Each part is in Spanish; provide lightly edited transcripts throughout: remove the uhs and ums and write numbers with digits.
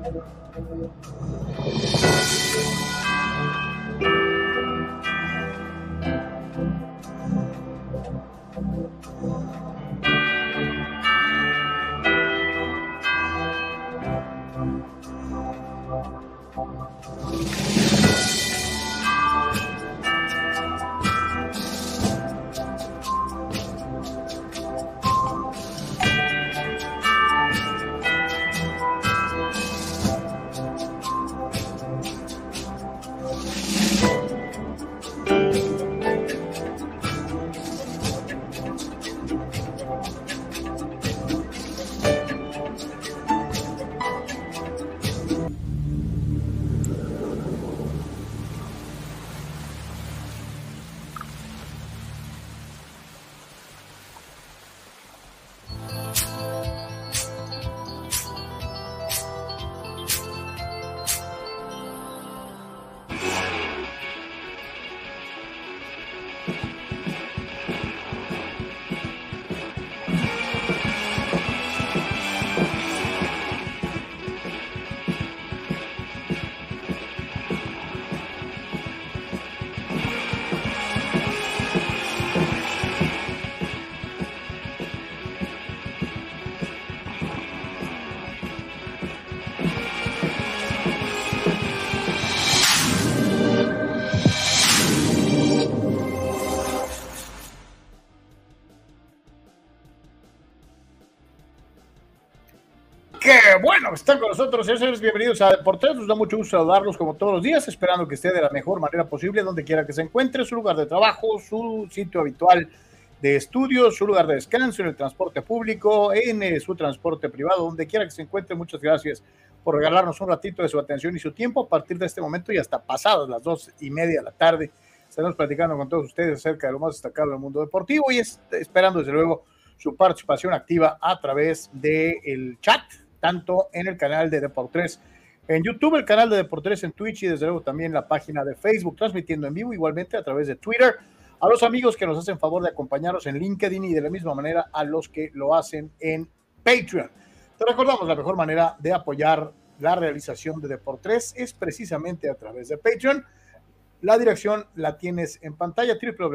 Bueno, están con nosotros, señores, bienvenidos a Deportes. Nos da mucho gusto saludarlos como todos los días, esperando que esté de la mejor manera posible, donde quiera que se encuentre, su lugar de trabajo, su sitio habitual de estudio, su lugar de descanso, en el transporte público, en su transporte privado, donde quiera que se encuentre. Muchas gracias por regalarnos un ratito de su atención y su tiempo. A partir de este momento y hasta pasadas las 2:30 de la tarde, estaremos platicando con todos ustedes acerca de lo más destacado del mundo deportivo y esperando, desde luego, su participación activa a través del chat, tanto en el canal de Deportes en YouTube, el canal de Deportes en Twitch y desde luego también la página de Facebook, transmitiendo en vivo igualmente a través de Twitter, a los amigos que nos hacen favor de acompañarnos en LinkedIn y de la misma manera a los que lo hacen en Patreon. Te recordamos, la mejor manera de apoyar la realización de Deportes es precisamente a través de Patreon. La dirección la tienes en pantalla,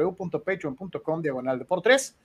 www.patreon.com/Deportes,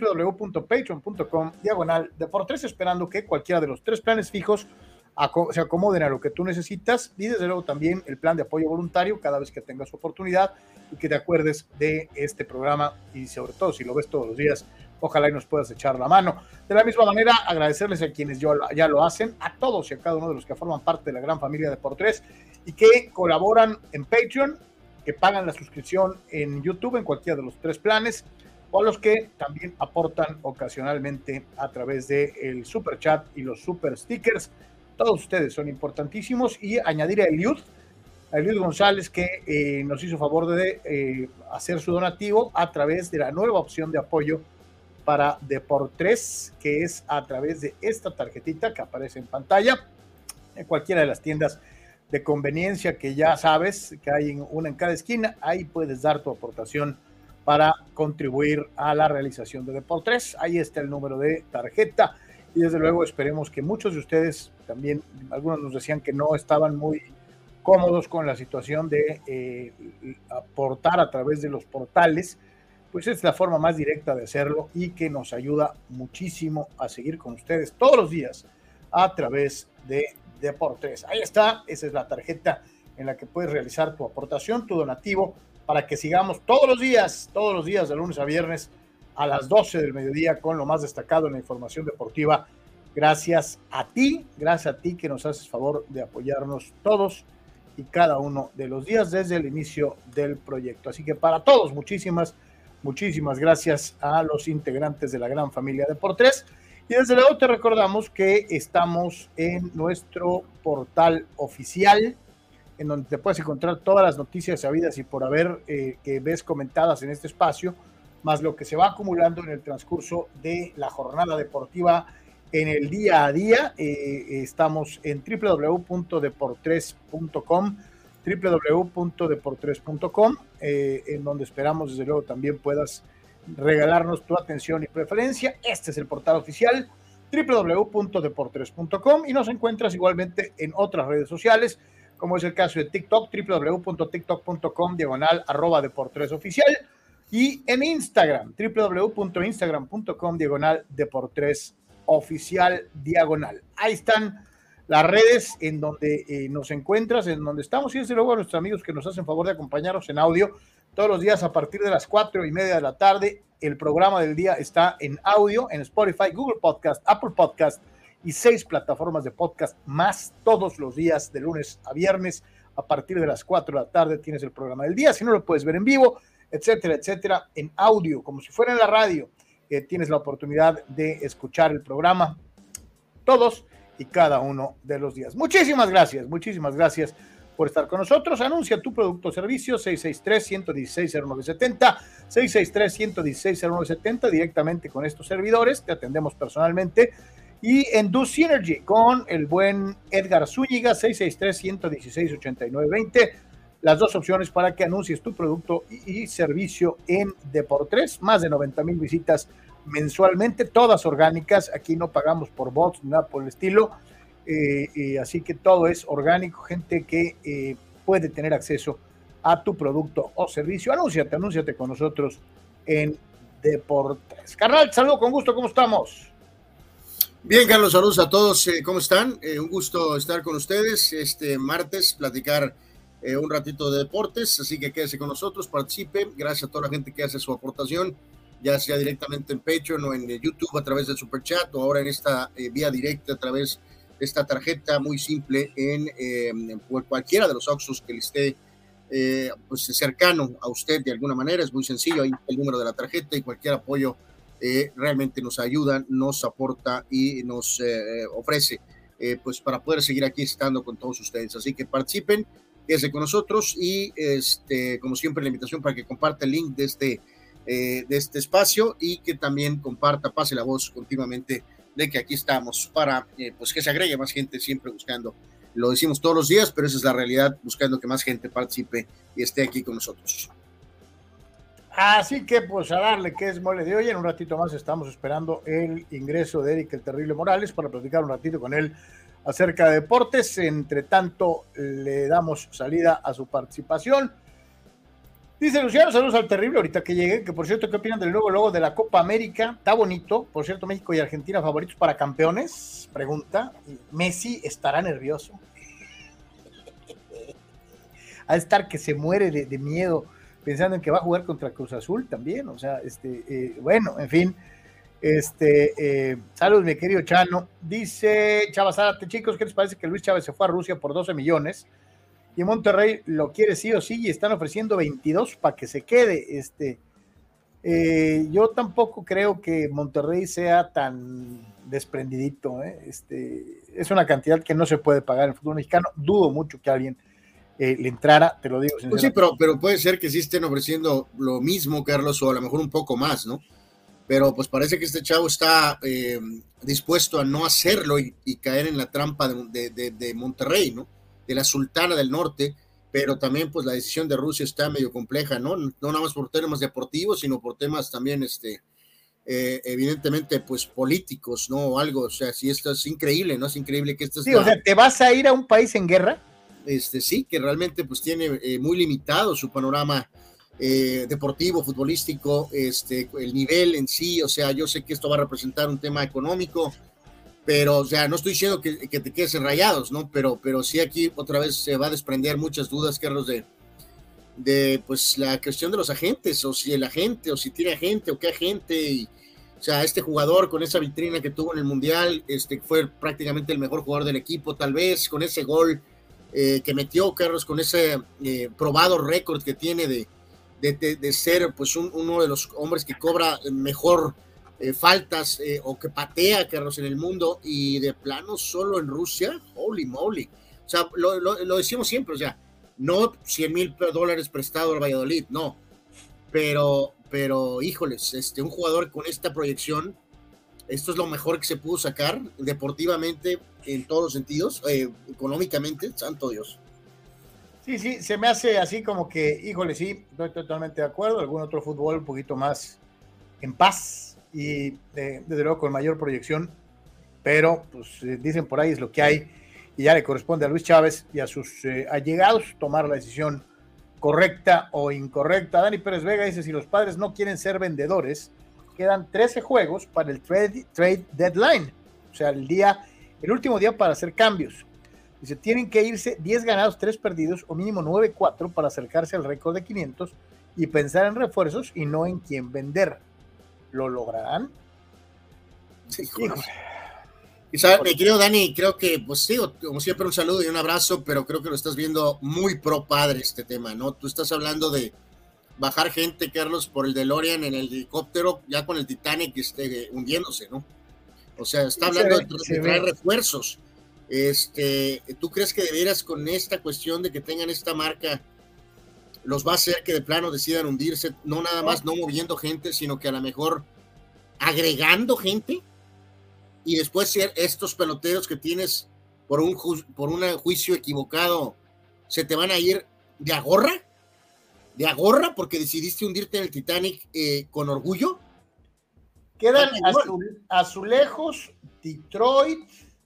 www.patreon.com/Deportes, esperando que cualquiera de los tres planes fijos se acomoden a lo que tú necesitas y desde luego también el plan de apoyo voluntario cada vez que tengas oportunidad y que te acuerdes de este programa y sobre todo si lo ves todos los días, ojalá y nos puedas echar la mano. De la misma manera, agradecerles a quienes ya lo hacen, a todos y a cada uno de los que forman parte de la gran familia de Deportes y que colaboran en Patreon, que pagan la suscripción en YouTube en cualquiera de los tres planes, o a los que también aportan ocasionalmente a través del super chat y los super stickers. Todos ustedes son importantísimos. Y añadir a Eliud González, que nos hizo favor de hacer su donativo a través de la nueva opción de apoyo para Deportes, que es a través de esta tarjetita que aparece en pantalla en cualquiera de las tiendas de conveniencia que ya sabes que hay una en cada esquina. Ahí puedes dar tu aportación para contribuir a la realización de Deportes. Ahí está el número de tarjeta y desde luego esperemos que muchos de ustedes también, algunos nos decían que no estaban muy cómodos con la situación de aportar a través de los portales, pues es la forma más directa de hacerlo y que nos ayuda muchísimo a seguir con ustedes todos los días a través de Deportes. Ahí está, esa es la tarjeta en la que puedes realizar tu aportación, tu donativo, para que sigamos todos los días, de lunes a viernes, a las 12 del mediodía, con lo más destacado en la información deportiva. Gracias a ti que nos haces favor de apoyarnos todos y cada uno de los días desde el inicio del proyecto. Así que para todos, muchísimas gracias a los integrantes de la gran familia Deportes. Y desde luego te recordamos que estamos en nuestro portal oficial, en donde te puedes encontrar todas las noticias sabidas y por haber que ves comentadas en este espacio, más lo que se va acumulando en el transcurso de la jornada deportiva en el día a día. Estamos en www.deportes.com, en donde esperamos desde luego también puedas regalarnos tu atención y preferencia. Este es el portal oficial www.deportres.com, y nos encuentras igualmente en otras redes sociales, como es el caso de TikTok, www.tiktok.com/Deportres Oficial, y en Instagram, www.instagram.com/Deportres Oficial/. Ahí están las redes en donde nos encuentras, en donde estamos, y desde luego a nuestros amigos que nos hacen favor de acompañarnos en audio todos los días a partir de las 4:30 de la tarde. El programa del día está en audio, en Spotify, Google Podcast, Apple Podcast y 6 plataformas de podcast más. Todos los días de lunes a viernes a partir de las 4 de la tarde tienes el programa del día. Si no, lo puedes ver en vivo, etcétera, etcétera, en audio, como si fuera en la radio. Tienes la oportunidad de escuchar el programa todos y cada uno de los días. Muchísimas gracias por estar con nosotros. Anuncia tu producto o servicio, 663-116-0970, 663-116-0970, directamente con estos servidores, te atendemos personalmente. Y en Do Synergy con el buen Edgar Zúñiga, 663-116-8920, las dos opciones para que anuncies tu producto y servicio en Deportres. Más de 90,000 visitas mensualmente, todas orgánicas. Aquí no pagamos por bots, nada por el estilo. Así que todo es orgánico, gente que puede tener acceso a tu producto o servicio. Anúnciate con nosotros en Deportes. Carnal, saludo con gusto, ¿cómo estamos? Bien, Carlos, saludos a todos, ¿cómo están? Un gusto estar con ustedes este martes, platicar un ratito de deportes, así que quédese con nosotros, participe. Gracias a toda la gente que hace su aportación, ya sea directamente en Patreon o en YouTube a través del Super Chat, o ahora en esta vía directa a través de esta tarjeta muy simple en cualquiera de los Oxxos que le esté pues cercano a usted de alguna manera. Es muy sencillo, ahí está el número de la tarjeta, y cualquier apoyo realmente nos ayuda, nos aporta y nos ofrece pues para poder seguir aquí estando con todos ustedes. Así que participen, quédense con nosotros, y como siempre la invitación para que comparta el link de este espacio, y que también comparta, pase la voz continuamente de que aquí estamos para pues que se agregue más gente, siempre buscando, lo decimos todos los días, pero esa es la realidad, buscando que más gente participe y esté aquí con nosotros. Así que pues a darle que es mole de hoy. En un ratito más estamos esperando el ingreso de Eric el Terrible Morales para platicar un ratito con él acerca de deportes. Entre tanto, le damos salida a su participación. Dice Luciano, saludos al Terrible, ahorita que llegue, que por cierto, ¿qué opinan del nuevo logo de la Copa América? Está bonito, por cierto, México y Argentina favoritos para campeones, pregunta. Messi estará nervioso. A estar que se muere de miedo, pensando en que va a jugar contra Cruz Azul también, o sea, bueno, en fin, saludos, mi querido Chano. Dice Chava Zárate, chicos, ¿qué les parece que Luis Chávez se fue a Rusia por 12 millones? Y Monterrey lo quiere sí o sí, y están ofreciendo 22 para que se quede. Yo tampoco creo que Monterrey sea tan desprendidito, es una cantidad que no se puede pagar en el fútbol mexicano. Dudo mucho que alguien le entrara, te lo digo sinceramente. Pues sí, pero puede ser que sí estén ofreciendo lo mismo, Carlos, o a lo mejor un poco más, ¿no? Pero pues parece que este chavo está dispuesto a no hacerlo y caer en la trampa de Monterrey, ¿no? De la Sultana del Norte, pero también pues la decisión de Rusia está medio compleja, ¿no? No nada más por temas deportivos, sino por temas también, evidentemente, pues políticos, ¿no? O algo, o sea, si esto es increíble, ¿no? Es increíble que esto es... Sí, o sea, ¿te vas a ir a un país en guerra? Sí, que realmente pues tiene muy limitado su panorama deportivo, futbolístico, el nivel en sí. O sea, yo sé que esto va a representar un tema económico, pero, o sea, no estoy diciendo que te quedes en Rayados, ¿no? Pero sí aquí otra vez se va a desprender muchas dudas, Carlos, de pues la cuestión de los agentes, o si el agente, o si tiene agente, o qué agente. Y, o sea, este jugador con esa vitrina que tuvo en el Mundial, fue prácticamente el mejor jugador del equipo, tal vez, con ese gol que metió, Carlos, con ese probado récord que tiene de ser pues uno de los hombres que cobra mejor faltas o que patea, Carlos, en el mundo, y de plano solo en Rusia. Holy moly. O sea, lo decimos siempre, o sea, no $100,000 prestado al Valladolid, no, pero híjoles, un jugador con esta proyección, esto es lo mejor que se pudo sacar deportivamente en todos los sentidos, económicamente, santo Dios. Sí, se me hace así como que, híjole, sí, estoy totalmente de acuerdo. Algún otro fútbol un poquito más en paz y desde luego con mayor proyección pero pues dicen por ahí es lo que hay, y ya le corresponde a Luis Chávez y a sus allegados tomar la decisión correcta o incorrecta. Dani Pérez Vega dice, si los Padres no quieren ser vendedores, quedan 13 juegos para el trade deadline, o sea, el último día para hacer cambios. Dice, tienen que irse 10 ganados, 3 perdidos, o mínimo 9-4 para acercarse al récord de 500 y pensar en refuerzos y no en quién vender. ¿Lo lograrán? Híjole. Quizá, mi querido Dani, creo que, pues sí, como siempre, un saludo y un abrazo, pero creo que lo estás viendo muy pro padre este tema, ¿no? Tú estás hablando de bajar gente, Carlos, por el DeLorean en el helicóptero, ya con el Titanic hundiéndose, ¿no? O sea, está hablando de traer refuerzos. ¿Tú crees que de veras con esta cuestión de que tengan esta marca los va a hacer que de plano decidan hundirse, no nada más no moviendo gente, sino que a lo mejor agregando gente? Y después estos peloteros que tienes por un juicio equivocado se te van a ir de agorra porque decidiste hundirte en el Titanic con orgullo. Quedan Azulejos, Detroit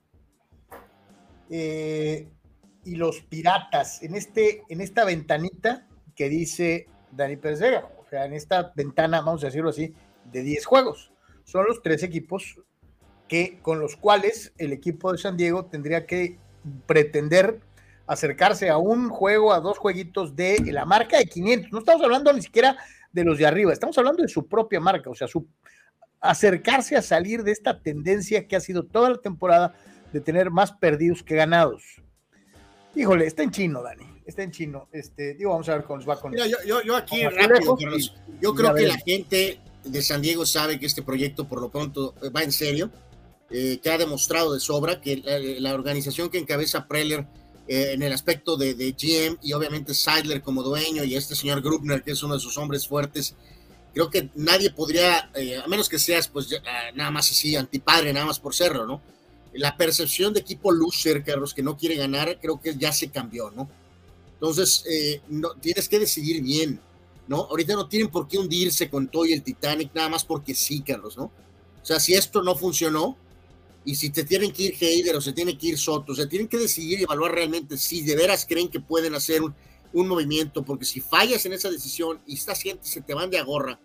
y los Piratas en esta ventanita que dice Dani Pérez Vega, o sea, en esta ventana, vamos a decirlo así, de 10 juegos. Son los 3 equipos con los cuales el equipo de San Diego tendría que pretender acercarse a un juego, a 2 jueguitos de la marca de 500. No estamos hablando ni siquiera de los de arriba, estamos hablando de su propia marca, o sea, acercarse a salir de esta tendencia que ha sido toda la temporada de tener más perdidos que ganados. Híjole, está en chino, Dani, está en chino. Vamos a ver cómo nos va con Mira, yo aquí rápido, Carlos. Yo creo que la gente de San Diego sabe que este proyecto por lo pronto va en serio. Que ha demostrado de sobra que la organización que encabeza Preller en el aspecto de GM y obviamente Seidler como dueño y este señor Grubner que es uno de sus hombres fuertes, creo que nadie podría, a menos que seas pues nada más así antipadre, nada más por serlo, ¿no? La percepción de equipo loser, Carlos, que no quiere ganar, creo que ya se cambió, ¿no? Entonces, tienes que decidir bien, ¿no? Ahorita no tienen por qué hundirse con todo y el Titanic, nada más porque sí, Carlos, ¿no? O sea, si esto no funcionó, y si te tienen que ir Heider o se tiene que ir Soto, o sea, tienen que decidir y evaluar realmente si de veras creen que pueden hacer un movimiento, porque si fallas en esa decisión y esta gente se te van de agorra,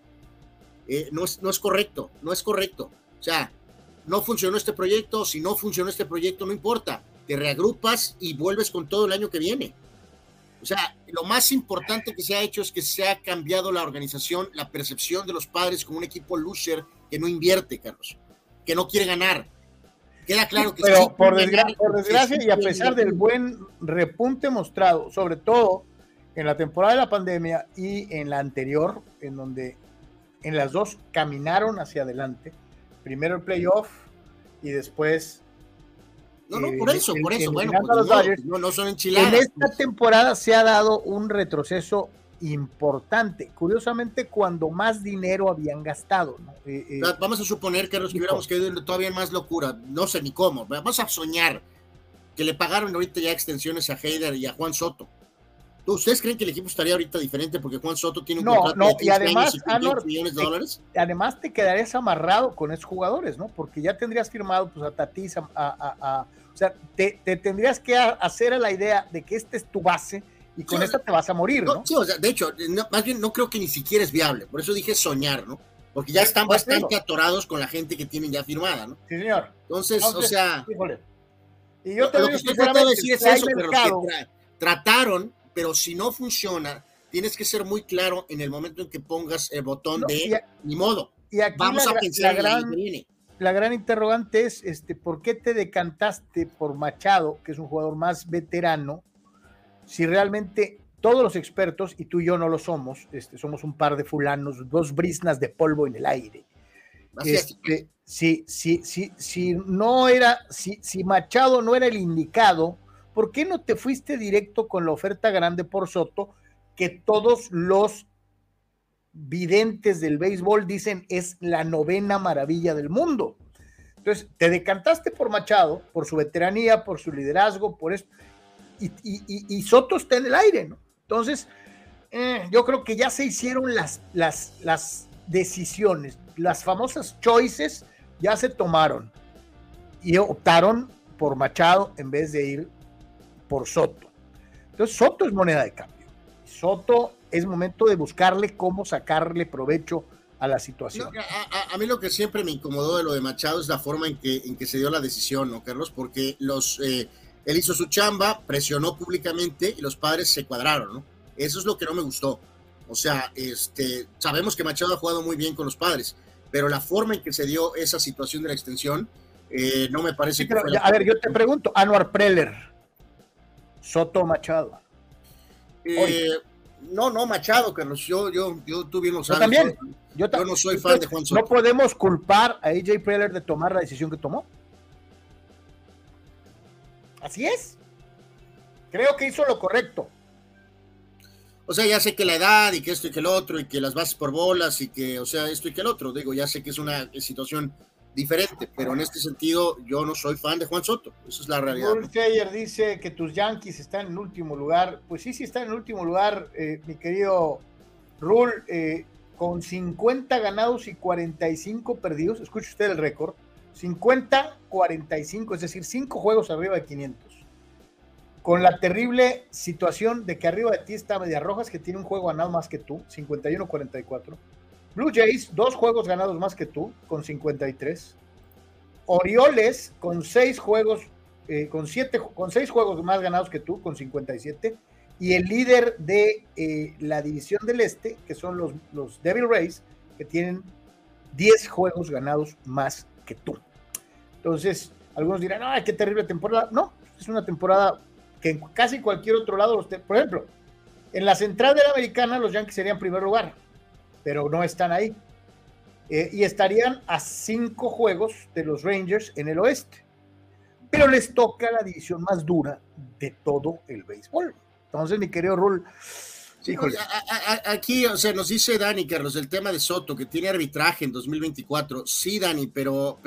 no es correcto, no es correcto. O sea, no funcionó este proyecto, si no funcionó este proyecto, no importa, te reagrupas y vuelves con todo el año que viene. O sea, lo más importante que se ha hecho es que se ha cambiado la organización, la percepción de los Padres como un equipo loser que no invierte, Carlos, que no quiere ganar. Queda claro que pero sí, por desgracia y a pesar del buen repunte mostrado, sobre todo en la temporada de la pandemia y en la anterior, en donde en las dos caminaron hacia adelante, primero el playoff y después por eso, bueno, pues no son enchiladas. En esta temporada se ha dado un retroceso importante, curiosamente cuando más dinero habían gastado, ¿no? Vamos a suponer que nos hubiéramos quedado todavía en más locura, no sé ni cómo, vamos a soñar que le pagaron ahorita ya extensiones a Heider y a Juan Soto. ¿Ustedes creen que el equipo estaría ahorita diferente porque Juan Soto tiene un contrato de 15 años y $15 millones de dólares? Además te quedarías amarrado con esos jugadores, ¿no? Porque ya tendrías firmado pues a Tatis, o sea, te tendrías que hacer a la idea de que esta es tu base y con esta te vas a morir, ¿no? Sí, o sea, de hecho, más bien no creo que ni siquiera es viable, por eso dije soñar, ¿no? Porque ya están bastante atorados con la gente que tienen ya firmada, ¿no? Sí, señor. Entonces, o sea... Híjole. Y yo te lo que estoy tratando de decir es eso, pero que trataron, pero si no funciona, tienes que ser muy claro en el momento en que pongas el botón ni modo. Y aquí vamos a pensar la gran interrogante es, ¿por qué te decantaste por Machado, que es un jugador más veterano, si realmente todos los expertos, y tú y yo no lo somos, somos un par de fulanos, 2 briznas de polvo en el aire? Si Machado no era el indicado, ¿por qué no te fuiste directo con la oferta grande por Soto, que todos los videntes del béisbol dicen es la 9ª maravilla del mundo? Entonces, te decantaste por Machado, por su veteranía, por su liderazgo, por eso, y Soto está en el aire, ¿no? Entonces, yo creo que ya se hicieron las decisiones, las famosas choices ya se tomaron. y optaron por Machado en vez de ir por Soto. Entonces Soto es moneda de cambio. Soto es momento de buscarle cómo sacarle provecho a la situación. No, a mí lo que siempre me incomodó de lo de Machado es la forma en que se dio la decisión, ¿no, Carlos? Porque él hizo su chamba, presionó públicamente y los Padres se cuadraron, ¿no? Eso es lo que no me gustó. O sea, sabemos que Machado ha jugado muy bien con los Padres, pero la forma en que se dio esa situación de la extensión no me parece que fue a ver, yo te pregunto, Anuar Preller, Soto Machado. No, Machado, Carlos, yo tú bien lo sabes. También. Yo no soy fan de Juan Soto. No podemos culpar a AJ Preller de tomar la decisión que tomó. Así es. Creo que hizo lo correcto. O sea, ya sé que la edad y que esto y que el otro y que las bases por bolas y que, o sea, esto y que el otro. Digo, ya sé que es una situación diferente, pero en este sentido yo no soy fan de Juan Soto. Esa es la realidad. Rule Taylor dice que tus Yankees están en el último lugar. Pues sí están en el último lugar, mi querido Rule, con 50 ganados y 45 perdidos. Escuche usted el récord. 50-45, es decir, 5 juegos arriba de 500. Con la terrible situación de que arriba de ti está Medias Rojas, que tiene un juego ganado más que tú, 51-44. Blue Jays, 2 juegos ganados más que tú, con 53. Orioles, con 6 juegos, con 6 juegos más ganados que tú, con 57. Y el líder de la división del Este, que son los Devil Rays, que tienen 10 juegos ganados más que tú. Entonces, algunos dirán, ¡ay, qué terrible temporada! No, es una temporada que en casi cualquier otro lado, por ejemplo, en la central de la americana, los Yankees serían primer lugar, pero no están ahí. Y estarían a 5 juegos de los Rangers en el oeste. Pero les toca la división más dura de todo el béisbol. Entonces, mi querido Rul, híjole. Aquí, o sea, nos dice Dani, Carlos, el tema de Soto, que tiene arbitraje en 2024. Sí, Dani, pero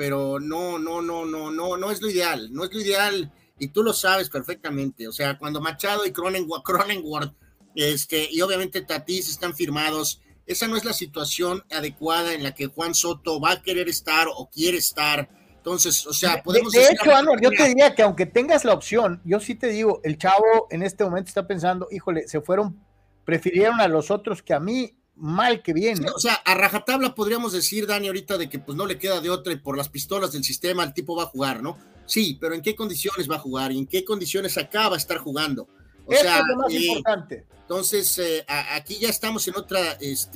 no es lo ideal. No es lo ideal, y tú lo sabes perfectamente. O sea, cuando Machado y Cronenworth, y obviamente Tatis están firmados, esa no es la situación adecuada en la que Juan Soto va a querer estar o quiere estar. Entonces, o sea, podemos de hecho, Anuar, yo te diría que aunque tengas la opción, yo sí te digo, el chavo en este momento está pensando, híjole, prefirieron a los otros que a mí, mal que bien. Sí, o sea, a rajatabla podríamos decir, Dani, ahorita de que pues no le queda de otra y por las pistolas del sistema el tipo va a jugar, ¿no? Sí, pero ¿en qué condiciones va a jugar? ¿Y en qué condiciones acaba de estar jugando? O Eso sea, es lo más importante. Entonces, aquí ya estamos en otra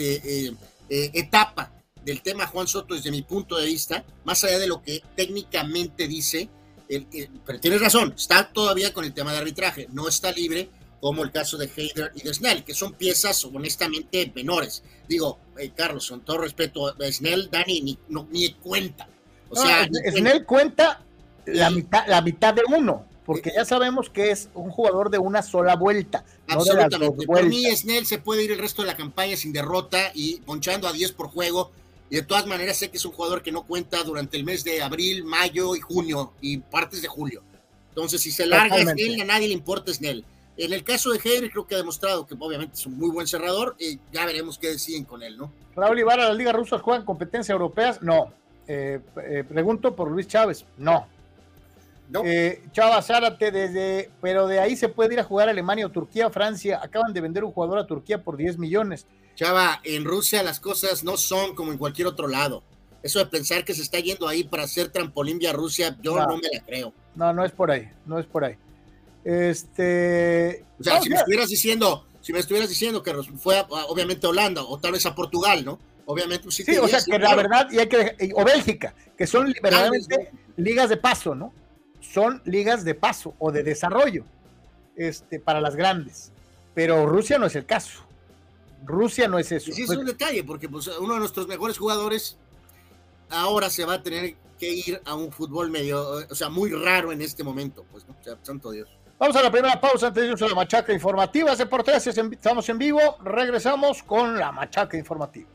etapa del tema Juan Soto desde mi punto de vista, más allá de lo que técnicamente dice, pero tienes razón, está todavía con el tema de arbitraje, no está libre, como el caso de Hader y de Snell, que son piezas honestamente menores. Digo, Carlos, con todo respeto, Snell, Dani, ni cuenta. O sea, Snell cuenta la mitad de uno, porque ya sabemos que es un jugador de una sola vuelta. Absolutamente. No de las 2 Por mí, Snell se puede ir el resto de la campaña sin derrota y ponchando a 10 por juego. Y de todas maneras sé que es un jugador que no cuenta durante el mes de abril, mayo y junio y partes de julio. Entonces, si se larga Snell, a nadie le importa Snell. En el caso de Hader, creo que ha demostrado que obviamente es un muy buen cerrador y ya veremos qué deciden con él, ¿no? Raúl Ibarra, ¿las ligas rusas juegan competencias europeas? No. Pregunto por Luis Chávez. No. Chava Zárate, pero de ahí se puede ir a jugar a Alemania o Turquía, Francia. Acaban de vender un jugador a Turquía por 10 millones. Chava, en Rusia las cosas no son como en cualquier otro lado. Eso de pensar que se está yendo ahí para hacer trampolín vía Rusia, yo no me la creo. No es por ahí, no es por ahí. O sea, si me estuvieras diciendo que fue obviamente a Holanda o tal vez a Portugal, ¿no? Obviamente sí, o sea, que la verdad, o Bélgica, que son verdaderamente ligas de paso, ¿no? Son ligas de paso o de desarrollo para las grandes. Pero Rusia no es el caso. Rusia no es eso. Y sí, es un detalle, porque pues, uno de nuestros mejores jugadores ahora se va a tener que ir a un fútbol muy raro en este momento, pues, ¿no? O sea, santo Dios. Vamos a la primera pausa antes de irnos a la machaca informativa. Deportes, estamos en vivo, regresamos con la machaca informativa.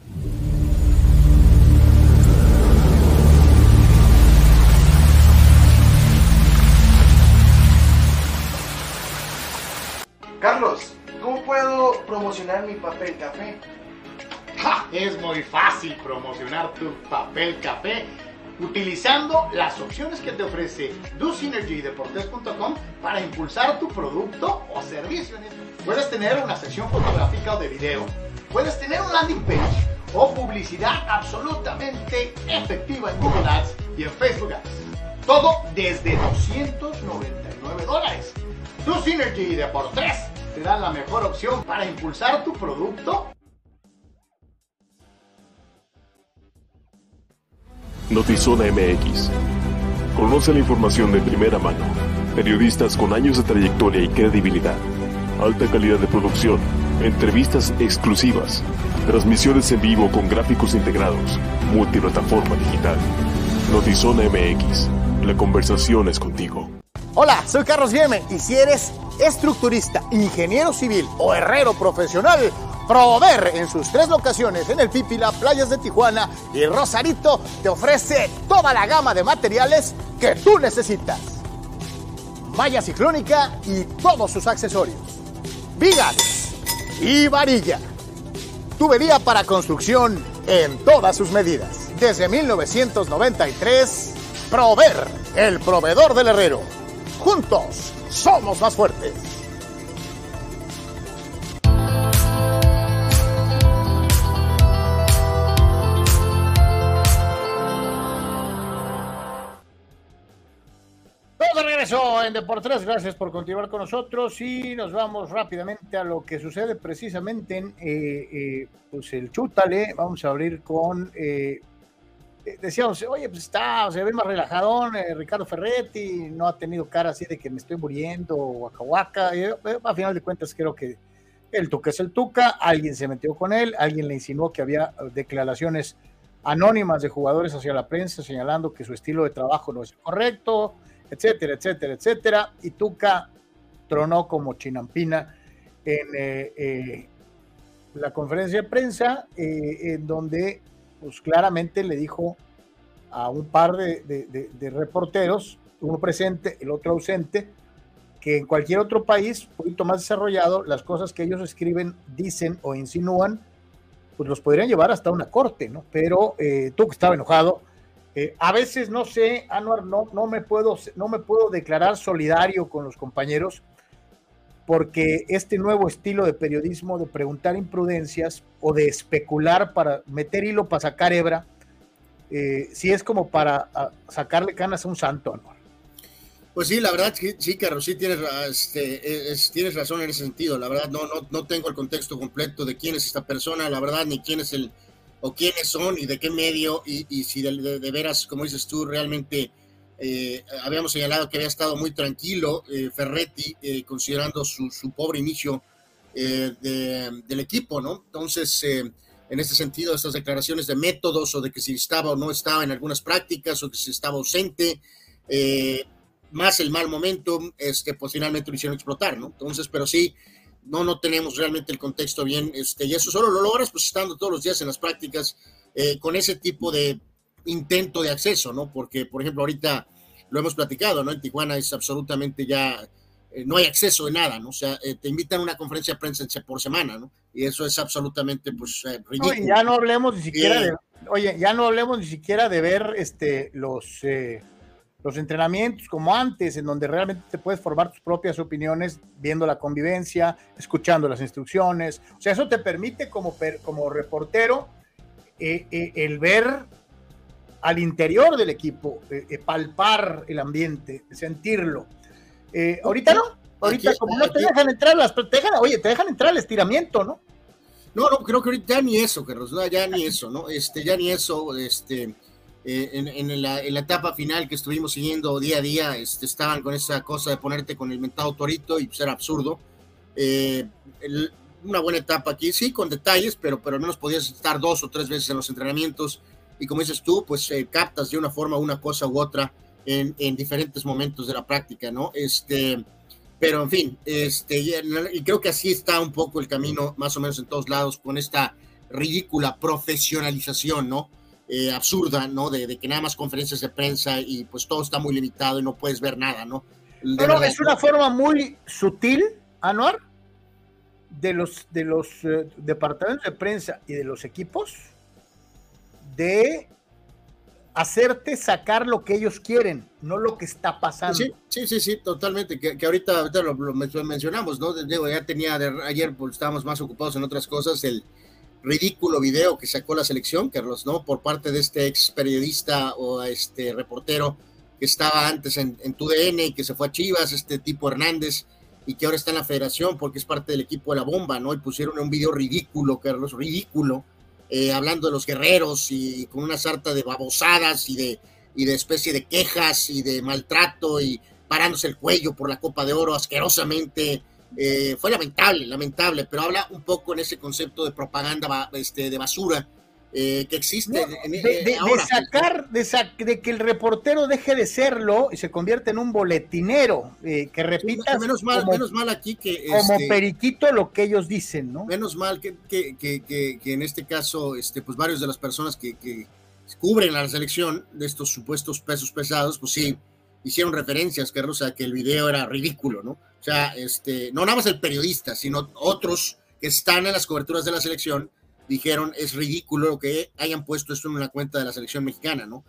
Carlos, ¿cómo puedo promocionar mi papel café? ¡Ja! Es muy fácil promocionar tu papel café utilizando las opciones que te ofrece DoSynergyDeportes.com para impulsar tu producto o servicio. Puedes tener una sección fotográfica o de video, puedes tener un landing page o publicidad absolutamente efectiva en Google Ads y en Facebook Ads. Todo desde $299. DoSynergy Deportes te da la mejor opción para impulsar tu producto. Notizona MX. Conoce la información de primera mano. Periodistas con años de trayectoria y credibilidad. Alta calidad de producción. Entrevistas exclusivas. Transmisiones en vivo con gráficos integrados. Multiplataforma digital. Notizona MX. La conversación es contigo. Hola, soy Carlos Guilleme y si eres estructurista, ingeniero civil o herrero profesional, Prover en sus 3 locaciones en el Pípila, Playas de Tijuana y Rosarito te ofrece toda la gama de materiales que tú necesitas. Malla ciclónica y todos sus accesorios. Vigas y varilla. Tubería para construcción en todas sus medidas. Desde 1993, Prover, el proveedor del herrero. Juntos somos más fuertes. De regreso en Deportes, gracias por continuar con nosotros y nos vamos rápidamente a lo que sucede precisamente en pues el Chútale. Vamos a abrir con decíamos, oye, pues se ve más relajadón Ricardo Ferretti, no ha tenido cara así de que me estoy muriendo, waka waka. A final de cuentas creo que el Tuca es el Tuca, alguien se metió con él, alguien le insinuó que había declaraciones anónimas de jugadores hacia la prensa señalando que su estilo de trabajo no es correcto, etcétera, etcétera, etcétera, y Tuca tronó como chinampina en la conferencia de prensa, en donde pues claramente le dijo a un par de reporteros, uno presente, el otro ausente, que en cualquier otro país, un poquito más desarrollado, las cosas que ellos escriben, dicen o insinúan, pues los podrían llevar hasta una corte, ¿no? Pero Tuca estaba enojado. A veces, no sé, Anuar, no me puedo declarar solidario con los compañeros porque este nuevo estilo de periodismo de preguntar imprudencias o de especular para meter hilo para sacar hebra, sí es como para sacarle canas a un santo, Anuar. Pues sí, la verdad, sí, Carlos, sí tienes razón en ese sentido. La verdad, no tengo el contexto completo de quién es esta persona, la verdad, ni quién es o quiénes son y de qué medio, y si de veras, como dices tú, realmente habíamos señalado que había estado muy tranquilo Ferretti, considerando su pobre inicio del equipo, ¿no? Entonces, en este sentido, estas declaraciones de métodos o de que si estaba o no estaba en algunas prácticas o que si estaba ausente, más el mal momento, pues finalmente lo hicieron explotar, ¿no? Entonces, pero sí, no tenemos realmente el contexto bien, y eso solo lo logras pues estando todos los días en las prácticas con ese tipo de intento de acceso, ¿no? Porque, por ejemplo, ahorita lo hemos platicado, ¿no? En Tijuana es absolutamente ya, no hay acceso de nada, ¿no? O sea, te invitan a una conferencia de prensa por semana, ¿no? Y eso es absolutamente, pues, ridículo. Oye, ya no hablemos ni siquiera de ver los entrenamientos como antes, en donde realmente te puedes formar tus propias opiniones viendo la convivencia, escuchando las instrucciones. O sea, eso te permite como reportero el ver al interior del equipo, palpar el ambiente, sentirlo. Ahorita no, ahorita como no te dejan entrar te dejan entrar el estiramiento, ¿no? No, creo que ahorita ya ni eso, Carlos, ya ni eso, ¿no? Ya ni eso, en la etapa final que estuvimos siguiendo día a día, estaban con esa cosa de ponerte con el mentado torito y pues era absurdo. Una buena etapa aquí, sí, con detalles, pero al menos podías estar 2 o 3 veces en los entrenamientos y como dices tú, pues captas de una forma una cosa u otra en diferentes momentos de la práctica, ¿no? Pero en fin, y creo que así está un poco el camino más o menos en todos lados con esta ridícula profesionalización, ¿no? Absurda, ¿no? De que nada más conferencias de prensa y pues todo está muy limitado y no puedes ver nada, ¿no? Pero es una forma muy sutil, Anuar, de los departamentos de prensa y de los equipos de hacerte sacar lo que ellos quieren, no lo que está pasando. Sí, totalmente, que ahorita lo mencionamos, ¿no? Digo, ya ayer pues, estábamos más ocupados en otras cosas, el ridículo video que sacó la selección, Carlos, ¿no? Por parte de este ex periodista o reportero que estaba antes en TUDN y que se fue a Chivas, este tipo Hernández, y que ahora está en la federación porque es parte del equipo de la bomba, ¿no? Y pusieron un video ridículo, Carlos, ridículo, hablando de los guerreros y con una sarta de babosadas y de especie de quejas y de maltrato y parándose el cuello por la Copa de Oro asquerosamente. Fue lamentable, pero habla un poco en ese concepto de propaganda de basura que existe ahora. De que el reportero deje de serlo y se convierte en un boletinero, que repita menos mal aquí que como periquito lo que ellos dicen, ¿no? Menos mal que en este caso pues varios de las personas que cubren a la selección de estos supuestos pesos pesados, pues sí hicieron referencias, Carlos, a que el video era ridículo, ¿no? O sea, no nada más el periodista, sino otros que están en las coberturas de la selección dijeron es ridículo que hayan puesto esto en una cuenta de la selección mexicana, ¿no?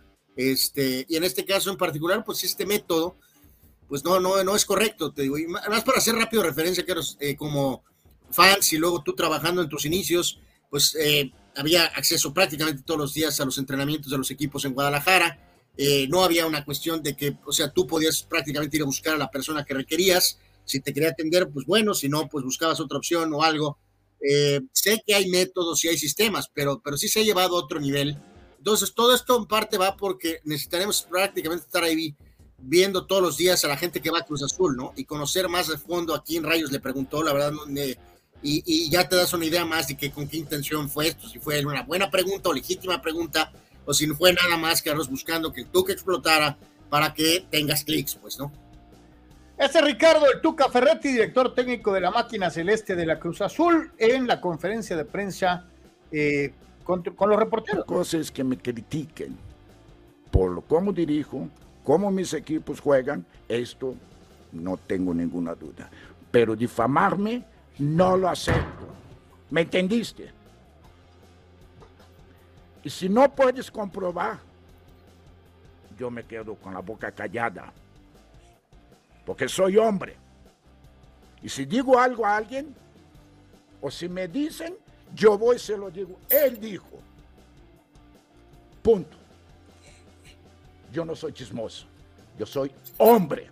Y en este caso en particular, pues este método, pues no es correcto, te digo, y más para hacer rápido referencia, Carlos, como fans y luego tú trabajando en tus inicios, pues había acceso prácticamente todos los días a los entrenamientos de los equipos en Guadalajara. No había una cuestión de que, o sea, tú podías prácticamente ir a buscar a la persona que requerías, si te quería atender, pues bueno, si no, pues buscabas otra opción o algo. Sé que hay métodos y hay sistemas, pero sí se ha llevado a otro nivel. Entonces, todo esto en parte va porque necesitaremos prácticamente estar ahí viendo todos los días a la gente que va a Cruz Azul, ¿no? Y conocer más de fondo a quién rayos le preguntó, la verdad, y ya te das una idea más de que con qué intención fue esto, si fue una buena pregunta o legítima pregunta, o si no fue nada más que buscando que el Tuca explotara para que tengas clics, pues, ¿no? Ese es Ricardo el Tuca Ferretti, director técnico de la máquina celeste de la Cruz Azul, en la conferencia de prensa con los reporteros. La cosa es que me critiquen por cómo dirijo, cómo mis equipos juegan, esto no tengo ninguna duda. Pero difamarme no lo acepto. ¿Me entendiste? Y si no puedes comprobar, yo me quedo con la boca callada. Porque soy hombre. Y si digo algo a alguien, o si me dicen, yo voy y se lo digo. Él dijo. Punto. Yo no soy chismoso. Yo soy hombre.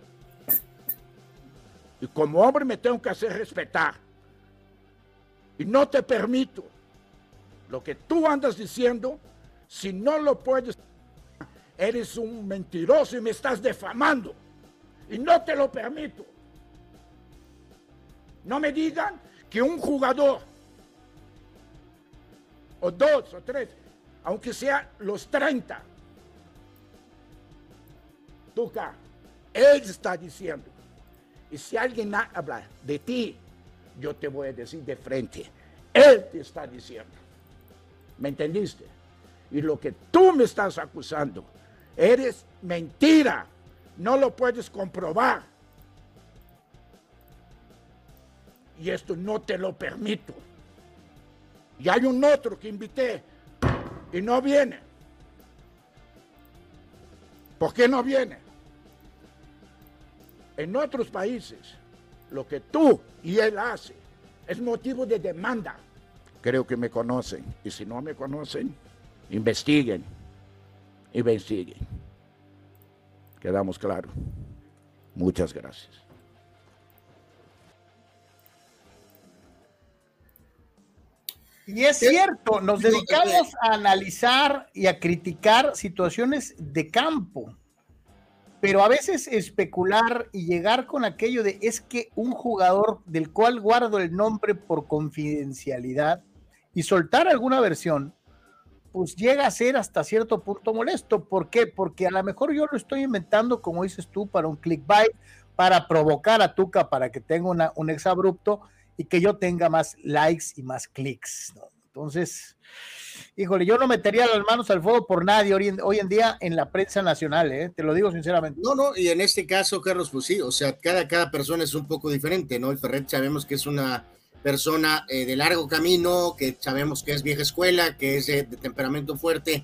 Y como hombre me tengo que hacer respetar. Y no te permito lo que tú andas diciendo, si no lo puedes, eres un mentiroso y me estás difamando. Y no te lo permito. No me digan que un jugador, o dos, o tres, aunque sea los 30, Tuca, él está diciendo. Y si alguien habla de ti, yo te voy a decir de frente, él te está diciendo. ¿Me entendiste? Y lo que tú me estás acusando, eres mentira. No lo puedes comprobar. Y esto no te lo permito. Y hay un otro que invité y no viene. ¿Por qué no viene? En otros países, lo que tú y él hace es motivo de demanda. Creo que me conocen. Y si no me conocen, investiguen. Quedamos claros. Muchas gracias. Y es cierto, nos dedicamos a analizar y a criticar situaciones de campo, pero a veces especular y llegar con aquello de es que un jugador del cual guardo el nombre por confidencialidad y soltar alguna versión, pues llega a ser hasta cierto punto molesto. ¿Por qué? Porque a lo mejor yo lo estoy inventando, como dices tú, para un clickbait, para provocar a Tuca, para que tenga un exabrupto y que yo tenga más likes y más clics, ¿no? Entonces, híjole, yo no metería las manos al fuego por nadie hoy en día en la prensa nacional, te lo digo sinceramente. No, y en este caso, Carlos, pues sí, o sea, cada persona es un poco diferente, ¿no? El Ferret sabemos que es una persona de largo camino, que sabemos que es vieja escuela, que es de temperamento fuerte,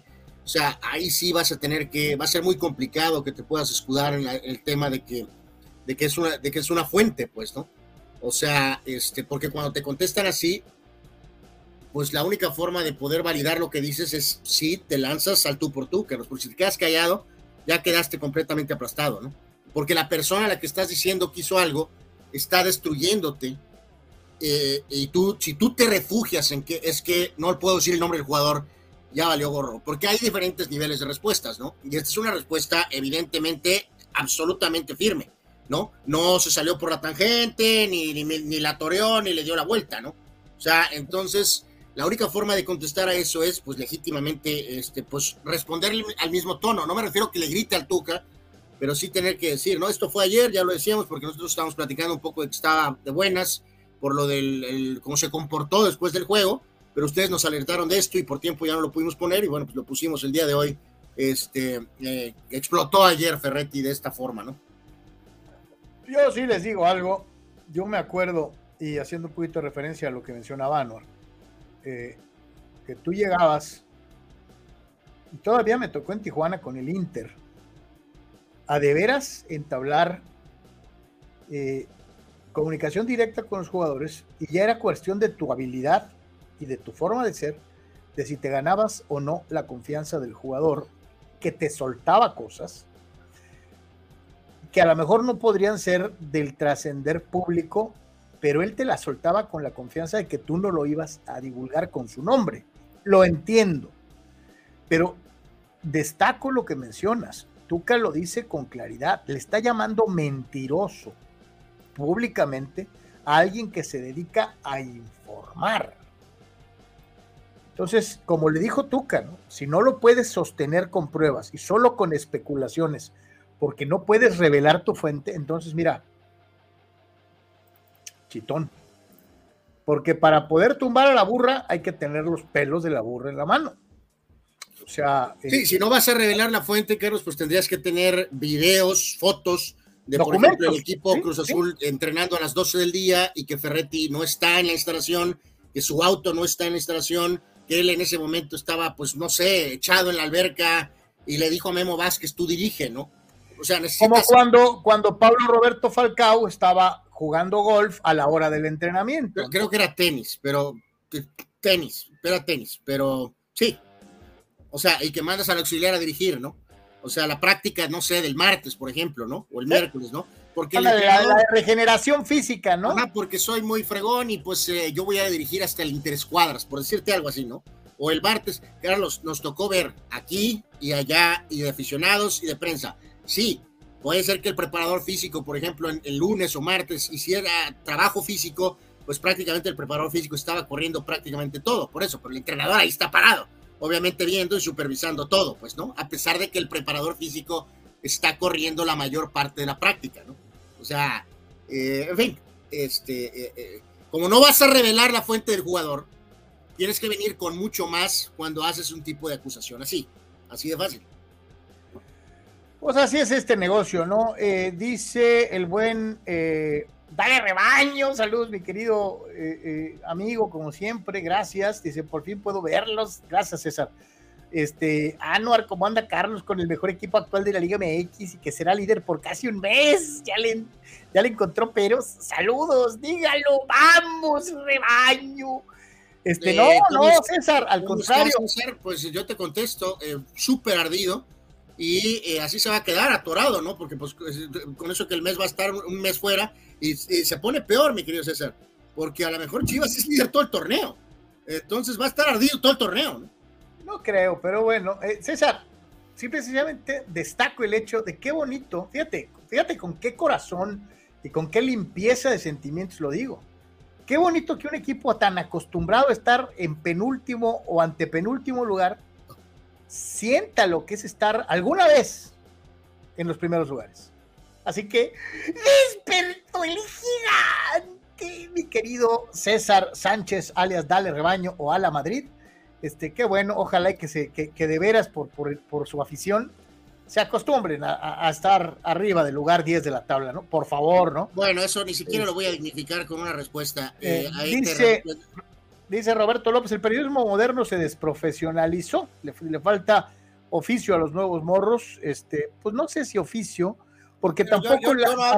O sea, ahí sí va a ser muy complicado que te puedas escudar en el tema de que es una fuente, pues, ¿no? O sea, porque cuando te contestan así, pues la única forma de poder validar lo que dices es si te lanzas al tú por tú, Carlos, porque si te quedas callado, ya quedaste completamente aplastado, ¿no? Porque la persona a la que estás diciendo que hizo algo está destruyéndote, y si tú te refugias en que es que no puedo decir el nombre del jugador, ya valió gorro, porque hay diferentes niveles de respuestas, ¿no? Y esta es una respuesta evidentemente absolutamente firme, ¿no? No se salió por la tangente, ni la toreó, ni le dio la vuelta, ¿no? O sea, entonces, la única forma de contestar a eso es, pues, legítimamente, pues, responderle al mismo tono. No me refiero a que le grite al Tuca, pero sí tener que decir, ¿no? Esto fue ayer, ya lo decíamos, porque nosotros estábamos platicando un poco de que estaba de buenas por lo del cómo se comportó después del juego, pero ustedes nos alertaron de esto y por tiempo ya no lo pudimos poner, y bueno, pues lo pusimos el día de hoy. Explotó ayer Ferretti de esta forma, ¿no? Yo sí les digo algo, yo me acuerdo, y haciendo un poquito de referencia a lo que mencionaba Anuar, que tú llegabas, y todavía me tocó en Tijuana con el Inter, a de veras entablar comunicación directa con los jugadores, y ya era cuestión de tu habilidad y de tu forma de ser, de si te ganabas o no la confianza del jugador, que te soltaba cosas que a lo mejor no podrían ser del trascender público, pero él te la soltaba con la confianza de que tú no lo ibas a divulgar con su nombre. Lo entiendo, pero destaco lo que mencionas. Tuca lo dice con claridad, le está llamando mentiroso públicamente a alguien que se dedica a informar. Entonces, como le dijo Tuca, ¿no? Si no lo puedes sostener con pruebas y solo con especulaciones, porque no puedes revelar tu fuente, entonces mira, chitón. Porque para poder tumbar a la burra hay que tener los pelos de la burra en la mano. O sea... Sí, si no vas a revelar la fuente, Carlos, pues tendrías que tener videos, fotos de, por ejemplo, el equipo Cruz Azul entrenando a las 12 del día y que Ferretti no está en la instalación, que su auto no está en la instalación, que él en ese momento estaba, pues, no sé, echado en la alberca y le dijo a Memo Vázquez, tú dirige, ¿no? O sea, necesitas... Como cuando Pablo Roberto Falcao estaba jugando golf a la hora del entrenamiento. Creo que era tenis, pero sí. O sea, y que mandas al auxiliar a dirigir, ¿no? O sea, la práctica, no sé, del martes, por ejemplo, ¿no? O el miércoles, ¿no? Porque la regeneración física, ¿no? Porque soy muy fregón y pues yo voy a dirigir hasta el interescuadras, por decirte algo así, ¿no? O el martes, Carlos, nos tocó ver aquí y allá, y de aficionados y de prensa. Sí, puede ser que el preparador físico, por ejemplo, el lunes o martes hiciera trabajo físico, pues prácticamente el preparador físico estaba corriendo prácticamente todo, por eso, pero el entrenador ahí está parado, obviamente viendo y supervisando todo, pues, ¿no? A pesar de que el preparador físico está corriendo la mayor parte de la práctica, ¿no? O sea, en fin, como no vas a revelar la fuente del jugador, tienes que venir con mucho más cuando haces un tipo de acusación así de fácil. Pues así es este negocio, ¿no? Dice el buen Dale Rebaño, saludos mi querido amigo, como siempre, gracias. Dice, por fin puedo verlos, gracias César. Anuar, ¿cómo anda Carlos con el mejor equipo actual de la Liga MX y que será líder por casi un mes? Ya le encontró peros. Saludos, dígalo, vamos Rebaño. No, César, al contrario. César, pues yo te contesto, súper ardido. Y así se va a quedar atorado, ¿no? Porque pues con eso que el mes va a estar un mes fuera y se pone peor, mi querido César, porque a lo mejor Chivas es líder todo el torneo, entonces va a estar ardido todo el torneo, ¿no? No creo, pero bueno, César, simplemente destaco el hecho de qué bonito, fíjate con qué corazón y con qué limpieza de sentimientos lo digo. Qué bonito que un equipo tan acostumbrado a estar en penúltimo o antepenúltimo lugar sienta lo que es estar alguna vez en los primeros lugares. Así que despertó el gigante, mi querido César Sánchez, alias Dale Rebaño o Ala Madrid. Qué bueno, ojalá y que de veras por su afición se acostumbren a estar arriba del lugar 10 de la tabla, ¿no? Por favor, ¿no? Bueno, eso ni siquiera lo voy a dignificar con una respuesta. Dice Roberto López, el periodismo moderno se desprofesionalizó, le falta oficio a los nuevos morros, pues no sé si oficio, porque Pero tampoco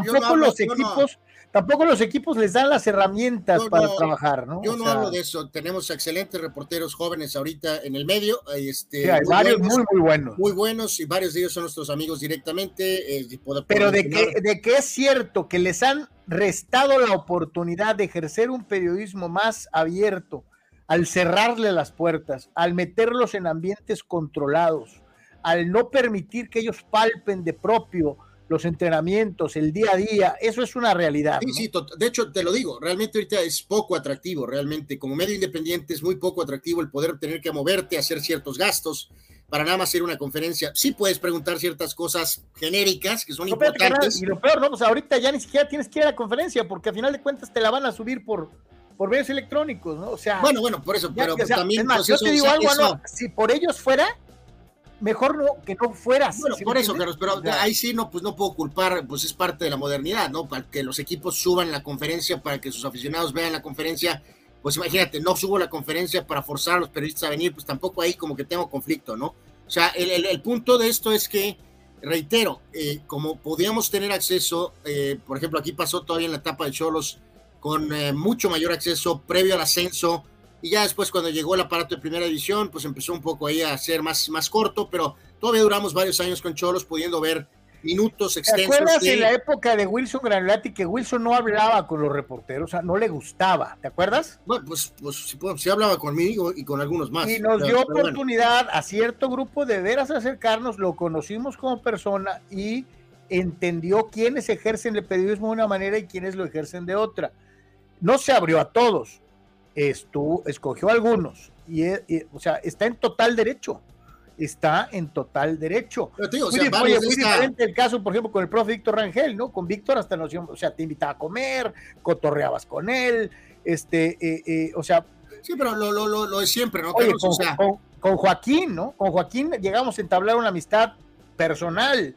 los equipos les dan las herramientas para trabajar, ¿no? Yo no hablo de eso. Tenemos excelentes reporteros jóvenes ahorita en el medio. Sí, hay varios muy buenos. Muy buenos, y varios de ellos son nuestros amigos directamente. Pero de que es cierto que les han restado la oportunidad de ejercer un periodismo más abierto, al cerrarle las puertas, al meterlos en ambientes controlados, al no permitir que ellos palpen de propio los entrenamientos, el día a día, eso es una realidad. Sí, ¿no? Sí, de hecho te lo digo, realmente ahorita es poco atractivo, realmente, como medio independiente es muy poco atractivo el poder tener que moverte, hacer ciertos gastos, para nada más hacer una conferencia. Sí puedes preguntar ciertas cosas genéricas que son importantes. Y lo peor, ¿no? Pues ahorita ya ni siquiera tienes que ir a la conferencia, porque al final de cuentas te la van a subir por medios electrónicos, ¿no? O sea... Bueno, por eso, pero o sea, también... Es más, pues yo te digo algo, ¿no? Si por ellos fuera, mejor no, que no fueras. Bueno, ¿sí por eso, Carlos, pero ya. Ahí sí no puedo culpar, pues es parte de la modernidad, ¿no? Para que los equipos suban la conferencia, para que sus aficionados vean la conferencia, pues imagínate, no subo la conferencia para forzar a los periodistas a venir, pues tampoco ahí como que tengo conflicto, ¿no? O sea, el punto de esto es que, reitero, como podíamos tener acceso, por ejemplo, aquí pasó todavía en la etapa de Xolos, con mucho mayor acceso previo al ascenso, y ya después cuando llegó el aparato de primera división, pues empezó un poco ahí a ser más corto, pero todavía duramos varios años con Xolos pudiendo ver minutos extensos. ¿Te acuerdas en la época de Wilson Granolati que Wilson no hablaba con los reporteros? O sea, no le gustaba, ¿te acuerdas? Bueno, pues sí hablaba conmigo y con algunos más. Y nos dio oportunidad a cierto grupo de veras acercarnos, lo conocimos como persona y entendió quiénes ejercen el periodismo de una manera y quiénes lo ejercen de otra. No se abrió a todos, escogió a algunos, o sea, está en total derecho. Pero te digo, muy diferente el caso, por ejemplo, con el profe Víctor Rangel, ¿no? Con Víctor hasta o sea, te invitaba a comer, cotorreabas con él, o sea... Sí, pero lo de siempre, ¿no? Oye, con Joaquín, ¿no? Con Joaquín llegamos a entablar una amistad personal,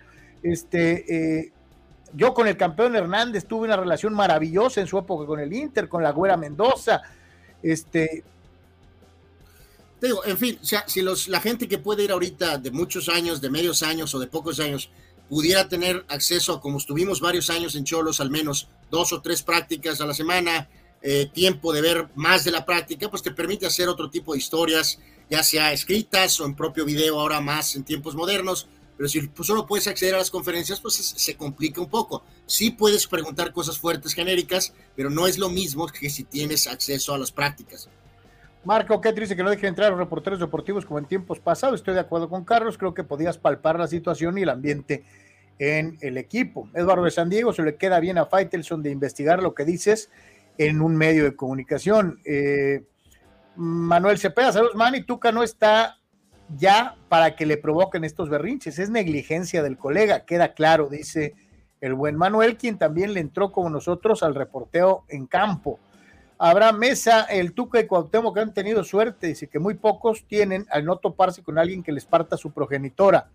yo con el campeón Hernández tuve una relación maravillosa en su época con el Inter, con la Güera Mendoza, Te digo, en fin, o sea, si la gente que puede ir ahorita de muchos años, de medios años o de pocos años, pudiera tener acceso a, como estuvimos varios años en Xolos, al menos 2 o 3 prácticas a la semana, tiempo de ver más de la práctica, pues te permite hacer otro tipo de historias, ya sea escritas o en propio video, ahora más en tiempos modernos. Pero si pues solo puedes acceder a las conferencias, pues se complica un poco. Sí puedes preguntar cosas fuertes, genéricas, pero no es lo mismo que si tienes acceso a las prácticas. Marco, qué triste que no dejen entrar a los reporteros deportivos como en tiempos pasados. Estoy de acuerdo con Carlos, creo que podías palpar la situación y el ambiente en el equipo. Eduardo de San Diego, se le queda bien a Faitelson de investigar lo que dices en un medio de comunicación. Manuel Cepeda, saludos, man, y Tuca no está ya para que le provoquen estos berrinches, es negligencia del colega, queda claro, dice el buen Manuel, quien también le entró como nosotros al reporteo en campo. Abraham Mesa, el Tuca y Cuauhtémoc que han tenido suerte, dice que muy pocos tienen al no toparse con alguien que les parta su progenitora.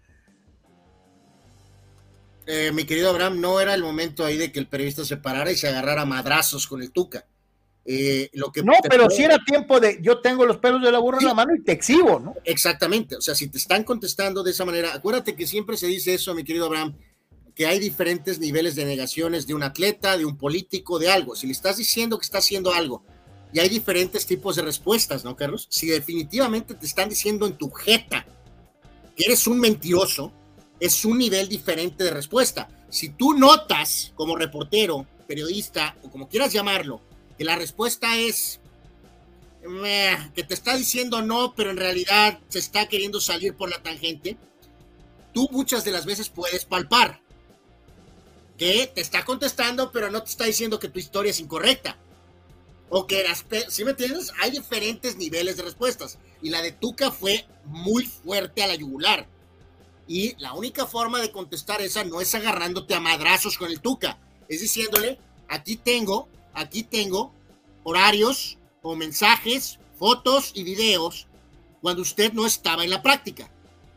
Mi querido Abraham, no era el momento ahí de que el periodista se parara y se agarrara a madrazos con el Tuca. Pero si era tiempo de yo tengo los pelos de la burra en la mano y te exhibo, ¿no? Exactamente, o sea, si te están contestando de esa manera, acuérdate que siempre se dice eso, mi querido Abraham, que hay diferentes niveles de negaciones de un atleta, de un político, de algo. Si le estás diciendo que está haciendo algo y hay diferentes tipos de respuestas, ¿no, Carlos? Si definitivamente te están diciendo en tu jeta que eres un mentiroso, es un nivel diferente de respuesta. Si tú notas como reportero, periodista o como quieras llamarlo, que la respuesta es que te está diciendo no, pero en realidad se está queriendo salir por la tangente, tú muchas de las veces puedes palpar que te está contestando, pero no te está diciendo que tu historia es incorrecta. O que, ¿sí me entiendes? Hay diferentes niveles de respuestas. Y la de Tuca fue muy fuerte a la yugular. Y la única forma de contestar esa no es agarrándote a madrazos con el Tuca. Es diciéndole, aquí tengo horarios o mensajes, fotos y videos cuando usted no estaba en la práctica.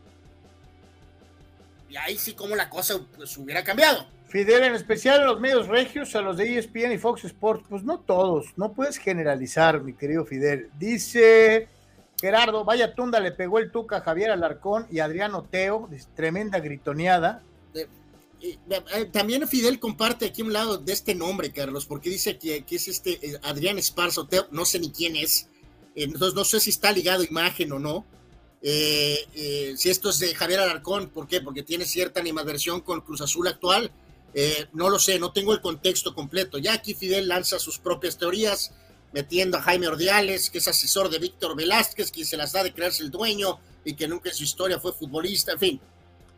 Y ahí sí como la cosa pues hubiera cambiado. Fidel, en especial a los medios regios, a los de ESPN y Fox Sports, pues no todos, no puedes generalizar, mi querido Fidel. Dice Gerardo, vaya tunda le pegó el Tuca a Javier Alarcón y Adriano Teo, tremenda gritoneada. También Fidel comparte aquí un lado de este nombre, Carlos, porque dice que es Adrián Esparza Teo, no sé ni quién es, entonces no sé si está ligado a imagen o no. Si esto es de Javier Alarcón, ¿por qué? Porque tiene cierta animadversión con Cruz Azul actual, no lo sé, no tengo el contexto completo. Ya aquí Fidel lanza sus propias teorías, metiendo a Jaime Ordiales, que es asesor de Víctor Velázquez, quien se las da de creerse el dueño y que nunca en su historia fue futbolista, en fin.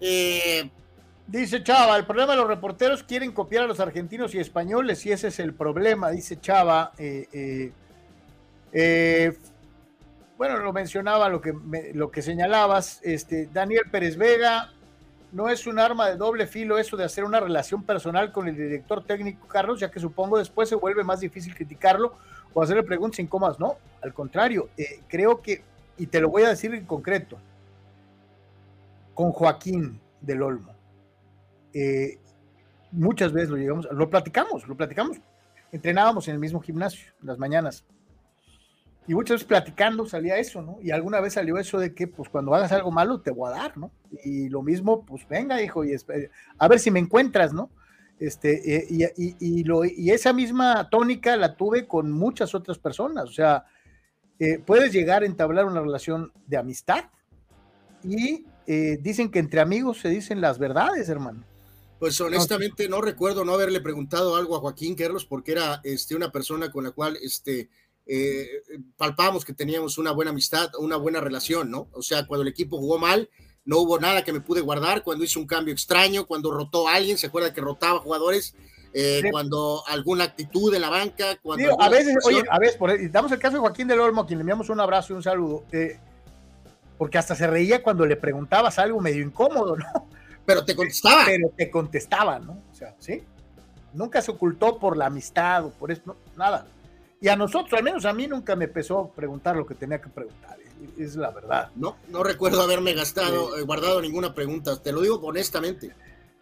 Dice Chava, el problema de los reporteros quieren copiar a los argentinos y españoles y ese es el problema, dice Chava. Bueno, lo mencionaba lo que señalabas, Daniel Pérez Vega, no es un arma de doble filo eso de hacer una relación personal con el director técnico, Carlos, ya que supongo después se vuelve más difícil criticarlo o hacerle preguntas incómodas. No, al contrario, creo que, y te lo voy a decir en concreto, con Joaquín del Olmo, muchas veces lo platicamos, entrenábamos en el mismo gimnasio en las mañanas, y muchas veces platicando salía eso, ¿no? Y alguna vez salió eso de que, pues, cuando hagas algo malo te voy a dar, ¿no? Y lo mismo, pues, venga, hijo, y a ver si me encuentras, ¿no? Y esa misma tónica la tuve con muchas otras personas, o sea, puedes llegar a entablar una relación de amistad y dicen que entre amigos se dicen las verdades, hermano. Pues honestamente no recuerdo no haberle preguntado algo a Joaquín Carlos, porque era una persona con la cual palpamos que teníamos una buena amistad, una buena relación, ¿no? O sea, cuando el equipo jugó mal, no hubo nada que me pude guardar, cuando hizo un cambio extraño, cuando rotó a alguien, ¿se acuerda que rotaba jugadores? Sí. Cuando alguna actitud en la banca, cuando... Sí, a veces, damos el caso de Joaquín del Olmo, a quien le enviamos un abrazo y un saludo, porque hasta se reía cuando le preguntabas algo medio incómodo, ¿no? Pero te contestaba. ¿no? O sea, ¿sí? Nunca se ocultó por la amistad o por eso, no, nada. Y a nosotros, al menos a mí, nunca me empezó a preguntar lo que tenía que preguntar, es la verdad. No recuerdo haberme guardado ninguna pregunta, te lo digo honestamente.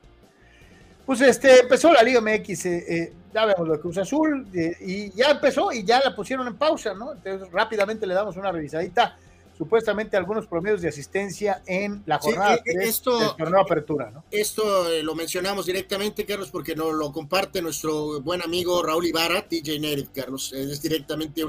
Pues empezó la Liga MX, ya vemos lo de Cruz Azul, y ya empezó y ya la pusieron en pausa, ¿no? Entonces rápidamente le damos una revisadita, supuestamente algunos promedios de asistencia en la jornada del torneo Apertura, ¿no? Esto lo mencionamos directamente, Carlos, porque nos lo comparte nuestro buen amigo Raúl Ibarra, TJ Native, Carlos. Es directamente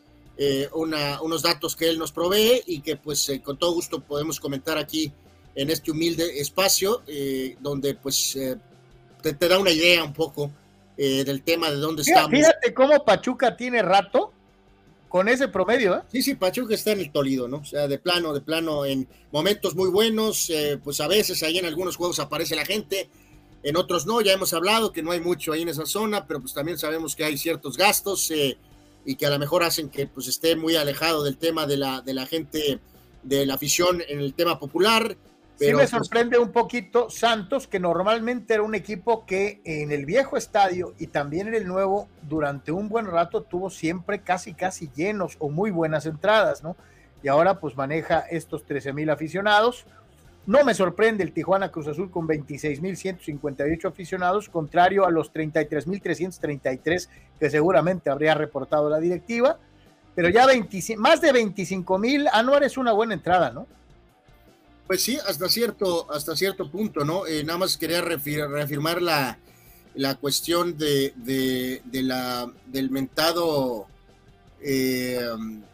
unos datos que él nos provee y que pues con todo gusto podemos comentar aquí en este humilde espacio, donde pues te da una idea un poco del tema de dónde estamos. Fíjate cómo Pachuca tiene rato con ese promedio, ¿eh? Sí, Pachuca está en el Toledo, ¿no? O sea, de plano, en momentos muy buenos, pues a veces ahí en algunos juegos aparece la gente, en otros no, ya hemos hablado que no hay mucho ahí en esa zona, pero pues también sabemos que hay ciertos gastos y que a lo mejor hacen que pues esté muy alejado del tema de la gente, de la afición en el tema popular. Pero, sí me sorprende un poquito Santos, que normalmente era un equipo que en el viejo estadio y también en el nuevo, durante un buen rato tuvo siempre casi llenos o muy buenas entradas, ¿no? Y ahora pues maneja estos 13,000 aficionados. No me sorprende el Tijuana Cruz Azul con 26,158 aficionados, contrario a los 33,333 que seguramente habría reportado la directiva, pero ya más de 25,000, Anuar, es una buena entrada, ¿no? Pues sí, hasta cierto punto, ¿no? Nada más quería reafirmar la cuestión del mentado de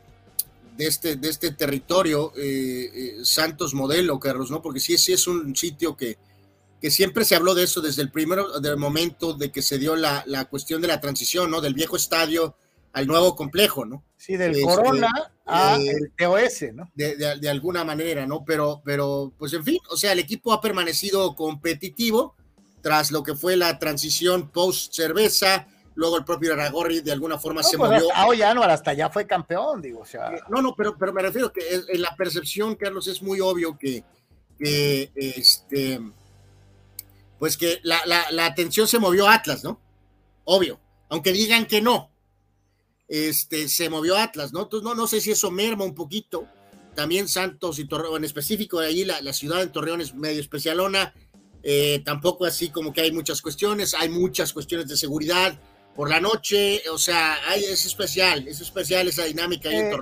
este territorio Santos Modelo, Carlos, ¿no? Porque sí es un sitio que siempre se habló de eso desde del momento de que se dio la cuestión de la transición, ¿no? Del viejo estadio al nuevo complejo, ¿no? Sí, del Corona a el TOS, ¿no? De alguna manera, ¿no? Pero, pues en fin, o sea, el equipo ha permanecido competitivo tras lo que fue la transición post-cerveza, luego el propio Aragorri de alguna forma se movió. Hasta ya fue campeón, digo, o sea. Pero me refiero que en la percepción, Carlos, es muy obvio que pues que la atención se movió a Atlas, ¿no? Obvio, aunque digan que no. Se movió Atlas, ¿no? Entonces no sé si eso merma un poquito. También Santos y Torreón, en específico de allí la ciudad de Torreón es medio especialona, tampoco así como que hay muchas cuestiones de seguridad por la noche, o sea, es especial esa dinámica ahí en Torreón.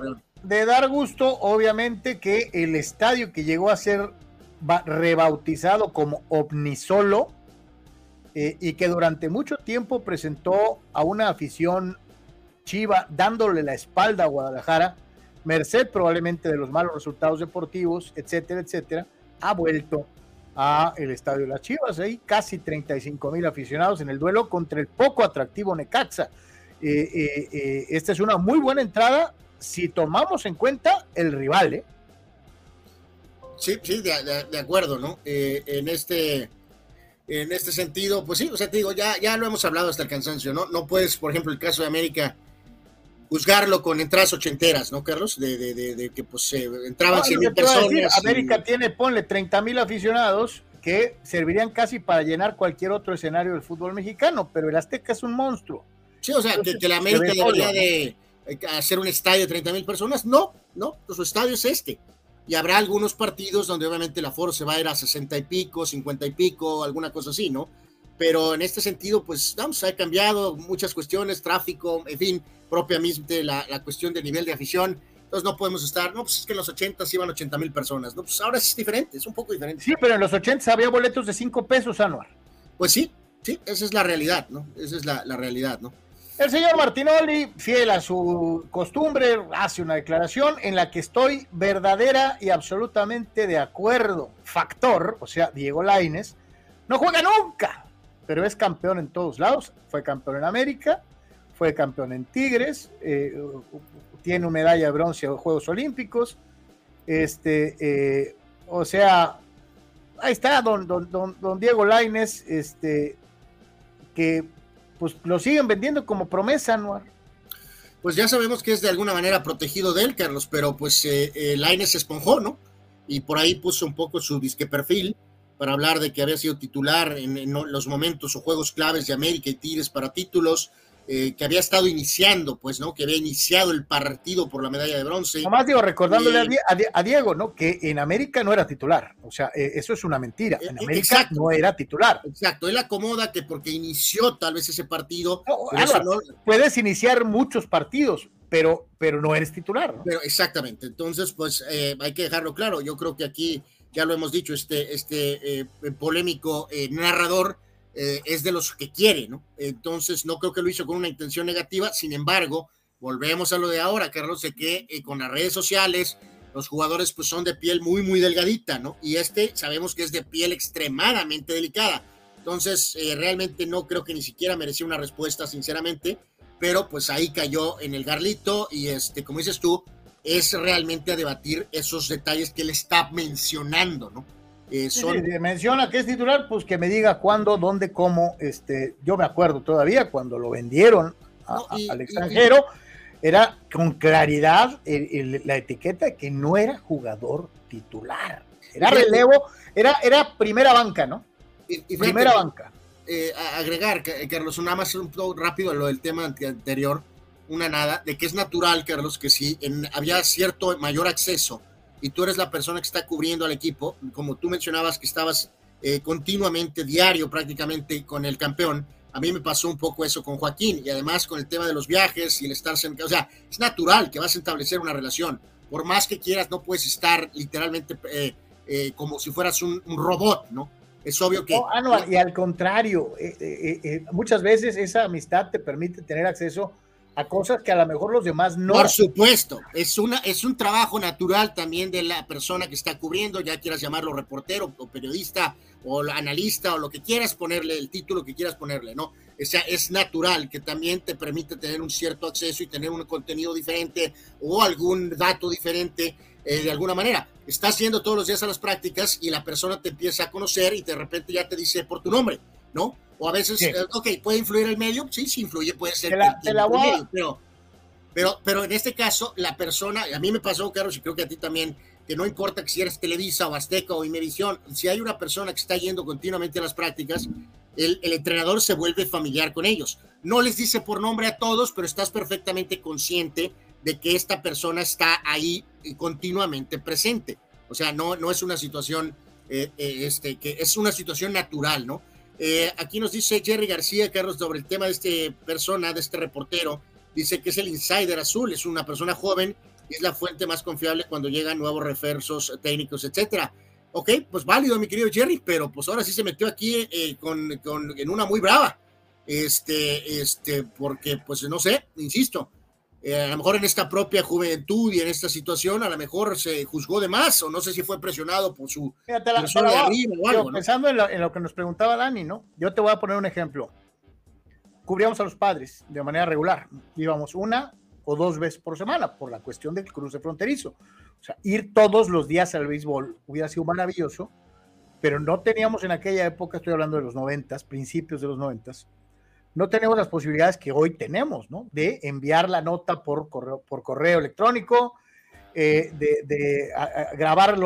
de dar gusto, obviamente, que el estadio que llegó a ser rebautizado como Omnisolo, y que durante mucho tiempo presentó a una afición chiva dándole la espalda a Guadalajara, merced probablemente de los malos resultados deportivos, etcétera, etcétera, ha vuelto a el estadio de las Chivas, ahí casi 35,000 aficionados en el duelo contra el poco atractivo Necaxa. Esta es una muy buena entrada si tomamos en cuenta el rival, Sí, de acuerdo, ¿no? En este sentido, pues sí, o sea, te digo, ya lo hemos hablado hasta el cansancio, ¿no? No puedes, por ejemplo, el caso de América, juzgarlo con entradas ochenteras, ¿no, Carlos? De que pues entraban 100,000 personas. América tiene, ponle 30,000 aficionados que servirían casi para llenar cualquier otro escenario del fútbol mexicano, pero el Azteca es un monstruo. Sí, o sea, que la América debería de hacer un estadio de 30,000 personas. No, pues su estadio es este. Y habrá algunos partidos donde obviamente el aforo se va a ir a 60 y pico, 50 y pico, alguna cosa así, ¿no? Pero en este sentido, pues, vamos, ha cambiado muchas cuestiones, tráfico, en fin, propiamente la cuestión del nivel de afición. Entonces no podemos estar, no, pues es que en los 80 iban 80,000 personas, no, pues ahora es diferente, es un poco diferente. Sí, pero en los 80 había boletos de 5 pesos, Anuar. Pues sí, esa es la realidad, ¿no? Esa es la realidad, ¿no? El señor Martinoli, fiel a su costumbre, hace una declaración en la que estoy verdadera y absolutamente de acuerdo. Factor, o sea, Diego Lainez, no juega nunca, pero es campeón en todos lados. Fue campeón en América, fue campeón en Tigres, tiene una medalla de bronce en los Juegos Olímpicos. O sea, ahí está don Diego Lainez, que pues lo siguen vendiendo como promesa, Anuar. Pues ya sabemos que es de alguna manera protegido de él, Carlos, pero pues Lainez se esponjó, ¿no? Y por ahí puso un poco su disque perfil para hablar de que había sido titular en los momentos o juegos claves de América y Tigres para títulos, que había estado iniciando, pues, ¿no? Que había iniciado el partido por la medalla de bronce. Nomás digo, recordándole a Diego, ¿no? Que en América no era titular, o sea, eso es una mentira, en América no era titular. Exacto, él acomoda que porque inició tal vez ese partido. Puedes iniciar muchos partidos, pero no eres titular, ¿no? Pero exactamente, entonces, pues, hay que dejarlo claro, yo creo que aquí, ya lo hemos dicho, este polémico narrador, es de los que quiere, ¿no? Entonces no creo que lo hizo con una intención negativa. Sin embargo, volvemos a lo de ahora, Carlos, de que con las redes sociales los jugadores pues son de piel muy, muy delgadita, ¿no? Y sabemos que es de piel extremadamente delicada. Entonces, realmente no creo que ni siquiera merecía una respuesta, sinceramente, pero pues ahí cayó en el garlito y como dices tú, es realmente a debatir esos detalles que él está mencionando, ¿no? Menciona que es titular, pues que me diga cuándo, dónde, cómo. Yo me acuerdo todavía cuando lo vendieron al extranjero, era con claridad la etiqueta de que no era jugador titular, era relevo, era primera banca, ¿no? Primera banca. Agregar, Carlos, nada más un poco rápido a lo del tema anterior, de que es natural, Carlos, que si había cierto mayor acceso y tú eres la persona que está cubriendo al equipo, como tú mencionabas que estabas continuamente, diario prácticamente con el campeón, a mí me pasó un poco eso con Joaquín, y además con el tema de los viajes y el estar cerca, o sea, es natural que vas a establecer una relación, por más que quieras no puedes estar literalmente como si fueras un robot, ¿no? Es obvio que... No, y al contrario, muchas veces esa amistad te permite tener acceso a cosas que a lo mejor los demás no. Por supuesto, es un trabajo natural también de la persona que está cubriendo, ya quieras llamarlo reportero o periodista o analista o lo que quieras ponerle, el título que quieras ponerle, ¿no? O sea, es natural que también te permite tener un cierto acceso y tener un contenido diferente o algún dato diferente de alguna manera. Estás yendo todos los días a las prácticas y la persona te empieza a conocer y de repente ya te dice por tu nombre, ¿no? O a veces, sí. ¿Puede influir el medio? Sí, influye, puede ser. Pero en este caso, la persona, a mí me pasó, Carlos, y creo que a ti también, que no importa que si eres Televisa o Azteca o Imevisión, si hay una persona que está yendo continuamente a las prácticas, el entrenador se vuelve familiar con ellos. No les dice por nombre a todos, pero estás perfectamente consciente de que esta persona está ahí continuamente presente. O sea, no es una situación, que es una situación natural, ¿no? Aquí nos dice Jerry García, Carlos, sobre el tema de de este reportero, dice que es el insider azul, es una persona joven es la fuente más confiable cuando llegan nuevos refuerzos técnicos, etcétera. Ok, pues válido, mi querido Jerry, pero pues ahora sí se metió aquí en una muy brava, porque pues no sé, insisto, a lo mejor en esta propia juventud y en esta situación a lo mejor se juzgó de más, o no sé si fue presionado por su persona de arriba o algo, ¿no? Pensando en lo que nos preguntaba Dani, ¿no? Yo te voy a poner un ejemplo. Cubríamos a los Padres de manera regular, íbamos 1 o 2 veces por semana por la cuestión del cruce fronterizo. O sea, ir todos los días al béisbol hubiera sido maravilloso, pero no teníamos en aquella época, estoy hablando de los 90s, principios de los 90s, no tenemos las posibilidades que hoy tenemos, ¿no? De enviar la nota por correo electrónico, grabar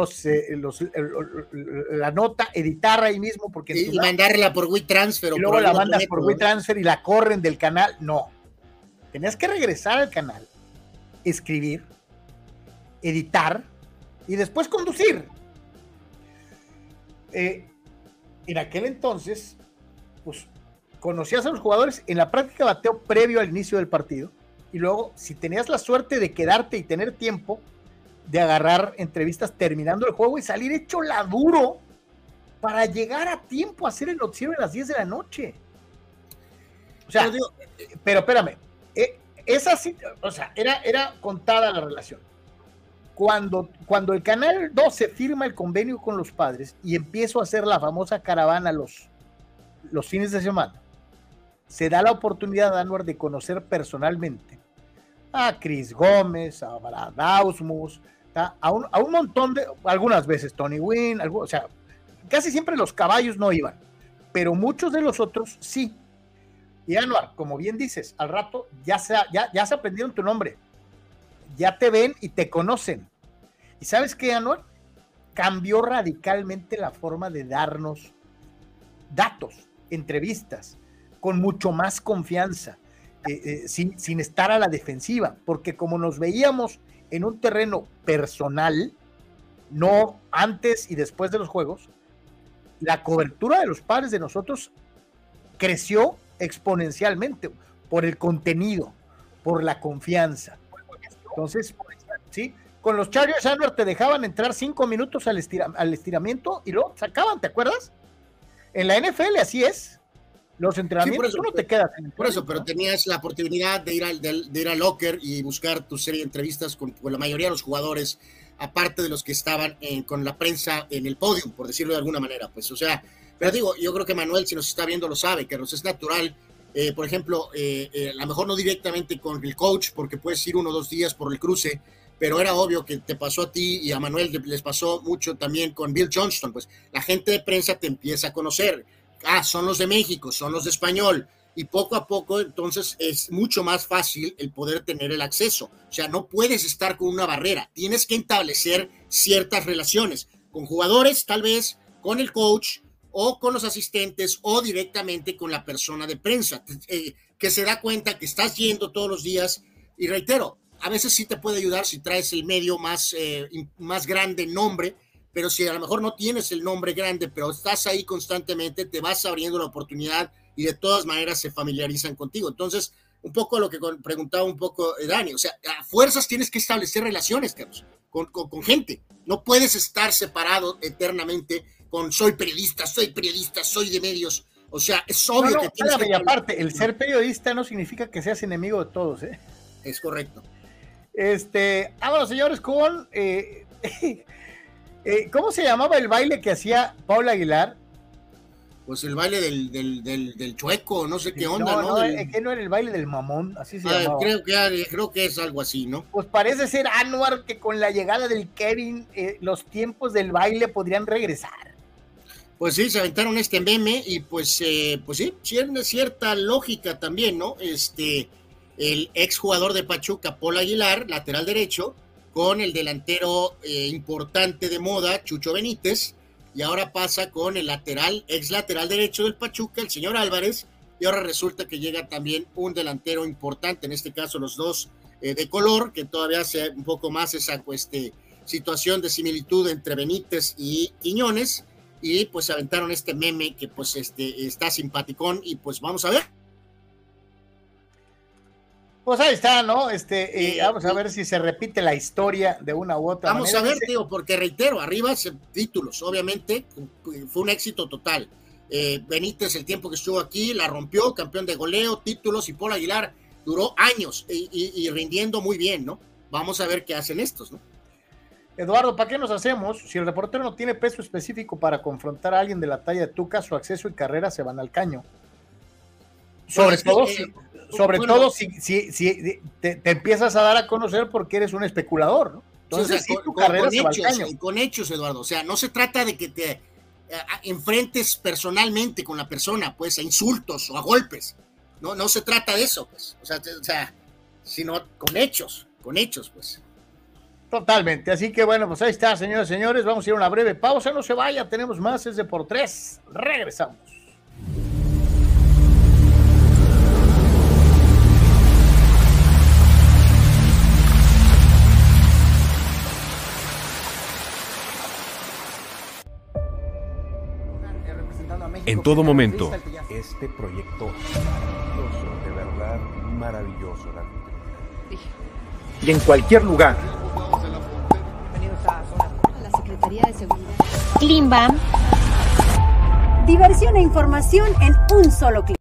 la nota, editar ahí mismo, porque y mandarla por WeTransfer. Y luego la mandas por WeTransfer y la corren del canal. No. Tenías que regresar al canal, escribir, editar y después conducir. En aquel entonces, pues, conocías a los jugadores en la práctica de bateo previo al inicio del partido, y luego, si tenías la suerte de quedarte y tener tiempo, de agarrar entrevistas terminando el juego y salir hecho la duro para llegar a tiempo a hacer el noticiero a las 10 de la noche. O sea, pero espérame, esa sí, o sea, era contada la relación. Cuando el Canal 12 firma el convenio con los Padres y empiezo a hacer la famosa caravana los fines de semana, se da la oportunidad a Anwar de conocer personalmente a Chris Gómez, a Brad Ausmus, a un montón de, algunas veces Tony Gwynn, o sea, casi siempre los caballos no iban, pero muchos de los otros sí. Y Anwar, como bien dices, al rato ya se aprendieron tu nombre, ya te ven y te conocen. ¿Y sabes qué, Anwar? Cambió radicalmente la forma de darnos datos, entrevistas, con mucho más confianza, sin estar a la defensiva, porque como nos veíamos en un terreno personal, no antes y después de los juegos, la cobertura de los Padres de nosotros creció exponencialmente por el contenido, por la confianza. Entonces, sí, con los Chargers, Anwar, te dejaban entrar 5 minutos al estiramiento y luego sacaban, ¿te acuerdas? En la NFL así es. Los entrenamientos, tú no te quedas en el por eso, pero tenías la oportunidad de ir al locker y buscar tu serie de entrevistas con la mayoría de los jugadores, aparte de los que estaban con la prensa en el podio, por decirlo de alguna manera, pues, o sea, pero digo, yo creo que Manuel, si nos está viendo, lo sabe, que nos es natural, por ejemplo, a lo mejor no directamente con el coach, porque puedes ir 1 o 2 días por el cruce, pero era obvio que te pasó a ti y a Manuel les pasó mucho también con Bill Johnston, pues la gente de prensa te empieza a conocer. Son los de México, son los de español, y poco a poco entonces es mucho más fácil el poder tener el acceso. O sea, no puedes estar con una barrera, tienes que establecer ciertas relaciones con jugadores, tal vez con el coach o con los asistentes o directamente con la persona de prensa, que se da cuenta que estás yendo todos los días. Y reitero, a veces sí te puede ayudar si traes el medio más grande nombre, pero si a lo mejor no tienes el nombre grande, pero estás ahí constantemente, te vas abriendo la oportunidad y de todas maneras se familiarizan contigo. Entonces, un poco lo que preguntaba un poco Dani, o sea, a fuerzas tienes que establecer relaciones, Carlos, con gente. No puedes estar separado eternamente con soy periodista, soy de medios. O sea, es obvio que tienes que... Y aparte, el ser periodista no significa que seas enemigo de todos, ¿eh? Es correcto. Vámonos, señores, con... ¿cómo se llamaba el baile que hacía Paula Aguilar? Pues el baile del chueco, no sé qué onda, ¿no? Que no era el baile del mamón, así se llamaba. Creo que es algo así, ¿no? Pues parece ser, Anwar, que con la llegada del Kevin, los tiempos del baile podrían regresar. Pues sí, se aventaron este meme y pues sí, tiene cierta lógica también, ¿no? El exjugador de Pachuca, Paul Aguilar, lateral derecho, con el delantero importante de moda, Chucho Benítez, y ahora pasa con el ex lateral derecho del Pachuca, el señor Álvarez, y ahora resulta que llega también un delantero importante, en este caso los dos de color, que todavía hace un poco más esa situación de similitud entre Benítez y Quiñones, y pues aventaron este meme que pues está simpaticón, y pues vamos a ver. Pues ahí está, ¿no? Vamos a ver si se repite la historia de una u otra manera. Vamos a ver, tío, porque reitero, arriba títulos, obviamente, fue un éxito total. Benítez, el tiempo que estuvo aquí, la rompió, campeón de goleo, títulos, y Paul Aguilar duró años y rindiendo muy bien, ¿no? Vamos a ver qué hacen estos, ¿no? Eduardo, ¿para qué nos hacemos? Si el reportero no tiene peso específico para confrontar a alguien de la talla de Tuca, su acceso y carrera se van al caño. Sobre todo si te empiezas a dar a conocer porque eres un especulador, ¿no? Entonces, sí, o sea, tu carrera se va al caño. Con hechos, Eduardo. O sea, no se trata de que te enfrentes personalmente con la persona, pues, a insultos o a golpes. No se trata de eso, pues. O sea, sino con hechos, pues. Totalmente, así que bueno, pues ahí está, señoras y señores, vamos a ir a una breve pausa, no se vaya, tenemos más, es de por tres, regresamos. En todo momento. Este proyecto maravilloso, de verdad maravilloso. Y en cualquier lugar. La Secretaría de Seguridad. Climbam. Diversión e información en un solo clic.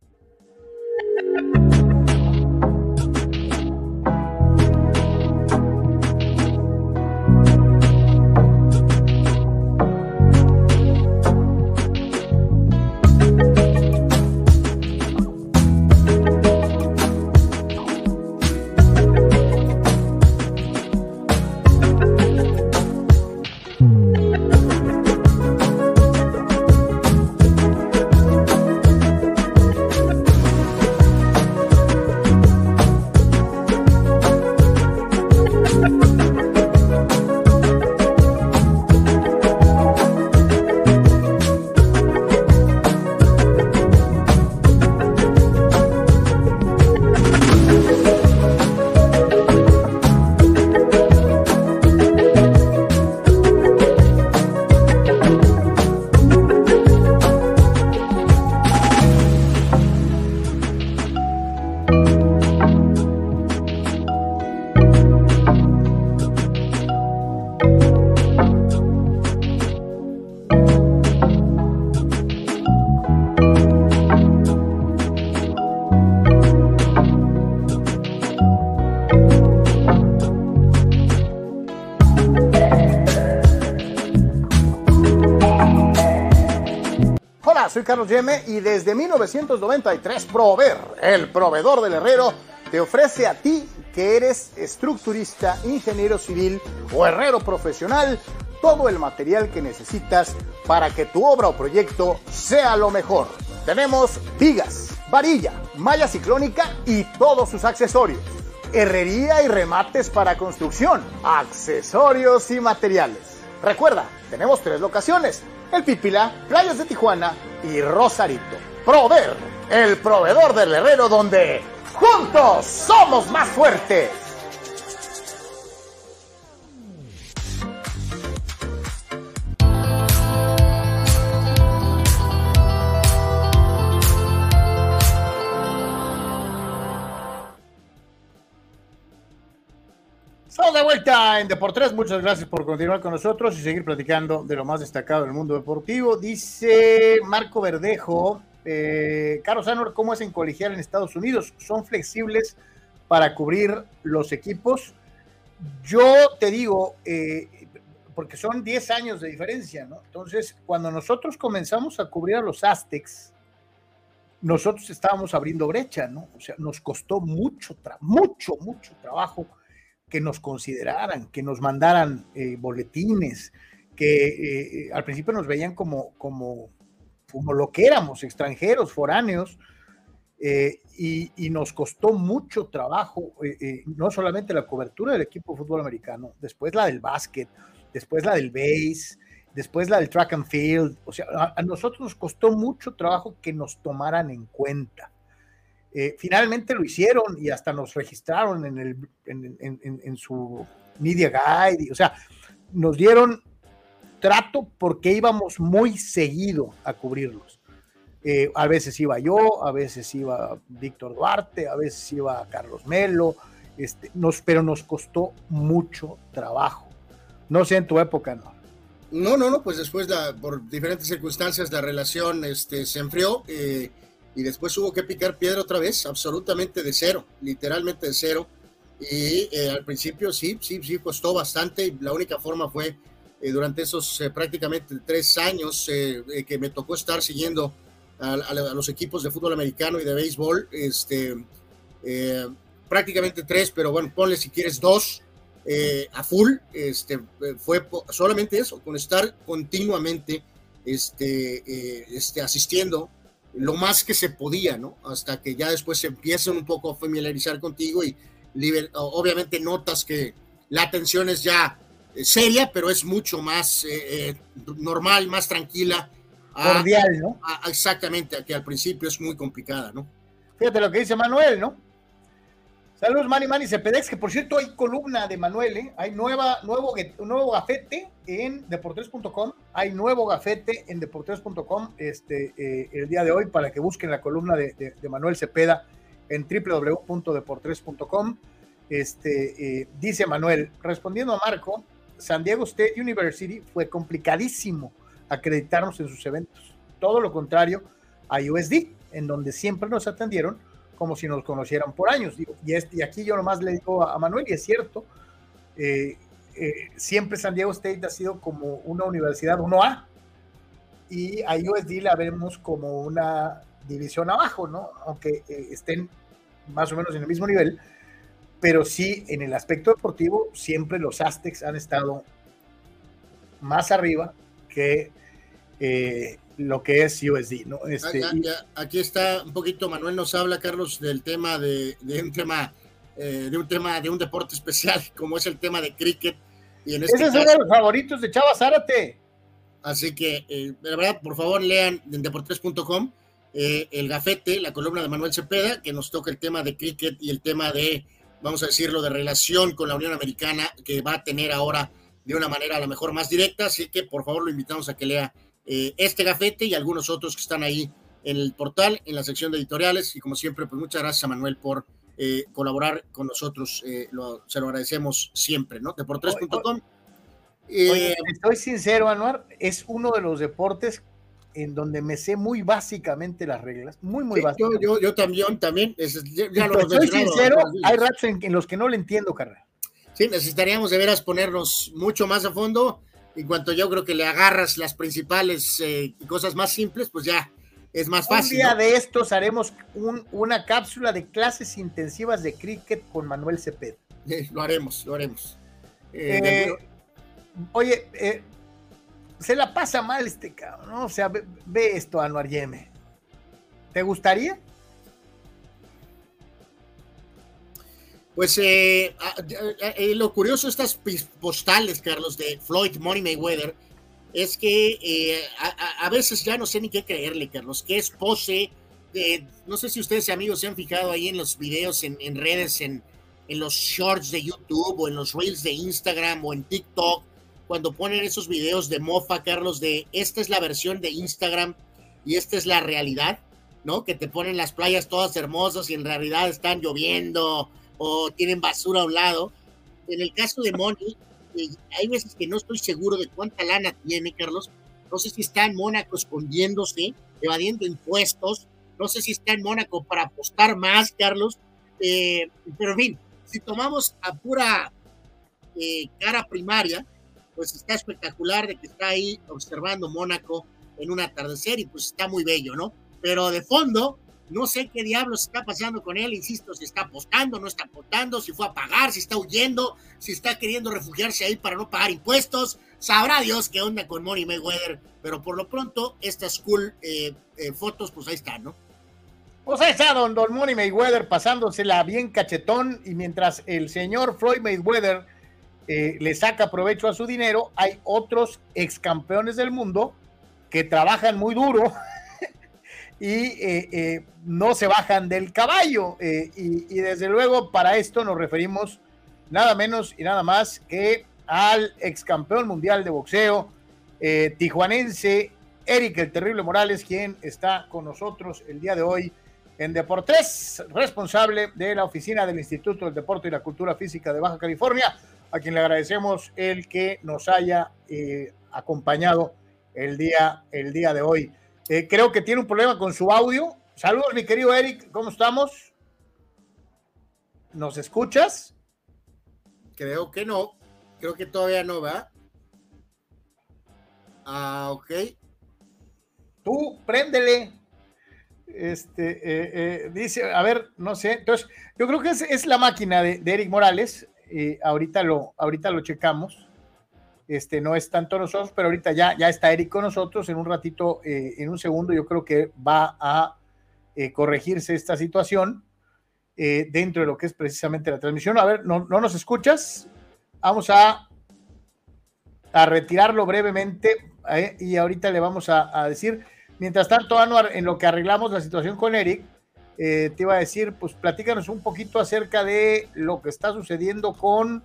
Soy Carlos Yeme y desde 1993 Prover, el proveedor del herrero, te ofrece a ti que eres estructurista, ingeniero civil o herrero profesional todo el material que necesitas para que tu obra o proyecto sea lo mejor. Tenemos vigas, varilla, malla ciclónica y todos sus accesorios. Herrería y remates para construcción, accesorios y materiales. Recuerda, tenemos 3 locaciones: El Pípila, Playas de Tijuana y Rosarito. Prover, el proveedor del herrero, donde juntos somos más fuertes. Estamos de vuelta en Deportes. Muchas gracias por continuar con nosotros y seguir platicando de lo más destacado del mundo deportivo. Dice Marco Verdejo, Carlos Anwar, ¿cómo es en colegial en Estados Unidos? ¿Son flexibles para cubrir los equipos? Yo te digo, porque son 10 años de diferencia, ¿no? Entonces, cuando nosotros comenzamos a cubrir a los Aztecs, nosotros estábamos abriendo brecha, ¿no? O sea, nos costó mucho trabajo que nos consideraran, que nos mandaran boletines, que al principio nos veían como lo que éramos, extranjeros, foráneos, y nos costó mucho trabajo, no solamente la cobertura del equipo de fútbol americano, después la del básquet, después la del base, después la del track and field. O sea, a nosotros nos costó mucho trabajo que nos tomaran en cuenta. Finalmente lo hicieron y hasta nos registraron en su media guide, o sea, nos dieron trato porque íbamos muy seguido a cubrirlos. A veces iba yo, a veces iba Víctor Duarte, a veces iba Carlos Melo, pero nos costó mucho trabajo. No sé, en tu época, ¿no? No, pues después por diferentes circunstancias la relación se enfrió y después hubo que picar piedra otra vez, absolutamente de cero, literalmente de cero. Y al principio sí costó bastante, y la única forma fue durante esos prácticamente 3 años que me tocó estar siguiendo a los equipos de fútbol americano y de béisbol, prácticamente 3, pero bueno, ponle si quieres 2 a full, fue solamente eso, con estar continuamente asistiendo lo más que se podía, ¿no? Hasta que ya después se empiezan un poco a familiarizar contigo y obviamente notas que la atención es ya seria, pero es mucho más normal, más tranquila. Cordial, ¿no? Exactamente, que al principio es muy complicada, ¿no? Fíjate lo que dice Manuel, ¿no? Saludos, Manny Cepedex, que por cierto hay columna de Manuel, ¿eh? Hay un nuevo gafete en deportes.com, hay nuevo gafete en deportes.com el día de hoy para que busquen la columna de Manuel Cepeda en www.deportes.com. Dice Manuel, respondiendo a Marco, San Diego State University fue complicadísimo acreditarnos en sus eventos, todo lo contrario a USD, en donde siempre nos atendieron como si nos conocieran por años. Y aquí yo nomás le digo a Manuel, y es cierto, siempre San Diego State ha sido como una universidad 1A, y a USD la vemos como una división abajo, ¿no? Aunque estén más o menos en el mismo nivel, pero sí, en el aspecto deportivo, siempre los Aztecs han estado más arriba que lo que es USD, ¿no? Aquí está un poquito, Manuel nos habla, Carlos, del tema de un deporte especial, como es el tema de cricket. Y ese es uno de los favoritos de Chava Zárate. Así que, de verdad, por favor, lean en deportes.com el gafete, la columna de Manuel Cepeda, que nos toca el tema de cricket y el tema de, vamos a decirlo, de relación con la Unión Americana, que va a tener ahora de una manera a lo mejor más directa. Así que, por favor, lo invitamos a que lea este gafete y algunos otros que están ahí en el portal, en la sección de editoriales. Y como siempre, pues muchas gracias a Manuel por colaborar con nosotros, se lo agradecemos siempre, ¿no? Deportes.com. Estoy sincero, Anuar, es uno de los deportes en donde me sé muy básicamente las reglas, muy sí, básicamente. Yo también. Soy sincero, hay ratos en los que no le entiendo, carnal. Sí, necesitaríamos de veras ponernos mucho más a fondo. En cuanto yo creo que le agarras las principales cosas más simples, pues ya es más fácil. Un día de estos haremos una cápsula de clases intensivas de cricket con Manuel Cepeda. Lo haremos. Oye, se la pasa mal cabrón, ¿no? O sea, ve esto, Anuar Yeme. ¿Te gustaría? Pues lo curioso de estas postales, Carlos, de Floyd Money Mayweather, es que a veces ya no sé ni qué creerle, Carlos, que es pose. No sé si ustedes, amigos, se han fijado ahí en los videos, en redes, en los shorts de YouTube o en los reels de Instagram o en TikTok, cuando ponen esos videos de mofa, Carlos, de esta es la versión de Instagram y esta es la realidad, ¿no? Que te ponen las playas todas hermosas y en realidad están lloviendo o tienen basura a un lado. En el caso de Money, hay veces que no estoy seguro de cuánta lana tiene, Carlos. No sé si está en Mónaco escondiéndose, evadiendo impuestos. No sé si está en Mónaco para apostar más, Carlos. Pero en fin, si tomamos a pura cara primaria, pues está espectacular de que está ahí observando Mónaco en un atardecer y pues está muy bello, ¿no? Pero de fondo, no sé qué diablos está pasando con él, insisto, si está apostando, no está apostando, si fue a pagar, si está huyendo, si está queriendo refugiarse ahí para no pagar impuestos, sabrá Dios qué onda con Money Mayweather, pero por lo pronto estas cool fotos, pues ahí están, ¿no? Pues ahí está don Money Mayweather pasándosela bien cachetón, y mientras el señor Floyd Mayweather le saca provecho a su dinero, hay otros ex campeones del mundo que trabajan muy duro y no se bajan del caballo, y desde luego para esto nos referimos nada menos y nada más que al ex campeón mundial de boxeo tijuanense, Eric el Terrible Morales, quien está con nosotros el día de hoy en Deportes, responsable de la oficina del Instituto del Deporte y la Cultura Física de Baja California, a quien le agradecemos el que nos haya acompañado el día de hoy. Creo que tiene un problema con su audio. Saludos, mi querido Eric, ¿cómo estamos? ¿Nos escuchas? Creo que no, creo que todavía no va. Ok. Tú, préndele. Dice, a ver, no sé. Entonces, yo creo que es la máquina de Eric Morales. Ahorita lo checamos. No es tanto nosotros, pero ahorita ya está Eric con nosotros. En un ratito, en un segundo, yo creo que va a corregirse esta situación dentro de lo que es precisamente la transmisión. A ver, ¿no nos escuchas? Vamos a retirarlo brevemente y ahorita le vamos a decir. Mientras tanto, Anuar, en lo que arreglamos la situación con Eric, te iba a decir, pues platícanos un poquito acerca de lo que está sucediendo con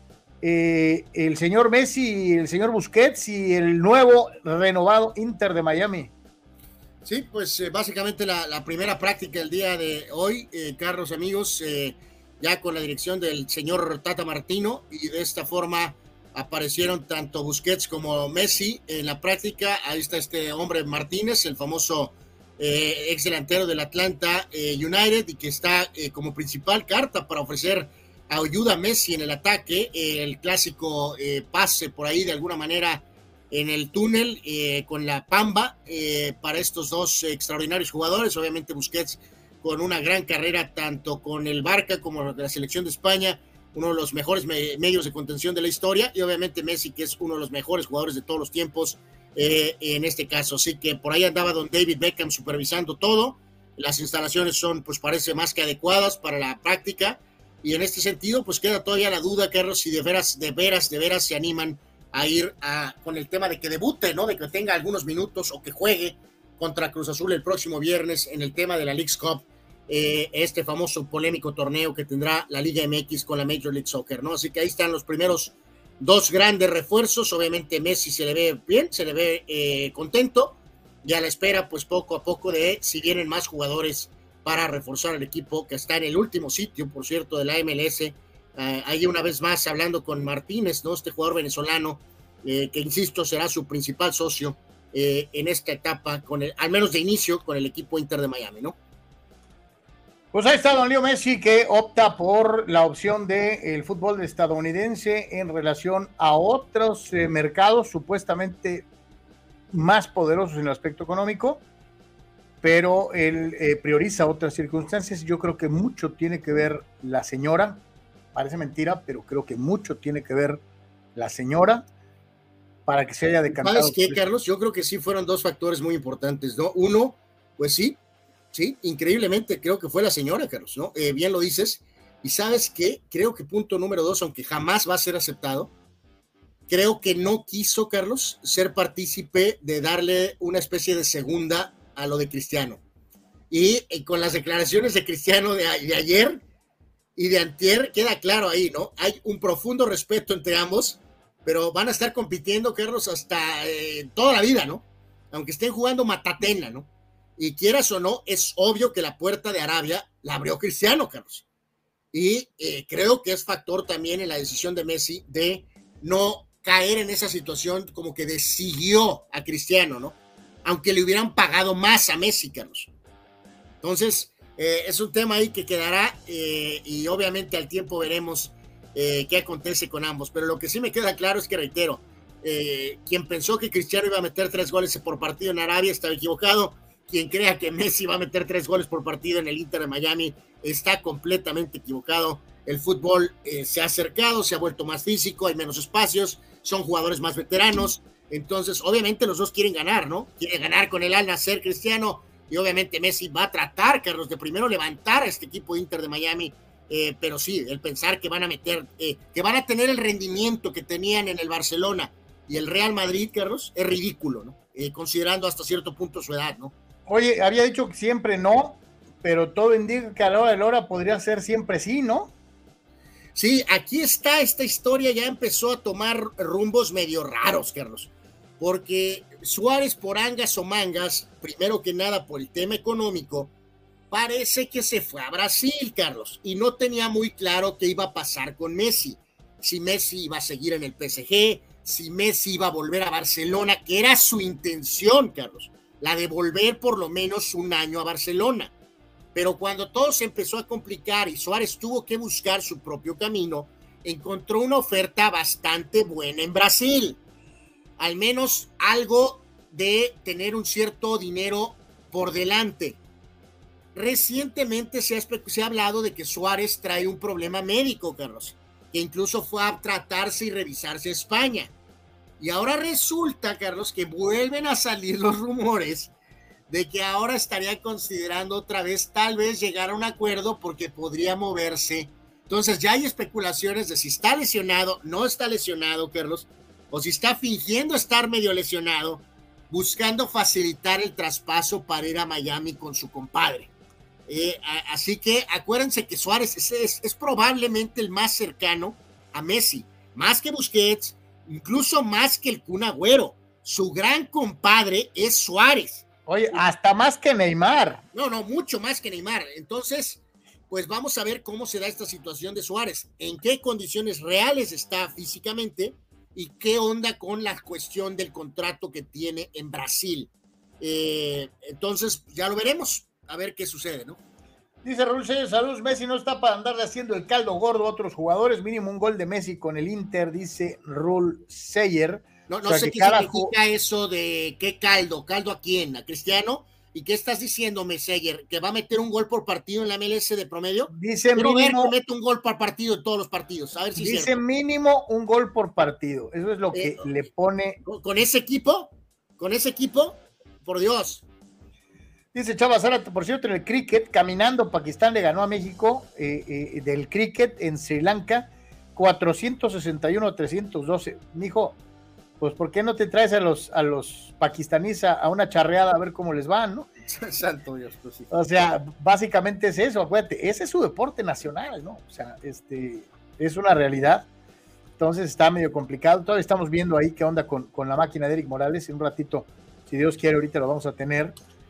el señor Messi, el señor Busquets y el nuevo renovado Inter de Miami. Sí, pues básicamente la primera práctica del día de hoy, Carlos, amigos, ya con la dirección del señor Tata Martino, y de esta forma aparecieron tanto Busquets como Messi en la práctica. Ahí está este hombre Martínez, el famoso ex delantero del Atlanta United, y que está como principal carta para ofrecer ayuda a Messi en el ataque, el clásico pase por ahí de alguna manera en el túnel con la Pamba para estos dos extraordinarios jugadores. Obviamente Busquets con una gran carrera tanto con el Barça como la selección de España, uno de los mejores medios de contención de la historia, y obviamente Messi, que es uno de los mejores jugadores de todos los tiempos en este caso. Así que por ahí andaba don David Beckham supervisando todo. Las instalaciones son, pues parece más que adecuadas para la práctica, y en este sentido pues queda todavía la duda, Carlos, si de veras se animan a ir con el tema de que debute, ¿no? De que tenga algunos minutos o que juegue contra Cruz Azul el próximo viernes en el tema de la Leagues Cup, este famoso polémico torneo que tendrá la Liga MX con la Major League Soccer, ¿no? Así que ahí están los primeros dos grandes refuerzos. Obviamente Messi se le ve bien, se le ve contento, y a la espera pues poco a poco de si vienen más jugadores para reforzar el equipo, que está en el último sitio, por cierto, de la MLS. Ahí una vez más hablando con Martínez, ¿no? Este jugador venezolano que insisto será su principal socio en esta etapa, al menos de inicio, con el equipo Inter de Miami, ¿no? Pues ahí está don Leo Messi, que opta por la opción del fútbol estadounidense en relación a otros mercados supuestamente más poderosos en el aspecto económico, pero él prioriza otras circunstancias. Yo creo que mucho tiene que ver la señora, parece mentira, pero creo que mucho tiene que ver la señora para que se haya decantado. ¿Sabes qué, Carlos? Yo creo que sí fueron dos factores muy importantes, ¿no? Uno, pues sí, increíblemente creo que fue la señora, Carlos, ¿no? Bien lo dices. Y ¿sabes qué? Creo que punto número 2, aunque jamás va a ser aceptado, creo que no quiso, Carlos, ser partícipe de darle una especie de segunda a lo de Cristiano. Y con las declaraciones de Cristiano de ayer y de antier, queda claro ahí, ¿no? Hay un profundo respeto entre ambos, pero van a estar compitiendo, Carlos, hasta toda la vida, ¿no? Aunque estén jugando matatena, ¿no? Y quieras o no, es obvio que la puerta de Arabia la abrió Cristiano, Carlos. Y creo que es factor también en la decisión de Messi de no caer en esa situación como que siguió a Cristiano, ¿no? Aunque le hubieran pagado más a Messi, Carlos. Entonces, es un tema ahí que quedará y obviamente al tiempo veremos qué acontece con ambos. Pero lo que sí me queda claro es que, reitero, quien pensó que Cristiano iba a meter 3 goles por partido en Arabia estaba equivocado. Quien crea que Messi va a meter 3 goles por partido en el Inter de Miami está completamente equivocado. El fútbol se ha acercado, se ha vuelto más físico, hay menos espacios, son jugadores más veteranos. Entonces, obviamente los dos quieren ganar, ¿no? Quieren ganar con el Al Nassr Cristiano, y obviamente Messi va a tratar, Carlos, de primero levantar a este equipo de Inter de Miami, pero sí, el pensar que van a meter, que van a tener el rendimiento que tenían en el Barcelona y el Real Madrid, Carlos, es ridículo, ¿no? Considerando hasta cierto punto su edad, ¿no? Oye, había dicho que siempre no, pero todo indica que a la hora de la hora podría ser siempre sí, ¿no? Sí, aquí está esta historia, ya empezó a tomar rumbos medio raros, Carlos. porque Suárez, por angas o mangas, primero que nada por el tema económico, parece que se fue a Brasil, Carlos, y no tenía muy claro qué iba a pasar con Messi. Si Messi iba a seguir en el PSG, si Messi iba a volver a Barcelona, que era su intención, Carlos, la de volver por lo menos un año a Barcelona. Pero cuando todo se empezó a complicar y Suárez tuvo que buscar su propio camino, encontró una oferta bastante buena en Brasil. Al menos algo de tener un cierto dinero por delante. Recientemente se ha hablado de que Suárez trae un problema médico, Carlos, que incluso fue a tratarse y revisarse a España. Y ahora resulta, Carlos, que vuelven a salir los rumores de que ahora estaría considerando otra vez tal vez llegar a un acuerdo porque podría moverse. Entonces ya hay especulaciones de si está lesionado, no está lesionado, Carlos, o si está fingiendo estar medio lesionado, buscando facilitar el traspaso para ir a Miami con su compadre. Así que acuérdense que Suárez es probablemente el más cercano a Messi, más que Busquets, incluso más que el Kun Agüero. Su gran compadre es Suárez. Oye, hasta más que Neymar. No, mucho más que Neymar. Entonces, pues vamos a ver cómo se da esta situación de Suárez, en qué condiciones reales está físicamente y qué onda con la cuestión del contrato que tiene en Brasil. Entonces, ya lo veremos, a ver qué sucede, ¿no? Dice Raúl Seyer, saludos, Messi no está para andarle haciendo el caldo gordo a otros jugadores, mínimo un gol de Messi con el Inter, dice Raúl Seyer. No sé qué significa eso de qué caldo a quién, a Cristiano, y qué estás diciéndome, Seyer, que va a meter un gol por partido en la MLS de promedio. Dice quiero mínimo, ver que mete un gol por partido en todos los partidos, a ver si dice mínimo un gol por partido, eso es lo que le pone. ¿Con ese equipo? Por Dios. Dice Chava Zárate, por cierto, en el cricket, caminando, Pakistán le ganó a México del cricket en Sri Lanka, 461-312. Mijo, pues ¿por qué no te traes a los pakistaníes a una charreada a ver cómo les van, no? Santo Dios, pues sí. O sea, básicamente es eso, acuérdate, ese es su deporte nacional, ¿no? O sea, es una realidad. Entonces está medio complicado. Todavía estamos viendo ahí qué onda con la máquina de Eric Morales. En un ratito, si Dios quiere, ahorita lo vamos a tener.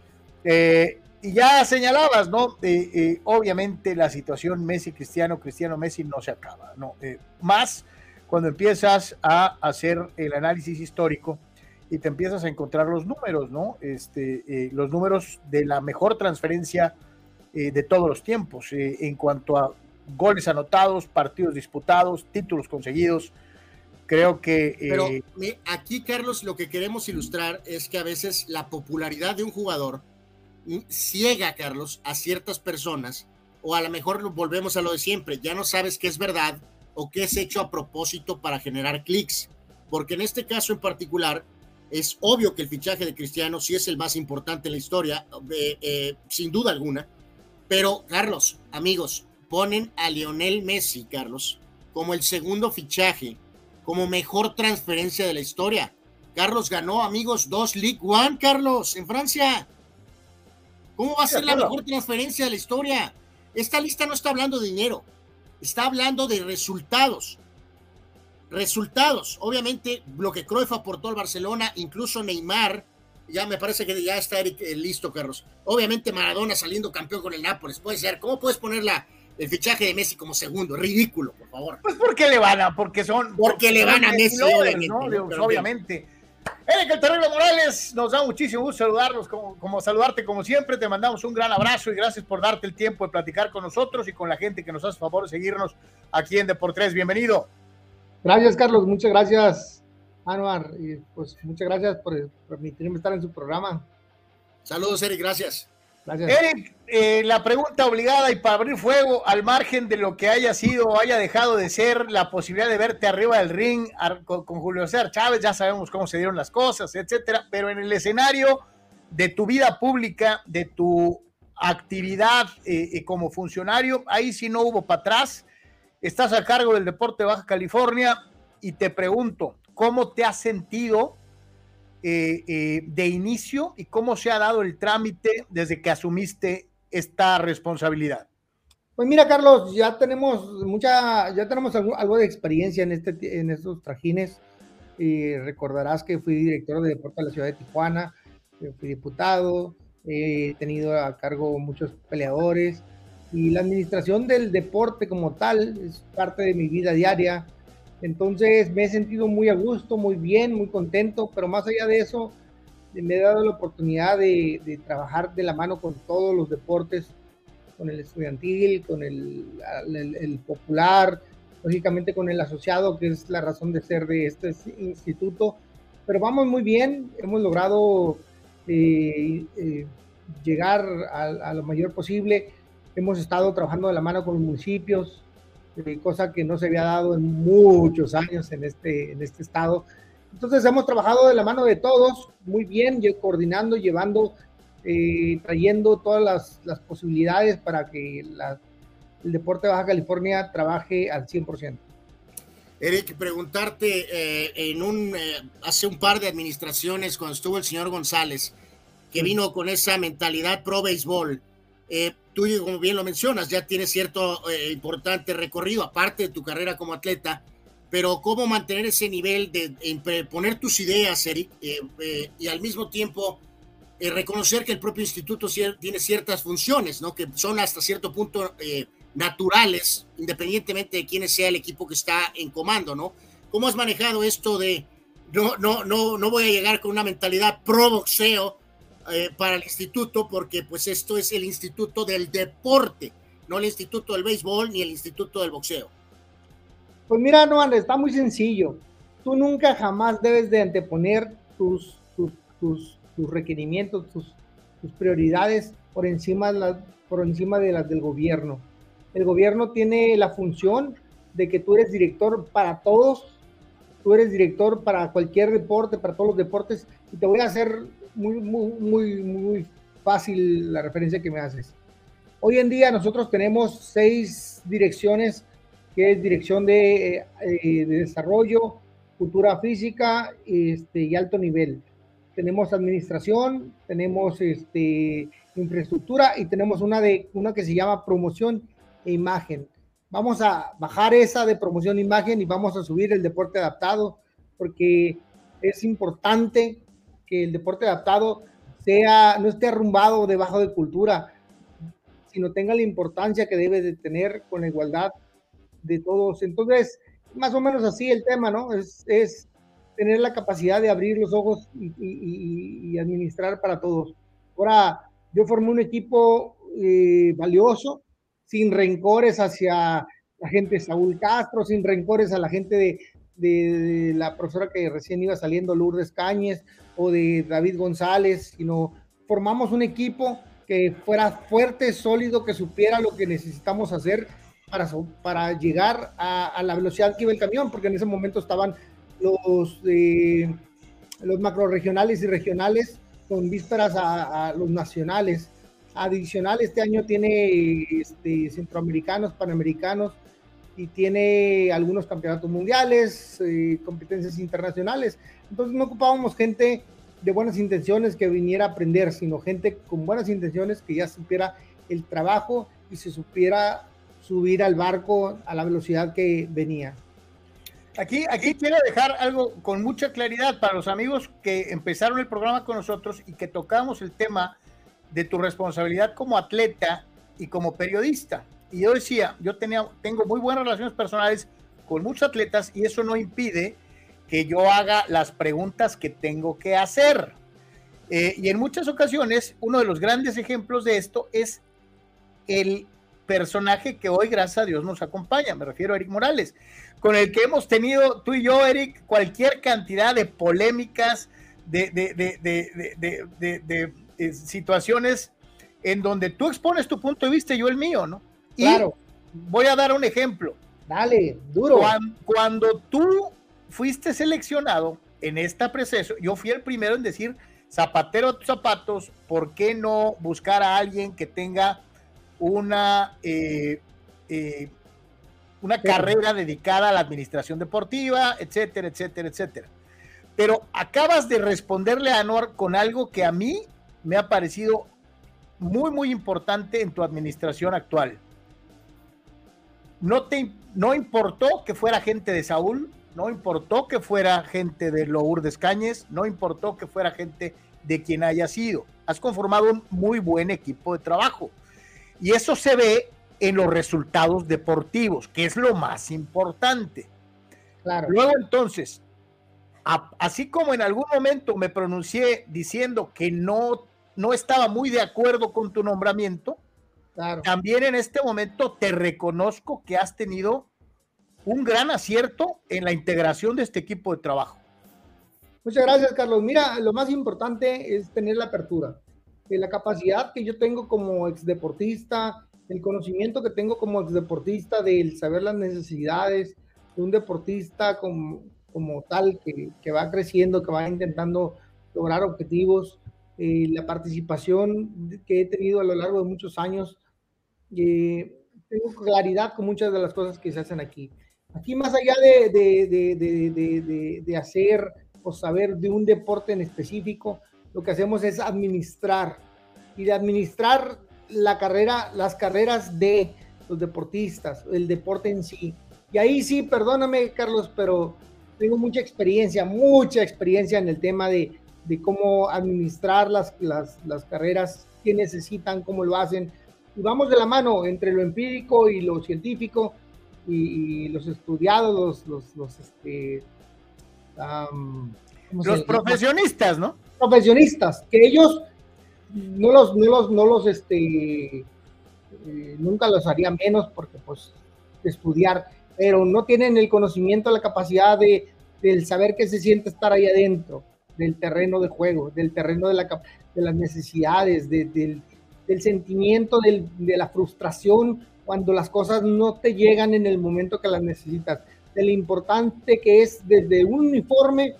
Y ya señalabas, ¿no? Obviamente la situación Messi-Cristiano, Cristiano-Messi no se acaba, ¿no? Más cuando empiezas a hacer el análisis histórico y te empiezas a encontrar los números, ¿no? Los números de la mejor transferencia de todos los tiempos, en cuanto a goles anotados, partidos disputados, títulos conseguidos. Creo que... Pero aquí, Carlos, lo que queremos ilustrar es que a veces la popularidad de un jugador ciega, Carlos, a ciertas personas, o a lo mejor volvemos a lo de siempre, ya no sabes qué es verdad o qué es hecho a propósito para generar clics, porque en este caso en particular es obvio que el fichaje de Cristiano sí es el más importante en la historia, sin duda alguna, pero Carlos, amigos, ponen a Lionel Messi, Carlos, como el segundo fichaje, como mejor transferencia de la historia. Carlos ganó, amigos, 2 Ligue 1, Carlos, en Francia. ¿Cómo va a ser la mejor transferencia de la historia? Esta lista no está hablando de dinero, está hablando de resultados. Resultados, obviamente, lo que Cruyff aportó al Barcelona, incluso Neymar, ya me parece que ya está listo, Carlos. Obviamente Maradona saliendo campeón con el Nápoles, puede ser. ¿Cómo puedes poner el fichaje de Messi como segundo? Ridículo, por favor. Pues porque le van a, porque le van a Messi, obviamente, ¿no? Obviamente. Eric El Terrible Morales, nos da muchísimo gusto saludarnos, como saludarte como siempre, te mandamos un gran abrazo y gracias por darte el tiempo de platicar con nosotros y con la gente que nos hace favor de seguirnos aquí en Deportes. Bienvenido. Gracias, Carlos, muchas gracias, Anuar, y pues muchas gracias por permitirme estar en su programa. Saludos, Eric, gracias. Gracias. Eric, la pregunta obligada y para abrir fuego, al margen de lo que haya sido o haya dejado de ser la posibilidad de verte arriba del ring con Julio César Chávez, ya sabemos cómo se dieron las cosas, etcétera, pero en el escenario de tu vida pública, de tu actividad como funcionario, ahí sí no hubo para atrás. Estás a cargo del deporte de Baja California y te pregunto, ¿cómo te has sentido de inicio y cómo se ha dado el trámite desde que asumiste esta responsabilidad? Pues mira, Carlos, ya tenemos algo de experiencia en estos trajines. Recordarás que fui director de deporte de la ciudad de Tijuana, fui diputado, he tenido a cargo muchos peleadores, y la administración del deporte como tal es parte de mi vida diaria. Entonces me he sentido muy a gusto, muy bien, muy contento, pero más allá de eso, me he dado la oportunidad de trabajar de la mano con todos los deportes, con el estudiantil, con el popular, lógicamente con el asociado, que es la razón de ser de este instituto. Pero vamos muy bien, hemos logrado llegar a lo mayor posible. Hemos estado trabajando de la mano con los municipios, cosa que no se había dado en muchos años en este estado. Entonces hemos trabajado de la mano de todos, muy bien, coordinando, llevando, trayendo todas las posibilidades para que el deporte de Baja California trabaje al 100%. Eric, preguntarte, hace un par de administraciones, cuando estuvo el señor González, que vino con esa mentalidad pro béisbol, tú, como bien lo mencionas, ya tienes cierto importante recorrido, aparte de tu carrera como atleta, pero ¿cómo mantener ese nivel de poner tus ideas, Eric, y al mismo tiempo reconocer que el propio instituto tiene ciertas funciones, ¿no? Que son hasta cierto punto naturales, independientemente de quién sea el equipo que está en comando, ¿no? ¿Cómo has manejado esto de no voy a llegar con una mentalidad pro boxeo para el instituto, porque pues esto es el instituto del deporte, no el instituto del béisbol ni el instituto del boxeo? Pues mira, no, está muy sencillo. Tú nunca jamás debes de anteponer tus requerimientos, tus prioridades por encima de las del gobierno. El gobierno tiene la función de que tú eres director para todos, tú eres director para cualquier deporte, para todos los deportes, y te voy a hacer muy fácil la referencia que me haces. Hoy en día nosotros tenemos 6 direcciones, que es dirección de desarrollo, cultura física y alto nivel. Tenemos administración, tenemos infraestructura y tenemos una que se llama promoción e imagen. Vamos a bajar esa de promoción e imagen y vamos a subir el deporte adaptado, porque es importante que el deporte adaptado no esté arrumbado debajo de cultura, sino tenga la importancia que debe de tener con la igualdad de todos. Entonces, más o menos así el tema, ¿no? Es tener la capacidad de abrir los ojos y administrar para todos. Ahora, yo formé un equipo valioso, sin rencores hacia la gente de Saúl Castro, sin rencores a la gente de la profesora que recién iba saliendo, Lourdes Cáñez, o de David González, sino formamos un equipo que fuera fuerte, sólido, que supiera lo que necesitamos hacer para llegar a la velocidad que iba el camión, porque en ese momento estaban los macroregionales y regionales con vísperas a los nacionales. Adicional, este año tiene centroamericanos, panamericanos, y tiene algunos campeonatos mundiales, competencias internacionales. Entonces no ocupábamos gente de buenas intenciones que viniera a aprender, sino gente con buenas intenciones que ya supiera el trabajo y se supiera subir al barco a la velocidad que venía. Aquí quiero dejar algo con mucha claridad para los amigos que empezaron el programa con nosotros y que tocamos el tema de tu responsabilidad como atleta y como periodista. Y yo decía, tengo muy buenas relaciones personales con muchos atletas y eso no impide que yo haga las preguntas que tengo que hacer. Y en muchas ocasiones, uno de los grandes ejemplos de esto es el personaje que hoy, gracias a Dios, nos acompaña. Me refiero a Eric Morales, con el que hemos tenido, tú y yo, Eric, cualquier cantidad de polémicas, de situaciones en donde tú expones tu punto de vista y yo el mío, ¿no? Claro. Y voy a dar un ejemplo. Dale, duro. Cuando tú fuiste seleccionado en este proceso, yo fui el primero en decir, zapatero a tus zapatos, ¿por qué no buscar a alguien que tenga una carrera dedicada a la administración deportiva, etcétera, etcétera, etcétera? Pero acabas de responderle a Anuar con algo que a mí me ha parecido muy, muy importante en tu administración actual. No importó que fuera gente de Saúl, no importó que fuera gente de Lourdes Cáñez, no importó que fuera gente de quien haya sido. Has conformado un muy buen equipo de trabajo. Y eso se ve en los resultados deportivos, que es lo más importante. Claro. Luego, entonces, así como en algún momento me pronuncié diciendo que no estaba muy de acuerdo con tu nombramiento, claro, también en este momento te reconozco que has tenido un gran acierto en la integración de este equipo de trabajo. Muchas gracias, Carlos. Mira, lo más importante es tener la apertura. La capacidad que yo tengo como exdeportista, el conocimiento que tengo como exdeportista del saber las necesidades de un deportista como tal, que va creciendo, que va intentando lograr objetivos, la participación que he tenido a lo largo de muchos años, tengo claridad con muchas de las cosas que se hacen aquí. Aquí, más allá de hacer o saber de un deporte en específico, lo que hacemos es administrar, y de administrar las carreras de los deportistas, el deporte en sí. Y ahí sí, perdóname, Carlos, pero tengo mucha experiencia en el tema de cómo administrar las carreras, qué necesitan, cómo lo hacen. Y vamos de la mano entre lo empírico y lo científico, y los estudiados, los profesionistas, ¿no? Profesionistas, que ellos nunca los haría menos, porque pues estudiar, pero no tienen el conocimiento, la capacidad del saber qué se siente estar ahí adentro del terreno de juego, del terreno de las necesidades, del sentimiento, de la frustración cuando las cosas no te llegan en el momento que las necesitas, de lo importante que es desde un uniforme,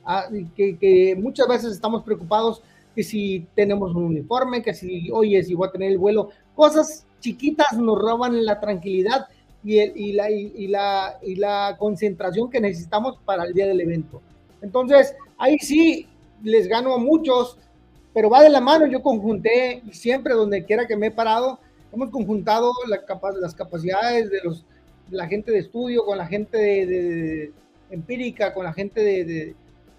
que muchas veces estamos preocupados que si tenemos un uniforme, que si, oye, si voy a tener el vuelo, cosas chiquitas nos roban la tranquilidad y la concentración que necesitamos para el día del evento. Entonces, ahí sí les gano a muchos, pero va de la mano. Yo conjunté siempre, donde quiera que me he parado, hemos conjuntado las capacidades de la gente de estudio con la gente de empírica, con la gente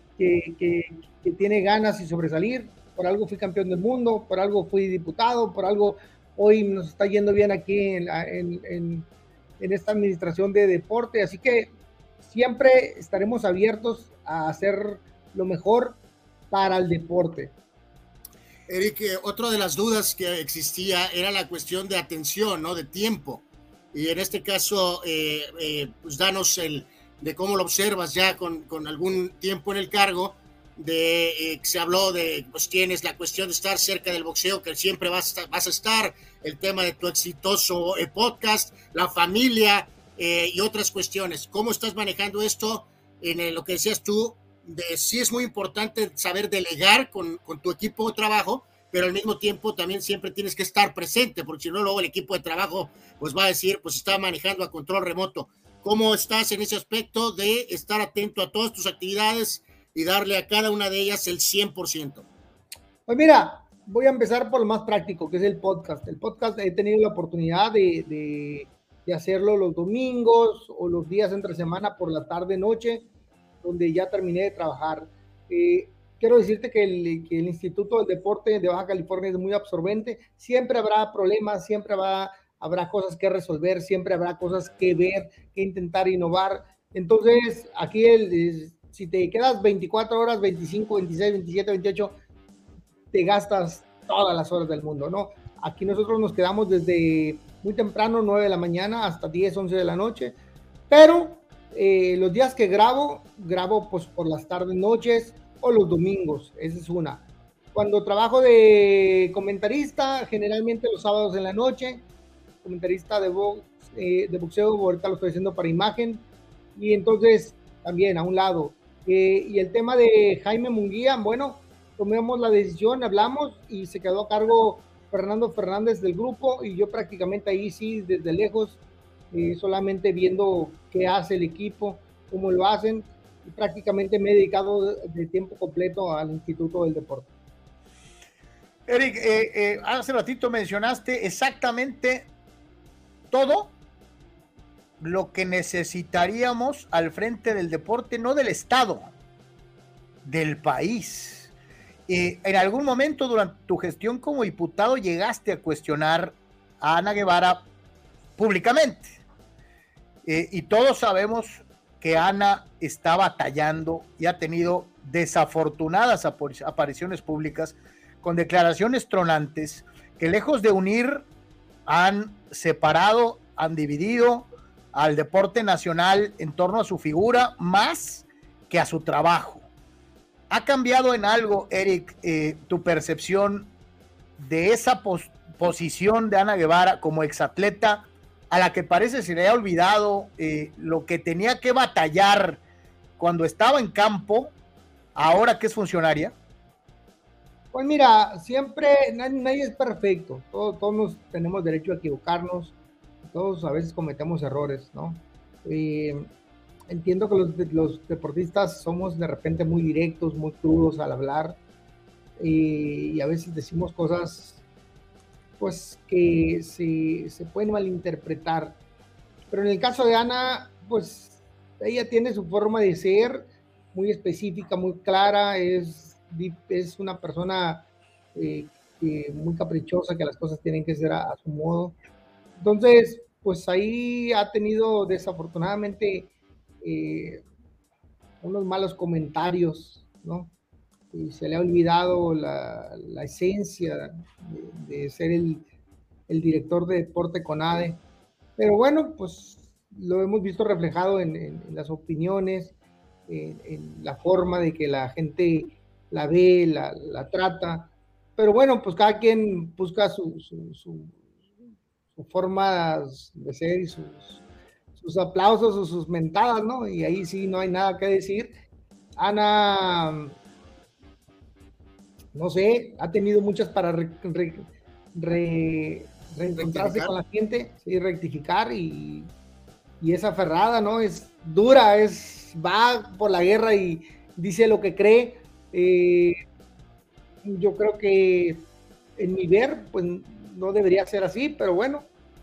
que tiene ganas y sobresalir. Por algo fui campeón del mundo, por algo fui diputado, por algo hoy nos está yendo bien aquí en esta administración de deporte. Así que siempre estaremos abiertos a hacer lo mejor para el deporte. Eric, otra de las dudas que existía era la cuestión de atención, ¿no? De tiempo. Y en este caso, pues danos de cómo lo observas ya con algún tiempo en el cargo, se habló de, pues tienes la cuestión de estar cerca del boxeo, que siempre vas a estar, el tema de tu exitoso podcast, la familia y otras cuestiones. ¿Cómo estás manejando esto en lo que decías tú? Sí es muy importante saber delegar con tu equipo de trabajo, pero al mismo tiempo también siempre tienes que estar presente, porque si no, luego el equipo de trabajo pues va a decir, pues está manejando a control remoto. ¿Cómo estás en ese aspecto de estar atento a todas tus actividades y darle a cada una de ellas el 100%? Pues mira, voy a empezar por lo más práctico, que es el podcast. El podcast he tenido la oportunidad de hacerlo los domingos o los días entre semana por la tarde-noche, donde ya terminé de trabajar. Quiero decirte que el Instituto del Deporte de Baja California es muy absorbente. Siempre habrá problemas, siempre habrá cosas que resolver, siempre habrá cosas que ver, que intentar innovar. Entonces, aquí si te quedas 24 horas, 25, 26, 27, 28, te gastas todas las horas del mundo, ¿no? Aquí nosotros nos quedamos desde muy temprano, 9 de la mañana, hasta 10, 11 de la noche, pero los días que grabo pues por las tardes, noches o los domingos. Esa es una. Cuando trabajo de comentarista, generalmente los sábados en la noche, comentarista de boxeo, ahorita lo estoy haciendo para Imagen, y entonces también a un lado. Y el tema de Jaime Munguía, bueno, tomamos la decisión, hablamos y se quedó a cargo Fernando Fernández del grupo, y yo prácticamente ahí sí, desde lejos, solamente viendo qué hace el equipo, cómo lo hacen, y prácticamente me he dedicado de tiempo completo al Instituto del Deporte. Eric, hace ratito mencionaste exactamente todo lo que necesitaríamos al frente del deporte, no del Estado, del país. En algún momento durante tu gestión como diputado llegaste a cuestionar a Ana Guevara públicamente. Y todos sabemos que Ana está batallando y ha tenido desafortunadas apariciones públicas con declaraciones tronantes que, lejos de unir, han separado, han dividido al deporte nacional en torno a su figura más que a su trabajo. ¿Ha cambiado en algo, Eric, tu percepción de esa posición de Ana Guevara como exatleta, a la que parece se le ha olvidado lo que tenía que batallar cuando estaba en campo, ahora que es funcionaria? Pues mira, siempre nadie es perfecto, todos tenemos derecho a equivocarnos, todos a veces cometemos errores, ¿no? Entiendo que los deportistas somos de repente muy directos, muy crudos al hablar, y a veces decimos cosas pues que se pueden malinterpretar, pero en el caso de Ana, pues ella tiene su forma de ser muy específica, muy clara, es una persona muy caprichosa, que las cosas tienen que ser a su modo. Entonces, pues ahí ha tenido desafortunadamente unos malos comentarios, ¿no? Y se le ha olvidado la esencia de ser el director de deporte CONADE. Pero bueno, pues lo hemos visto reflejado en las opiniones, en la forma de que la gente la ve, la trata. Pero bueno, pues cada quien busca su forma de ser y sus aplausos o sus mentadas, ¿no? Y ahí sí no hay nada que decir. Ana, no sé, ha tenido muchas para reencontrarse con la gente, sí, rectificar, y es aferrada, ¿no? Es dura, va por la guerra y dice lo que cree. Yo creo que en mi ver, pues no debería ser así, pero bueno.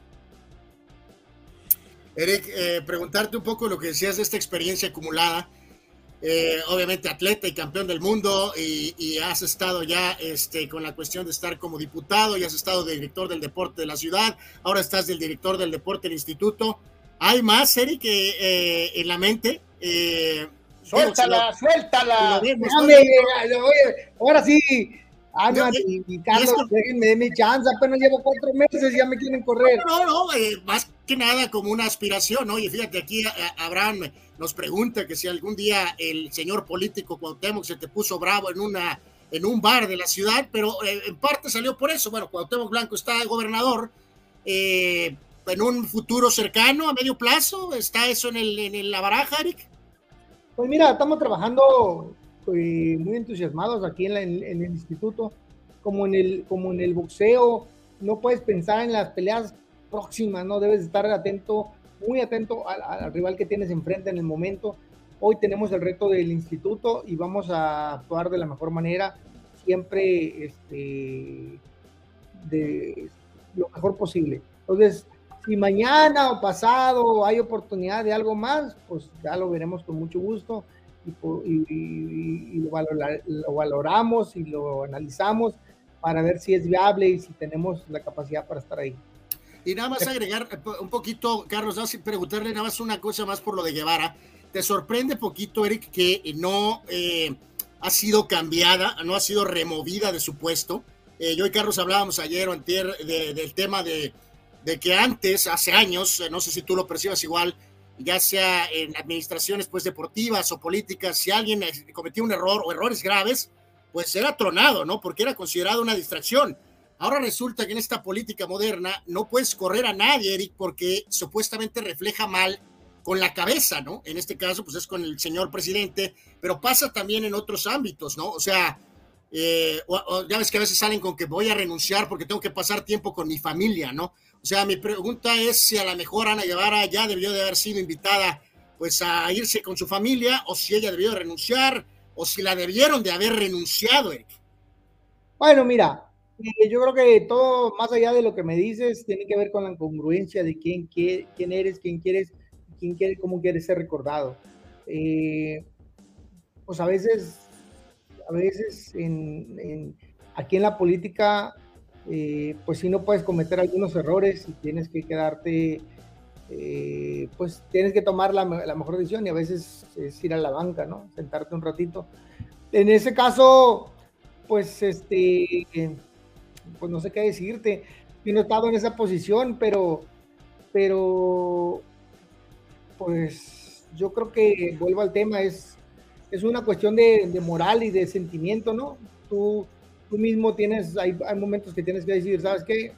Eric, preguntarte un poco lo que decías de esta experiencia acumulada. Obviamente atleta y campeón del mundo, y has estado ya con la cuestión de estar como diputado, y has estado de director del deporte de la ciudad, ahora estás del director del deporte del instituto. ¿Hay más, Eric, en la mente? Suéltala. Ahora sí, Ana y Carlos, déjenme de mi chance, apenas llevo 4 meses y ya me quieren correr. No, más que nada como una aspiración, ¿no? Y fíjate, aquí Abraham nos pregunta que si algún día el señor político Cuauhtémoc se te puso bravo en un bar de la ciudad, pero en parte salió por eso. Bueno, Cuauhtémoc Blanco está de gobernador, en un futuro cercano, a medio plazo, ¿está eso en la baraja, Eric? Pues mira, estamos trabajando muy entusiasmados aquí en el instituto, como en el boxeo. No puedes pensar en las peleas próximas, ¿no? Debes estar muy atento al rival que tienes enfrente en el momento. Hoy tenemos el reto del instituto y vamos a actuar de la mejor manera, siempre de lo mejor posible. Entonces, si mañana o pasado hay oportunidad de algo más, pues ya lo veremos con mucho gusto, y lo valoramos y lo analizamos para ver si es viable y si tenemos la capacidad para estar ahí. Y nada más agregar un poquito, Carlos, preguntarle nada más una cosa más por lo de Guevara. ¿Te sorprende poquito, Eric, que no ha sido cambiada, no ha sido removida de su puesto? Yo y Carlos hablábamos ayer o antier del tema de que antes, hace años, no sé si tú lo percibas igual, ya sea en administraciones pues deportivas o políticas, si alguien cometía un error o errores graves, pues era tronado, ¿no? Porque era considerado una distracción. Ahora resulta que en esta política moderna no puedes correr a nadie, Eric, porque supuestamente refleja mal con la cabeza, ¿no? En este caso, pues es con el señor presidente, pero pasa también en otros ámbitos, ¿no? O sea, ya ves que a veces salen con que voy a renunciar porque tengo que pasar tiempo con mi familia, ¿no? O sea, mi pregunta es si a lo mejor Ana Guevara ya debió de haber sido invitada pues a irse con su familia, o si ella debió de renunciar, o si la debieron de haber renunciado, Eric. Bueno, mira, yo creo que todo, más allá de lo que me dices, tiene que ver con la congruencia de quién eres, quién quieres cómo quiere ser recordado. Pues a veces aquí en la política, pues sí no puedes cometer algunos errores y tienes que quedarte, pues tienes que tomar la mejor decisión, y a veces es ir a la banca, ¿no? Sentarte un ratito. En ese caso, pues pues no sé qué decirte. Yo no he estado en esa posición, pero pues yo creo que vuelvo al tema, es una cuestión de moral y de sentimiento, ¿no? Tú mismo hay momentos que tienes que decir, ¿sabes qué?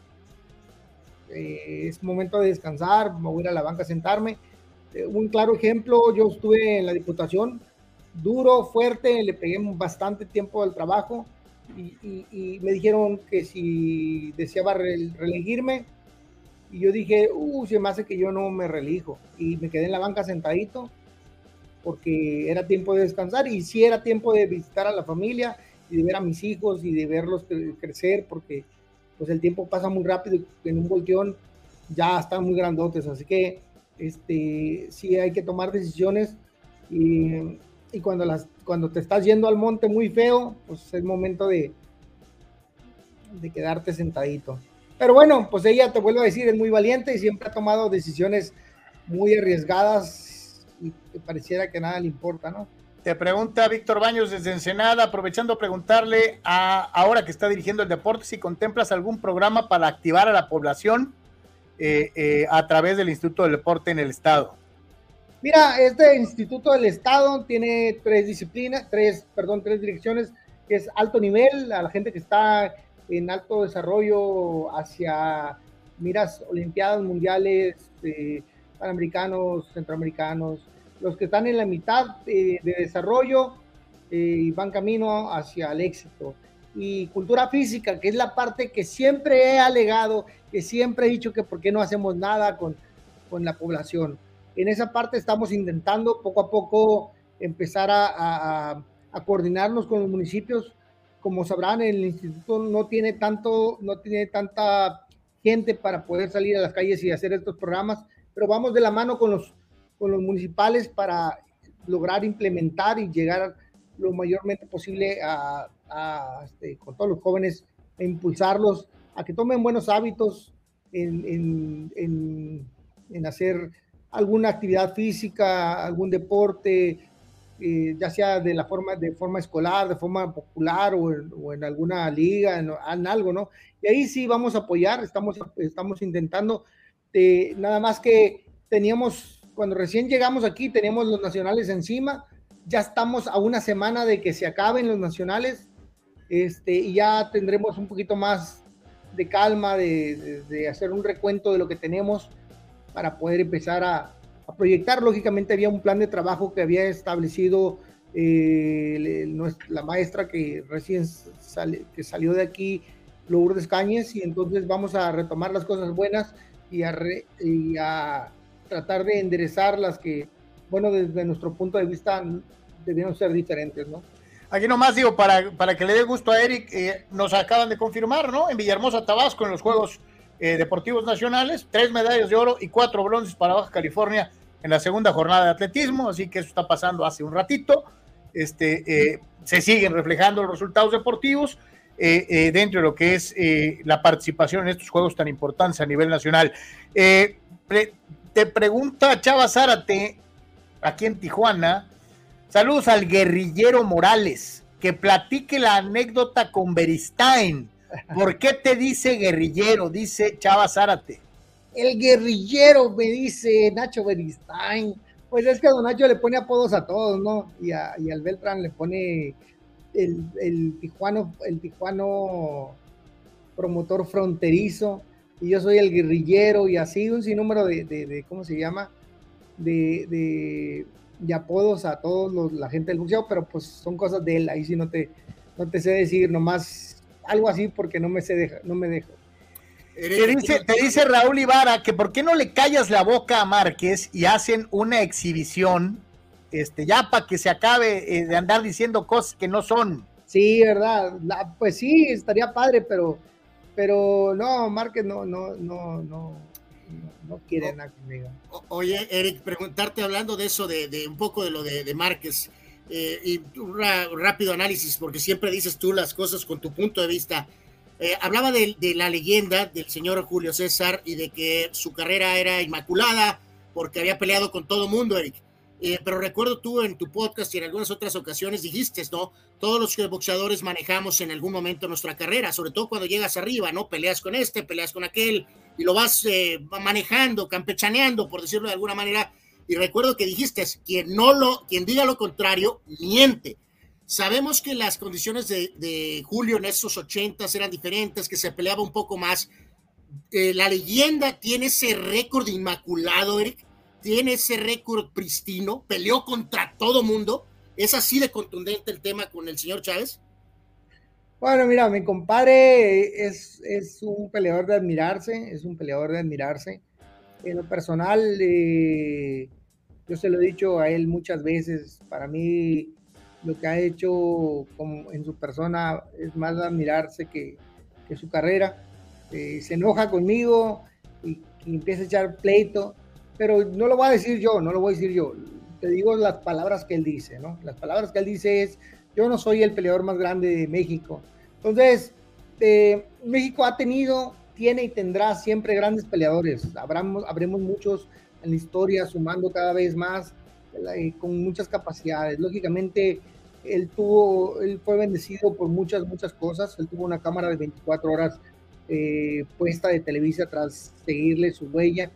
Es momento de descansar, me voy a ir a la banca a sentarme. Un claro ejemplo, yo estuve en la Diputación, duro, fuerte, le pegué bastante tiempo al trabajo, y me dijeron que si deseaba reelegirme, y yo dije, se me hace que yo no me reelijo, y me quedé en la banca sentadito, porque era tiempo de descansar, y sí era tiempo de visitar a la familia, y de ver a mis hijos, y de verlos crecer, porque pues el tiempo pasa muy rápido, y en un volteón ya están muy grandotes, así que sí hay que tomar decisiones, y cuando te estás yendo al monte muy feo, pues es momento de quedarte sentadito. Pero bueno, pues ella, te vuelvo a decir, es muy valiente y siempre ha tomado decisiones muy arriesgadas, y que pareciera que nada le importa, ¿no? Te pregunta Víctor Baños desde Ensenada, aprovechando preguntarle ahora que está dirigiendo el deporte, si contemplas algún programa para activar a la población a través del Instituto del Deporte en el Estado. Mira, este Instituto del Estado tiene tres direcciones, que es alto nivel, a la gente que está en alto desarrollo hacia miras olimpiadas, mundiales, panamericanos, centroamericanos, los que están en la mitad de desarrollo y van camino hacia el éxito. Y cultura física, que es la parte que siempre he alegado, que siempre he dicho que por qué no hacemos nada con la población. En esa parte estamos intentando poco a poco empezar a coordinarnos con los municipios. Como sabrán, el instituto no tiene tanta gente para poder salir a las calles y hacer estos programas, pero vamos de la mano con los municipales para lograr implementar y llegar lo mayormente posible con todos los jóvenes, a impulsarlos a que tomen buenos hábitos en hacer alguna actividad física, algún deporte, ya sea de forma escolar, de forma popular, o en alguna liga, en algo, ¿no? Y ahí sí vamos a apoyar, estamos intentando, nada más que cuando recién llegamos aquí, teníamos los nacionales encima, ya estamos a una semana de que se acaben los nacionales, y ya tendremos un poquito más de calma, de hacer un recuento de lo que tenemos para poder empezar a proyectar. Lógicamente había un plan de trabajo que había establecido la maestra que recién salió de aquí, Lourdes Cáñez, y entonces vamos a retomar las cosas buenas y a tratar de enderezar las que, bueno, desde nuestro punto de vista debieron ser diferentes, ¿no? Aquí nomás digo, para que le dé gusto a Eric, nos acaban de confirmar, ¿no? En Villahermosa, Tabasco, en los Juegos Deportivos Nacionales, 3 medallas de oro y 4 bronces para Baja California en la segunda jornada de atletismo, así que eso está pasando hace un ratito. Se siguen reflejando los resultados deportivos dentro de lo que es la participación en estos juegos tan importantes a nivel nacional. Te pregunta Chava Zárate, aquí en Tijuana, saludos al guerrillero Morales, que platique la anécdota con Beristain. ¿Por qué te dice guerrillero? Dice Chava Zárate. El guerrillero, me dice Nacho Beristain. Pues es que a don Nacho le pone apodos a todos, ¿no? Y al Beltrán le pone el tijuano promotor fronterizo, y yo soy el guerrillero, y así un sinnúmero de ¿cómo se llama? De apodos a todos la gente del boxeo, pero pues son cosas de él, ahí sí no te sé decir, nomás algo así, porque no me dejo. Te dice Raúl Ibarra que por qué no le callas la boca a Márquez y hacen una exhibición, ya para que se acabe de andar diciendo cosas que no son. Sí, verdad, pues sí, estaría padre, pero no, Márquez no. no quiere nada conmigo. Oye, Eric, preguntarte hablando de eso, de un poco de lo de Márquez, y un rápido análisis, porque siempre dices tú las cosas con tu punto de vista. Hablaba de la leyenda del señor Julio César y de que su carrera era inmaculada porque había peleado con todo mundo, Eric. Pero recuerdo tú en tu podcast y en algunas otras ocasiones dijiste, ¿no? Todos los boxeadores manejamos en algún momento nuestra carrera, sobre todo cuando llegas arriba, ¿no? Peleas con este, peleas con aquel, y lo vas manejando, campechaneando, por decirlo de alguna manera. Y recuerdo que dijiste, quien diga lo contrario, miente. Sabemos que las condiciones de Julio en esos 80s eran diferentes, que se peleaba un poco más. La leyenda tiene ese récord inmaculado, Eric. Tiene ese récord pristino, peleó contra todo mundo. ¿Es así de contundente el tema con el señor Chávez? Bueno, mira, mi compadre es un peleador de admirarse, En lo personal, yo se lo he dicho a él muchas veces, para mí lo que ha hecho en su persona es más de admirarse que su carrera. Se enoja conmigo y empieza a echar pleito, pero no lo voy a decir yo, te digo las palabras que él dice, ¿no? Las palabras que él dice es, yo no soy el peleador más grande de México. Entonces, México tiene y tendrá siempre grandes peleadores, habremos muchos en la historia, sumando cada vez más, con muchas capacidades. Lógicamente, él fue bendecido por muchas cosas. Él tuvo una cámara de 24 horas puesta de Televisa tras seguirle su huella.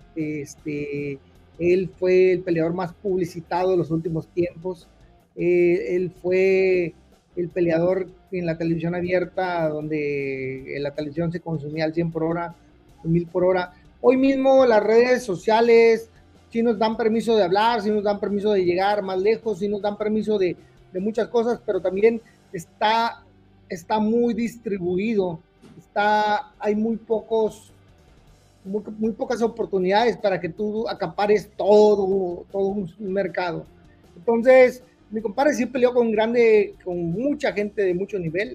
Él fue el peleador más publicitado de los últimos tiempos. Él fue el peleador en la televisión abierta, donde en la televisión se consumía al 100 por hora, 1000 por hora. Hoy mismo las redes sociales sí nos dan permiso de hablar, sí nos dan permiso de llegar más lejos, sí nos dan permiso de muchas cosas, pero también está muy distribuido, hay muy pocas oportunidades para que tú acapares todo un mercado. Entonces, mi compadre sí peleó con mucha gente de mucho nivel.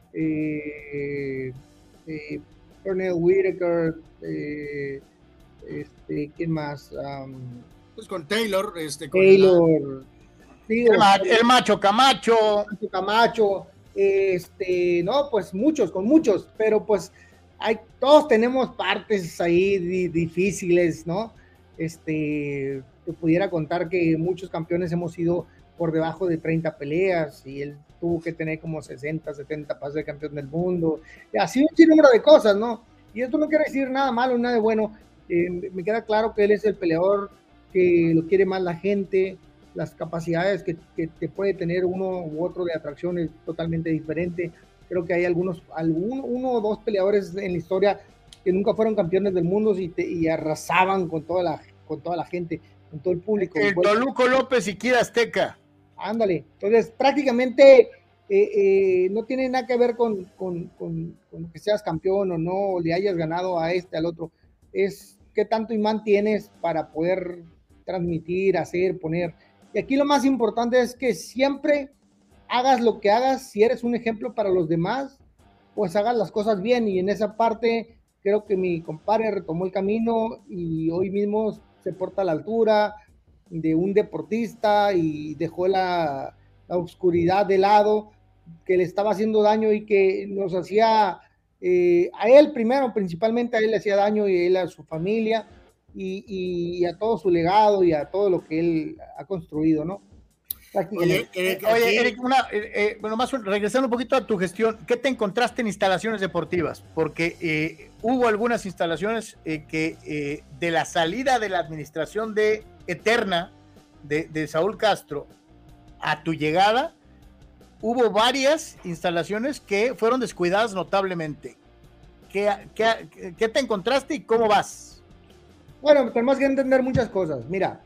Pernell Whitaker, ¿quién más? Pues con Taylor. Taylor. Sí, el Macho Camacho. No, pues con muchos, pero pues todos tenemos partes ahí difíciles, ¿no? Te pudiera contar que muchos campeones hemos ido por debajo de 30 peleas y él tuvo que tener como 60, 70 para ser campeón del mundo. Y así un sinnúmero de cosas, ¿no? Y esto no quiere decir nada malo, nada de bueno. Me queda claro que él es el peleador que lo quiere más la gente, las capacidades que puede tener uno u otro de atracción es totalmente diferente. Creo que hay uno o dos peleadores en la historia que nunca fueron campeones del mundo y arrasaban con toda la gente, con todo el público. El Toluco López y Kid Azteca. Ándale. Entonces, prácticamente no tiene nada que ver con que seas campeón o no, o le hayas ganado a al otro. Es qué tanto imán tienes para poder transmitir, hacer, poner. Y aquí lo más importante es que siempre hagas lo que hagas, si eres un ejemplo para los demás, pues hagas las cosas bien. Y en esa parte creo que mi compadre retomó el camino y hoy mismo se porta a la altura de un deportista y dejó la oscuridad de lado que le estaba haciendo daño y que nos hacía, a él primero, principalmente a él le hacía daño y a él a su familia y a todo su legado y a todo lo que él ha construido, ¿no? Oye, Eric, bueno, más regresando un poquito a tu gestión, ¿qué te encontraste en instalaciones deportivas? Porque hubo algunas instalaciones que de la salida de la administración eterna de Saúl Castro a tu llegada, hubo varias instalaciones que fueron descuidadas notablemente. ¿Qué te encontraste y cómo vas? Bueno, tenemos que entender muchas cosas. Mira,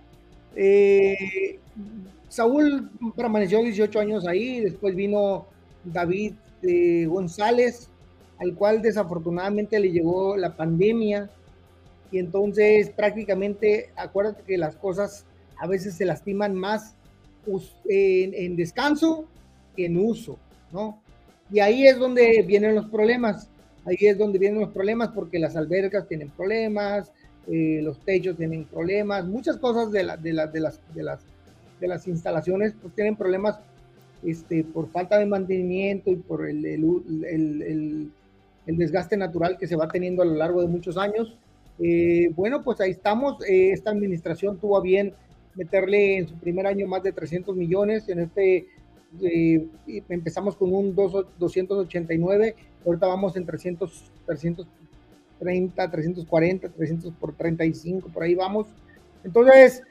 Saúl permaneció 18 años ahí, después vino David González, al cual desafortunadamente le llegó la pandemia, y entonces prácticamente, acuérdate que las cosas a veces se lastiman más en descanso que en uso, ¿no? Y ahí es donde vienen los problemas, porque las albercas tienen problemas, los techos tienen problemas, muchas cosas de las instalaciones pues tienen problemas por falta de mantenimiento y por el desgaste natural que se va teniendo a lo largo de muchos años. Bueno, pues ahí estamos. Esta administración tuvo a bien meterle en su primer año más de 300 millones. Empezamos con un 289, ahorita vamos en 330, 340, 300 por 35, por ahí vamos. Entonces,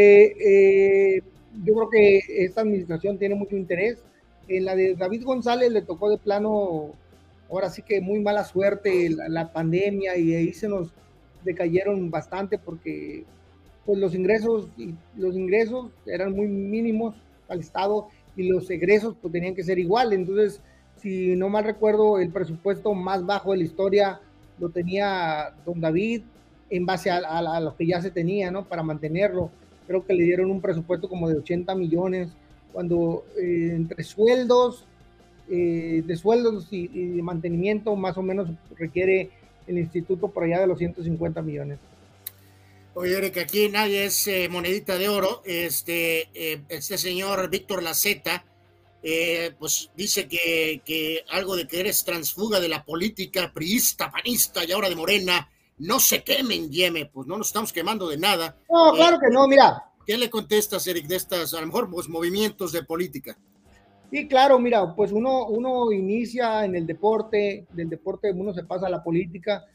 yo creo que esta administración tiene mucho interés. En la de David González le tocó de plano, ahora sí que muy mala suerte la pandemia, y ahí se nos decayeron bastante porque pues los ingresos eran muy mínimos al Estado y los egresos pues tenían que ser igual. Entonces, si no mal recuerdo, el presupuesto más bajo de la historia lo tenía don David en base a lo que ya se tenía, ¿no? Para mantenerlo. Creo que le dieron un presupuesto como de 80 millones, cuando entre sueldos, de sueldos y de mantenimiento, más o menos requiere el instituto por allá de los 150 millones. Oye, Eric, aquí nadie es monedita de oro. Este señor Víctor Laceta, pues dice que algo de que eres transfuga de la política, priista, panista y ahora de Morena. No se quemen, Yeme, pues no nos estamos quemando de nada. No, claro que no, mira. ¿Qué le contestas, Eric, de estas, a lo mejor, pues, movimientos de política? Sí, claro, mira, pues uno inicia en el deporte, del deporte uno se pasa a la política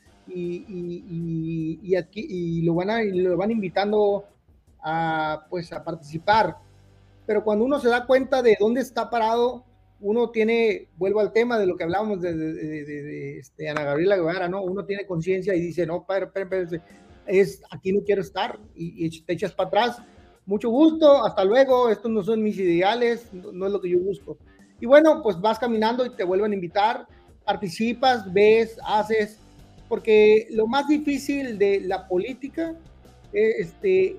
y lo van invitando a participar. Pero cuando uno se da cuenta de dónde está parado, uno vuelvo al tema de lo que hablábamos de Ana Gabriela Guevara, ¿no? Uno tiene conciencia y dice, no, espérate, aquí no quiero estar, y te echas para atrás. Mucho gusto, hasta luego, estos no son mis ideales, no es lo que yo busco. Y bueno, pues vas caminando y te vuelven a invitar, participas, ves, haces, porque lo más difícil de la política es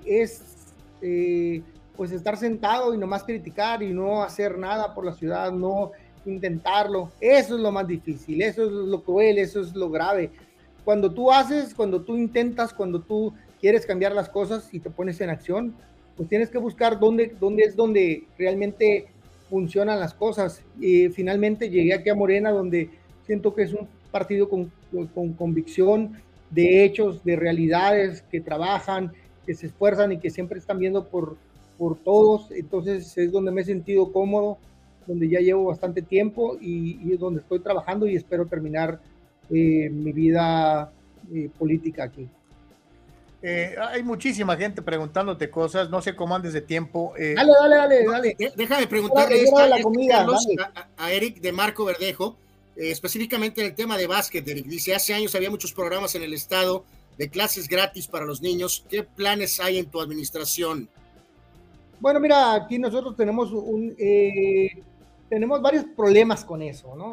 pues estar sentado y nomás criticar y no hacer nada por la ciudad, no intentarlo. Eso es lo más difícil, eso es lo cruel, eso es lo grave. Cuando tú haces, cuando tú intentas, cuando tú quieres cambiar las cosas y te pones en acción, pues tienes que buscar dónde es donde realmente funcionan las cosas. Y finalmente llegué aquí a Morena, donde siento que es un partido con convicción, de hechos, de realidades, que trabajan, que se esfuerzan y que siempre están viendo por todos. Entonces es donde me he sentido cómodo, donde ya llevo bastante tiempo y es donde estoy trabajando y espero terminar mi vida política aquí. Hay muchísima gente preguntándote cosas, no sé cómo andes de tiempo. Dale. Déjame preguntarle a Eric de Marco Verdejo, específicamente en el tema de básquet. Eric dice, hace años había muchos programas en el estado de clases gratis para los niños. ¿Qué planes hay en tu administración? Bueno, mira, aquí nosotros tenemos tenemos varios problemas con eso, ¿no?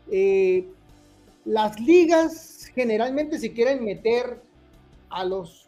Las ligas generalmente se quieren meter a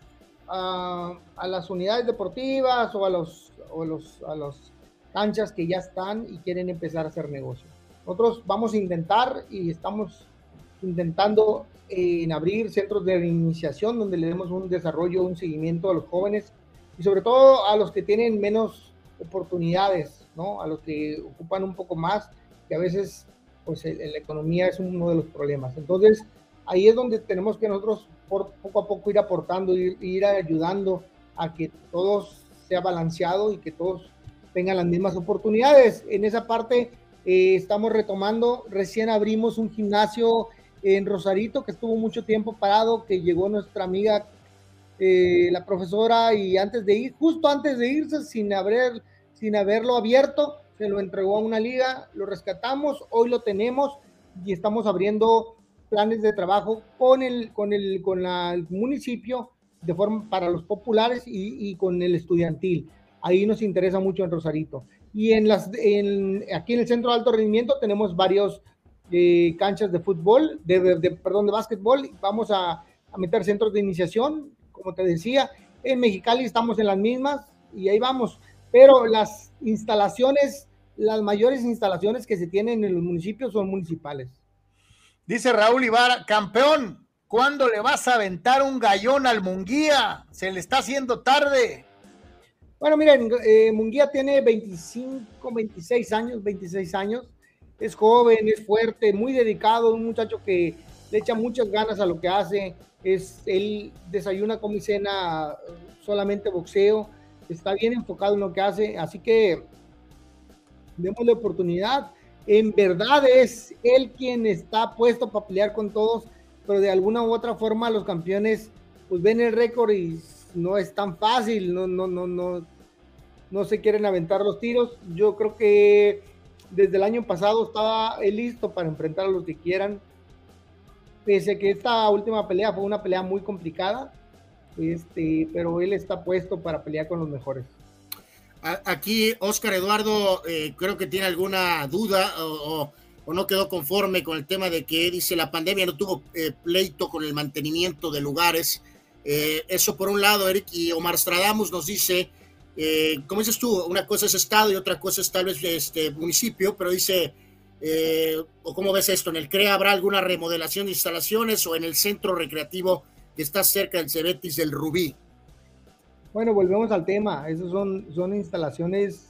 las unidades deportivas o a las canchas que ya están y quieren empezar a hacer negocio. Nosotros vamos a intentar y estamos intentando en abrir centros de iniciación donde le demos un desarrollo, un seguimiento a los jóvenes y sobre todo a los que tienen menos oportunidades, ¿no? A los que ocupan un poco más, que a veces pues la economía es uno de los problemas. Entonces ahí es donde tenemos que nosotros poco a poco ir aportando, ir ayudando a que todo sea balanceado y que todos tengan las mismas oportunidades. En esa parte estamos retomando, recién abrimos un gimnasio en Rosarito que estuvo mucho tiempo parado, que llegó nuestra amiga la profesora y justo antes de irse, sin haberlo abierto, se lo entregó a una liga, lo rescatamos, hoy lo tenemos y estamos abriendo planes de trabajo con el municipio de forma para los populares y con el estudiantil. Ahí nos interesa mucho en Rosarito. Y aquí en el Centro de Alto Rendimiento tenemos varios canchas de fútbol, de básquetbol. Vamos a meter centros de iniciación, como te decía. En Mexicali estamos en las mismas y ahí vamos. Pero las mayores instalaciones que se tienen en los municipios son municipales. Dice Raúl Ibarra, campeón, ¿Cuándo le vas a aventar un gallón al Munguía? Se le está haciendo tarde. Bueno, miren, Munguía tiene 26 años, es joven, es fuerte, muy dedicado, un muchacho que le echa muchas ganas a lo que hace, él desayuna, come y cena solamente boxeo, está bien enfocado en lo que hace, así que démosle oportunidad. En verdad es él quien está puesto para pelear con todos, pero de alguna u otra forma los campeones pues ven el récord y no es tan fácil, no se quieren aventar los tiros. Yo creo que desde el año pasado estaba él listo para enfrentar a los que quieran, pese a que esta última pelea fue una pelea muy complicada, pero él está puesto para pelear con los mejores. Aquí Oscar Eduardo creo que tiene alguna duda o no quedó conforme con el tema de que dice la pandemia no tuvo pleito con el mantenimiento de lugares. Eso por un lado, Eric, y Omar Stradamus nos dice, como dices tú, una cosa es estado y otra cosa es tal vez municipio, pero dice, o cómo ves esto, ¿en el CREA habrá alguna remodelación de instalaciones o en el centro recreativo que está cerca del Cebetis del Rubí? Bueno, volvemos al tema. Esas son instalaciones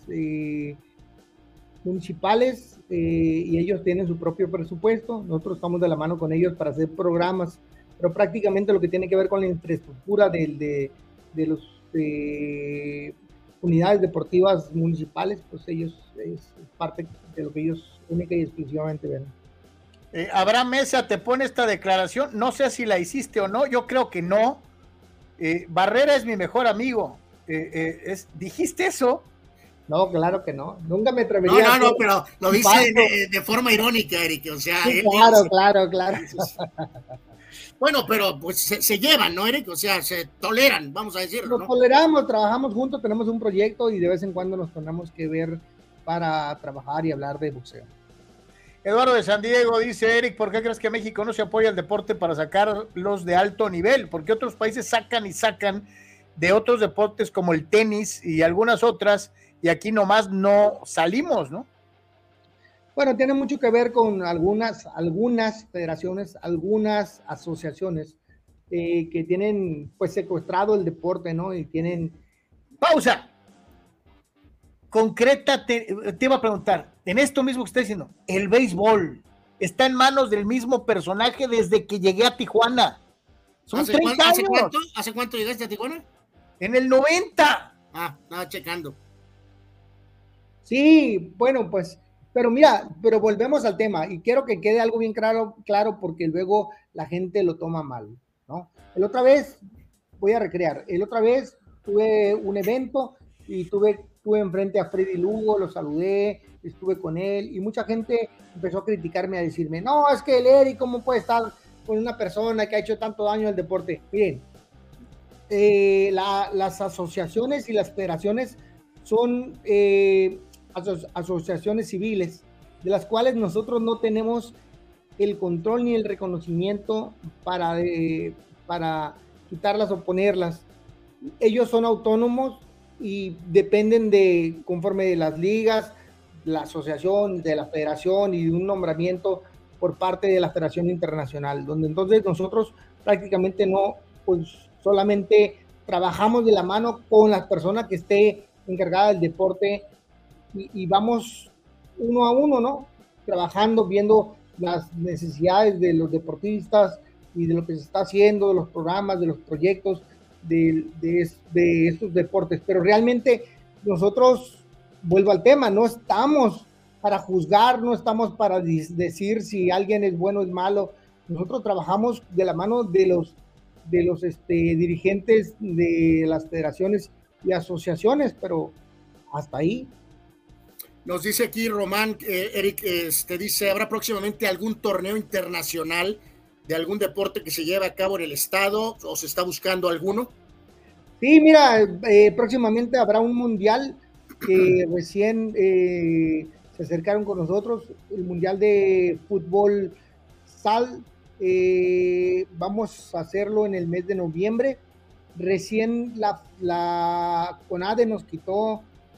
municipales y ellos tienen su propio presupuesto. Nosotros estamos de la mano con ellos para hacer programas, pero prácticamente lo que tiene que ver con la infraestructura de los unidades deportivas municipales, pues ellos es parte de lo que ellos única y exclusivamente ven. Abraham Mesa te pone esta declaración, no sé si la hiciste o no, yo creo que no. Barrera es mi mejor amigo. ¿Dijiste eso? No, claro que no. Nunca me atrevería. No, pero lo dice de forma irónica, Eric. O sea, sí, claro. Bueno, pero pues se llevan, ¿no, Eric? O sea, se toleran, vamos a decirlo, ¿no? Toleramos, trabajamos juntos, tenemos un proyecto y de vez en cuando nos tenemos que ver para trabajar y hablar de boxeo. Eduardo de San Diego dice, Eric, ¿por qué crees que México no se apoya al deporte para sacarlos de alto nivel? Porque otros países sacan de otros deportes como el tenis y algunas otras, y aquí nomás no salimos, ¿no? Bueno, tiene mucho que ver con algunas federaciones, algunas asociaciones que tienen pues secuestrado el deporte, ¿no? Y tienen... ¡Pausa! Concrétate, te iba a preguntar, en esto mismo que estoy diciendo, el béisbol está en manos del mismo personaje desde que llegué a Tijuana. Son 30 años. ¿Hace cuánto llegaste a Tijuana? En el 90. Estaba checando. Sí, bueno, pues, pero mira, volvemos al tema y quiero que quede algo bien claro porque luego la gente lo toma mal, ¿no? El otra vez tuve un evento y estuve enfrente a Freddy Lugo, lo saludé, estuve con él y mucha gente empezó a criticarme, a decirme, no, es que el Eric, ¿cómo puede estar con una persona que ha hecho tanto daño al deporte? Miren, las asociaciones y las federaciones son asociaciones civiles, de las cuales nosotros no tenemos el control ni el reconocimiento para quitarlas o ponerlas. Ellos son autónomos y dependen conforme de las ligas, la asociación, de la federación y de un nombramiento por parte de la Federación Internacional, donde entonces nosotros prácticamente no, pues solamente trabajamos de la mano con la persona que esté encargada del deporte y vamos uno a uno, ¿no? Trabajando, viendo las necesidades de los deportistas y de lo que se está haciendo, de los programas, de los proyectos, de estos deportes, pero realmente nosotros, vuelvo al tema, no estamos para juzgar, no estamos para decir si alguien es bueno o es malo. Nosotros trabajamos de la mano de los dirigentes de las federaciones y asociaciones, pero hasta ahí. Nos dice aquí Román, Eric, dice, ¿habrá próximamente algún torneo internacional de algún deporte que se lleve a cabo en el estado o se está buscando alguno? Sí, mira, próximamente habrá un mundial que recién se acercaron con nosotros, el mundial de fútbol sal, vamos a hacerlo en el mes de noviembre. Recién la CONADE nos quitó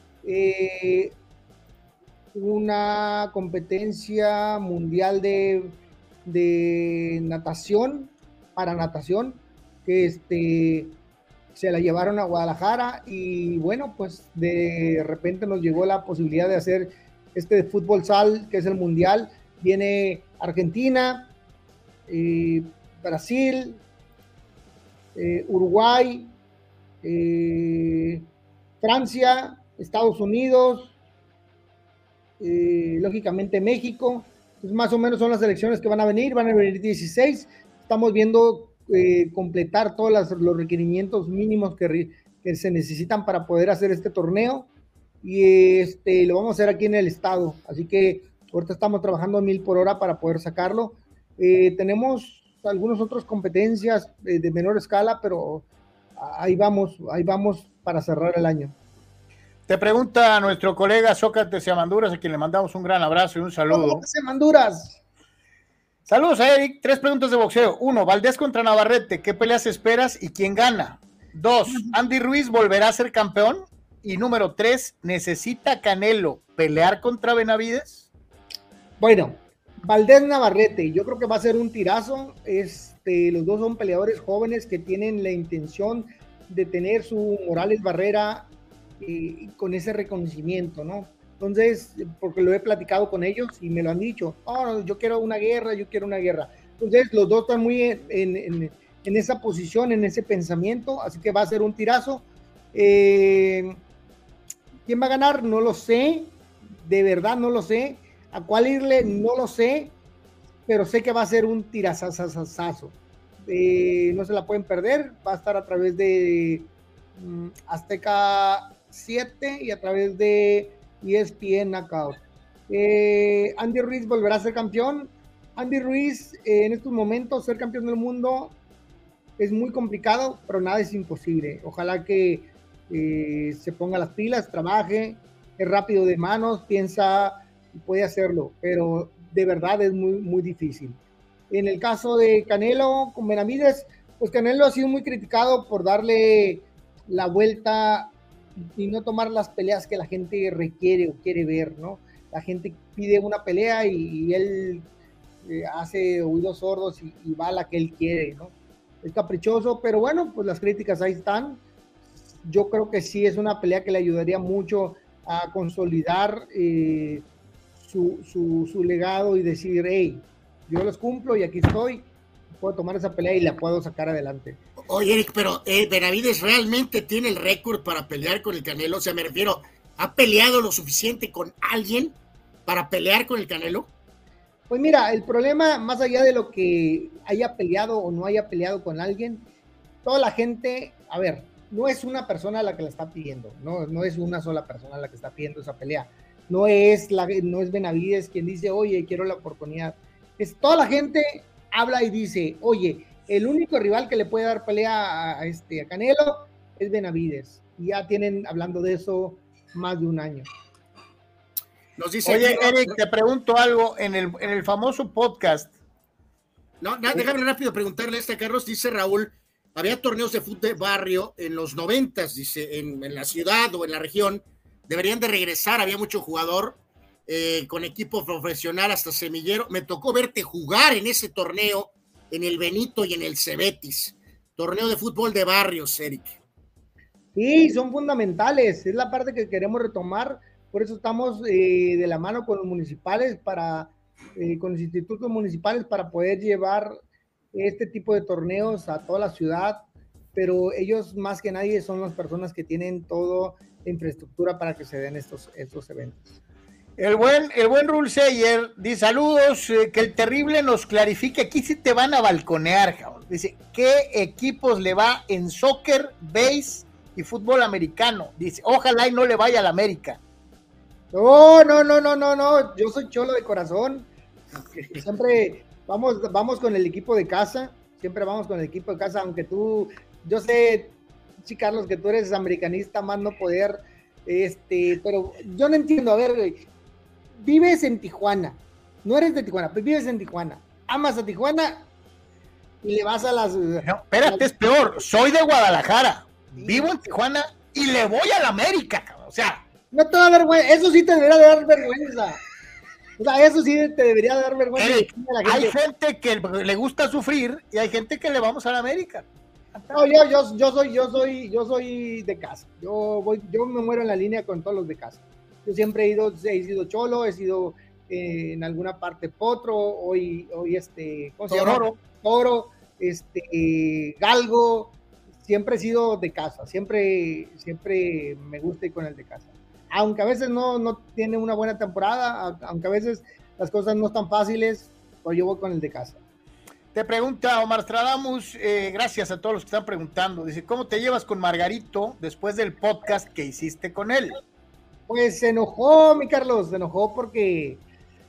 una competencia mundial de natación para natación, que se la llevaron a Guadalajara y bueno, pues de repente nos llegó la posibilidad de hacer de fútbol sal, que es el mundial. Viene Argentina, Brasil, Uruguay, Francia, Estados Unidos, lógicamente México. Entonces, más o menos son las selecciones que van a venir 16. Estamos viendo completar todos los requerimientos mínimos que se necesitan para poder hacer este torneo, y lo vamos a hacer aquí en el estado, así que ahorita estamos trabajando a 1000 por hora para poder sacarlo. Tenemos algunas otras competencias de menor escala, pero ahí vamos para cerrar el año. Te pregunta nuestro colega Sócrates Yamanduras, a quien le mandamos un gran abrazo y un saludo. Sócrates Yamanduras. Saludos a Eric. 3 preguntas de boxeo. 1, Valdés contra Navarrete. ¿Qué peleas esperas y quién gana? 2, Andy Ruiz volverá a ser campeón. Y número 3, ¿necesita Canelo pelear contra Benavides? Bueno, Valdés Navarrete, yo creo que va a ser un tirazo. Los dos son peleadores jóvenes que tienen la intención de tener su Morales Barrera con ese reconocimiento, ¿no? Entonces, porque lo he platicado con ellos y me lo han dicho, oh, yo quiero una guerra. Entonces, los dos están muy en esa posición, en ese pensamiento, así que va a ser un tirazo. ¿Quién va a ganar? No lo sé, de verdad no lo sé. ¿A cuál irle? No lo sé, pero sé que va a ser un tirazazazazo. No se la pueden perder, va a estar a través de Azteca 7 y a través de ESPN Knockout. Andy Ruiz volverá a ser campeón. Andy Ruiz, en estos momentos, ser campeón del mundo es muy complicado, pero nada es imposible. Ojalá que se ponga las pilas, trabaje, es rápido de manos, piensa y puede hacerlo, pero de verdad es muy, muy difícil. En el caso de Canelo con Benavides, pues Canelo ha sido muy criticado por darle la vuelta y no tomar las peleas que la gente requiere o quiere ver, ¿no? La gente pide una pelea y él hace oídos sordos y va a la que él quiere, ¿no? Es caprichoso, pero bueno, pues las críticas ahí están. Yo creo que sí es una pelea que le ayudaría mucho a consolidar su legado y decir, hey, yo los cumplo y aquí estoy, puedo tomar esa pelea y la puedo sacar adelante. Oye, Eric, pero Benavides realmente tiene el récord para pelear con el Canelo. O sea, me refiero, ¿ha peleado lo suficiente con alguien para pelear con el Canelo? Pues mira, el problema, más allá de lo que haya peleado o no haya peleado con alguien, toda la gente, a ver, no es una persona la que la está pidiendo, no es una sola persona la que está pidiendo esa pelea. No es Benavides quien dice, oye, quiero la oportunidad. Es toda la gente habla y dice, oye, el único rival que le puede dar pelea a Canelo es Benavides. Y ya tienen hablando de eso más de un año. Nos dice, oye, Eric, te pregunto algo, en el famoso podcast. Déjame rápido preguntarle a Carlos, dice Raúl, había torneos de fútbol de barrio en los 90s, dice, en la ciudad o en la región, deberían de regresar, había mucho jugador con equipo profesional hasta semillero. Me tocó verte jugar en ese torneo, en el Benito y en el Cebetis, torneo de fútbol de barrios, Eric. Sí, son fundamentales, es la parte que queremos retomar, por eso estamos de la mano con los municipales, con los institutos municipales para poder llevar este tipo de torneos a toda la ciudad, pero ellos más que nadie son las personas que tienen toda la infraestructura para que se den estos eventos. El buen Rule Sayer dice, saludos, que el terrible nos clarifique, aquí sí te van a balconear, cabrón. Dice, ¿qué equipos le va en soccer, base y fútbol americano? Dice, ojalá y no le vaya a la América. No, yo soy cholo de corazón, siempre vamos con el equipo de casa, aunque yo sé, sí, Carlos, que tú eres americanista más no poder, pero yo no entiendo, a ver, güey, vives en Tijuana, no eres de Tijuana, pero vives en Tijuana, amas a Tijuana y le vas a las... No, espérate, es peor, soy de Guadalajara, vivo en Tijuana y le voy a la América, cabrón. O sea... No te da vergüenza, eso sí te debería de dar vergüenza. O sea, eso sí te debería dar vergüenza. Hay gente que le gusta sufrir y hay gente que le vamos a la América. No, yo soy de casa. Yo me muero en la línea con todos los de casa. Yo siempre he sido Cholo, he sido en alguna parte Potro, hoy ¿cómo se llama? Toro, Galgo. Siempre he sido de casa, siempre me gusta ir con el de casa. Aunque a veces no tiene una buena temporada, aunque a veces las cosas no están fáciles, pues yo voy con el de casa. Te pregunta Omar Stradamus, gracias a todos los que están preguntando, dice, ¿cómo te llevas con Margarito después del podcast que hiciste con él? Pues se enojó, mi Carlos, se enojó porque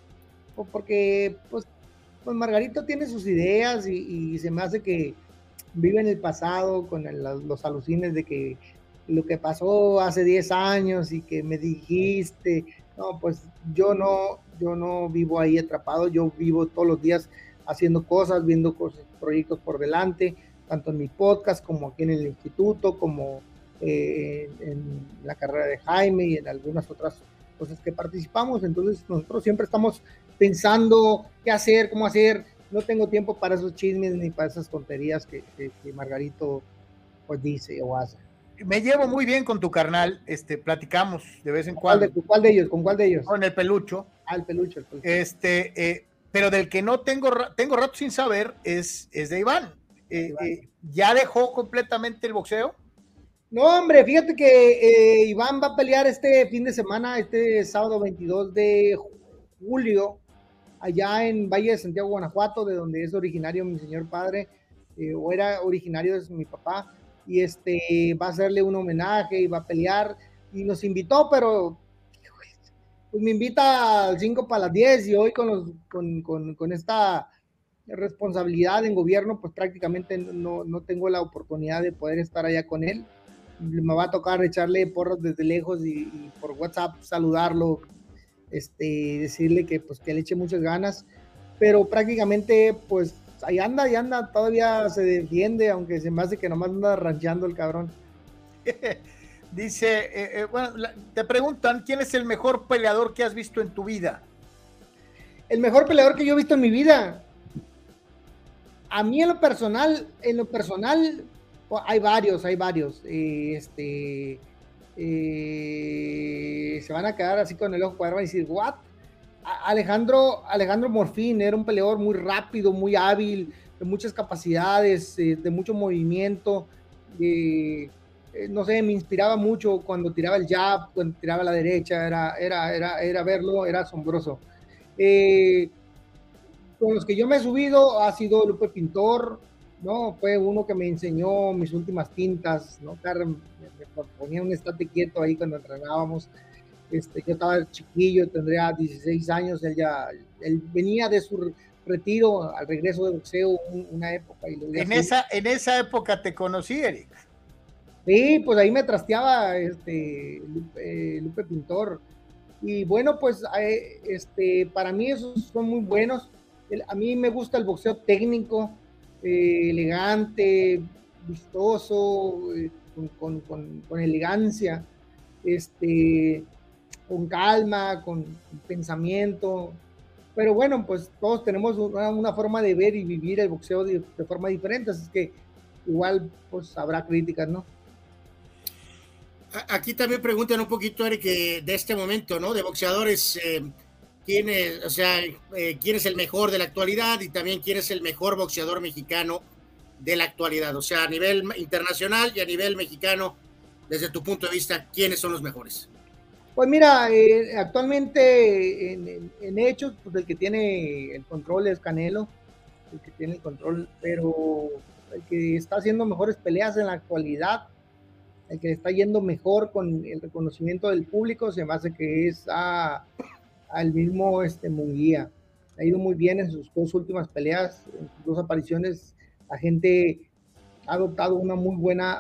pues Margarito tiene sus ideas y se me hace que vive en el pasado con los alucines de que lo que pasó hace 10 años y que me dijiste, no, pues yo no vivo ahí atrapado, yo vivo todos los días haciendo cosas, viendo cosas, proyectos por delante, tanto en mi podcast como aquí en el instituto, como en la carrera de Jaime y en algunas otras cosas que participamos. Entonces nosotros siempre estamos pensando qué hacer, cómo hacer. No tengo tiempo para esos chismes ni para esas tonterías que Margarito pues dice o hace. Me llevo muy bien con tu carnal, platicamos de vez en cuando. ¿Cuál de ellos? ¿Con cuál de ellos? Con el Pelucho. El Pelucho. Pero del que no tengo rato sin saber es de Iván. ¿Ya dejó completamente el boxeo? No, hombre, fíjate que Iván va a pelear este fin de semana, este sábado 22 de julio, allá en Valle de Santiago, Guanajuato, de donde es originario mi señor padre, o era originario de mi papá, y va a hacerle un homenaje y va a pelear, y nos invitó, pero pues me invita al 5 para las 10, y hoy con esta responsabilidad en gobierno, pues prácticamente no tengo la oportunidad de poder estar allá con él. Me va a tocar echarle porras desde lejos y por WhatsApp saludarlo, decirle que pues que le eche muchas ganas, pero prácticamente pues ahí anda, todavía se defiende, aunque se me hace que nomás anda rancheando el cabrón. Dice, te preguntan, ¿quién es el mejor peleador que has visto en tu vida? El mejor peleador que yo he visto en mi vida, a mí en lo personal, hay varios, se van a quedar así con el ojo cuadrado y decir, ¿what? Alejandro Morfín era un peleador muy rápido, muy hábil, de muchas capacidades, de mucho movimiento, no sé, me inspiraba mucho cuando tiraba el jab, cuando tiraba a la derecha, era verlo, era asombroso. Con los que yo me he subido ha sido Lupe Pintor, ¿no? Fue uno que me enseñó mis últimas tintas, ¿no? Me ponía un estate quieto ahí cuando entrenábamos. Yo estaba chiquillo, tendría 16 años, él venía de su retiro al regreso de boxeo una época. Y en esa época te conocí, Eric. Sí, pues ahí me trasteaba Lupe Pintor. Y bueno, pues para mí esos son muy buenos. A mí me gusta el boxeo técnico, elegante, vistoso, con elegancia, con calma, con pensamiento. Pero bueno, pues todos tenemos una forma de ver y vivir el boxeo de forma diferente, así que igual pues habrá críticas, ¿no? Aquí también preguntan un poquito, Eric, de este momento, ¿no? De boxeadores, quién es el mejor de la actualidad y también quién es el mejor boxeador mexicano de la actualidad, o sea, a nivel internacional y a nivel mexicano, desde tu punto de vista, ¿quiénes son los mejores? Pues mira, actualmente en hechos, pues el que tiene el control es Canelo, el que tiene el control, pero el que está haciendo mejores peleas en la actualidad, el que está yendo mejor con el reconocimiento del público, se me hace que es al mismo Munguía. Ha ido muy bien en sus dos últimas peleas, en sus dos apariciones. La gente ha adoptado una muy buena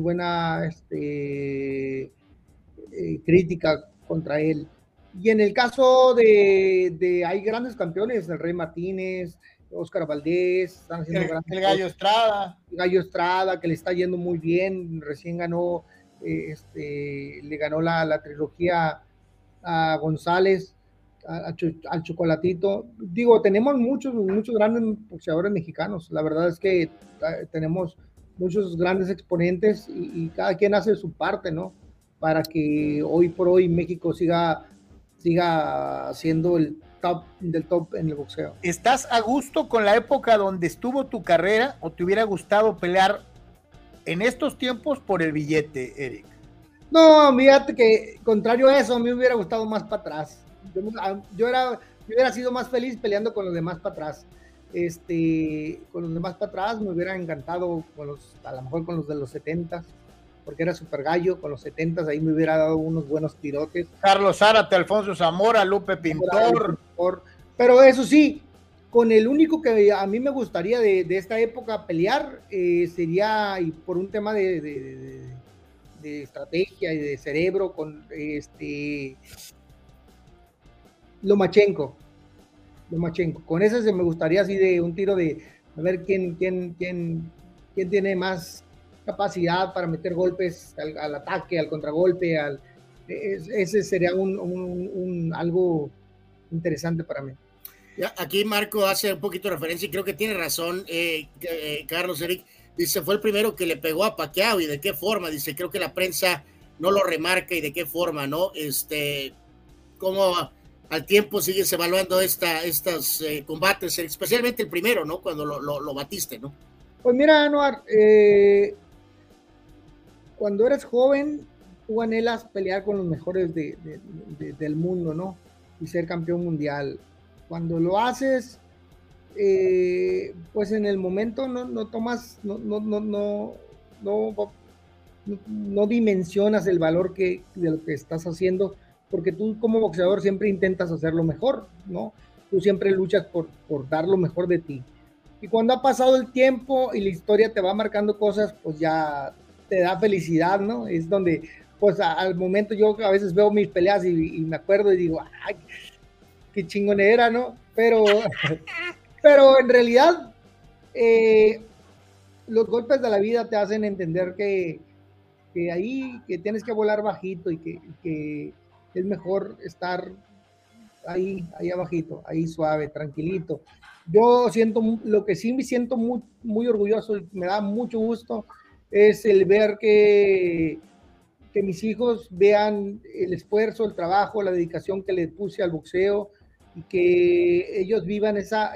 crítica contra él. Y en el caso hay grandes campeones, el Rey Martínez, Óscar Valdés, están haciendo el Gallo Estrada. El Gallo Estrada, que le está yendo muy bien, recién ganó, le ganó la trilogía a González. al Chocolatito. Digo, tenemos muchos grandes boxeadores mexicanos. La verdad es que tenemos muchos grandes exponentes y cada quien hace su parte, ¿no? Para que hoy por hoy México siga siendo el top del top en el boxeo. ¿Estás a gusto con la época donde estuvo tu carrera o te hubiera gustado pelear en estos tiempos por el billete, Eric? No, fíjate que contrario a eso, a mí me hubiera gustado más para atrás. Yo hubiera sido más feliz peleando con los demás para atrás. Con los demás para atrás me hubiera encantado a lo mejor con los de los 70s, porque era super gallo. Con los 70s ahí me hubiera dado unos buenos tirotes. Carlos Zárate, Alfonso Zamora, Lupe Pintor. Pero eso sí, con el único que a mí me gustaría de esta época pelear sería, y por un tema de estrategia y de cerebro, con Lomachenko. Con ese se me gustaría así de un tiro de a ver quién tiene más capacidad para meter golpes al ataque, al contragolpe, ese sería algo interesante para mí. Aquí Marco hace un poquito de referencia y creo que tiene razón, Carlos, Eric, dice, fue el primero que le pegó a Pacquiao y de qué forma, dice, creo que la prensa no lo remarca y de qué forma, ¿no? Cómo al tiempo sigues evaluando estos combates, especialmente el primero, ¿no? Cuando lo batiste, ¿no? Pues mira, Anuar, cuando eres joven, tú anhelas pelear con los mejores del mundo, ¿no? Y ser campeón mundial. Cuando lo haces, pues en el momento no dimensionas el valor de lo que estás haciendo, porque tú como boxeador siempre intentas hacerlo mejor, ¿no? Tú siempre luchas por dar lo mejor de ti. Y cuando ha pasado el tiempo y la historia te va marcando cosas, pues ya te da felicidad, ¿no? Es donde, pues al momento yo a veces veo mis peleas y me acuerdo y digo, ¡ay, qué chingonera!, ¿no? Pero en realidad los golpes de la vida te hacen entender que tienes que volar bajito y que es mejor estar ahí abajito, ahí suave, tranquilito. Yo siento, lo que sí me siento muy, muy orgulloso y me da mucho gusto es el ver que mis hijos vean el esfuerzo, el trabajo, la dedicación que le puse al boxeo y que ellos vivan esa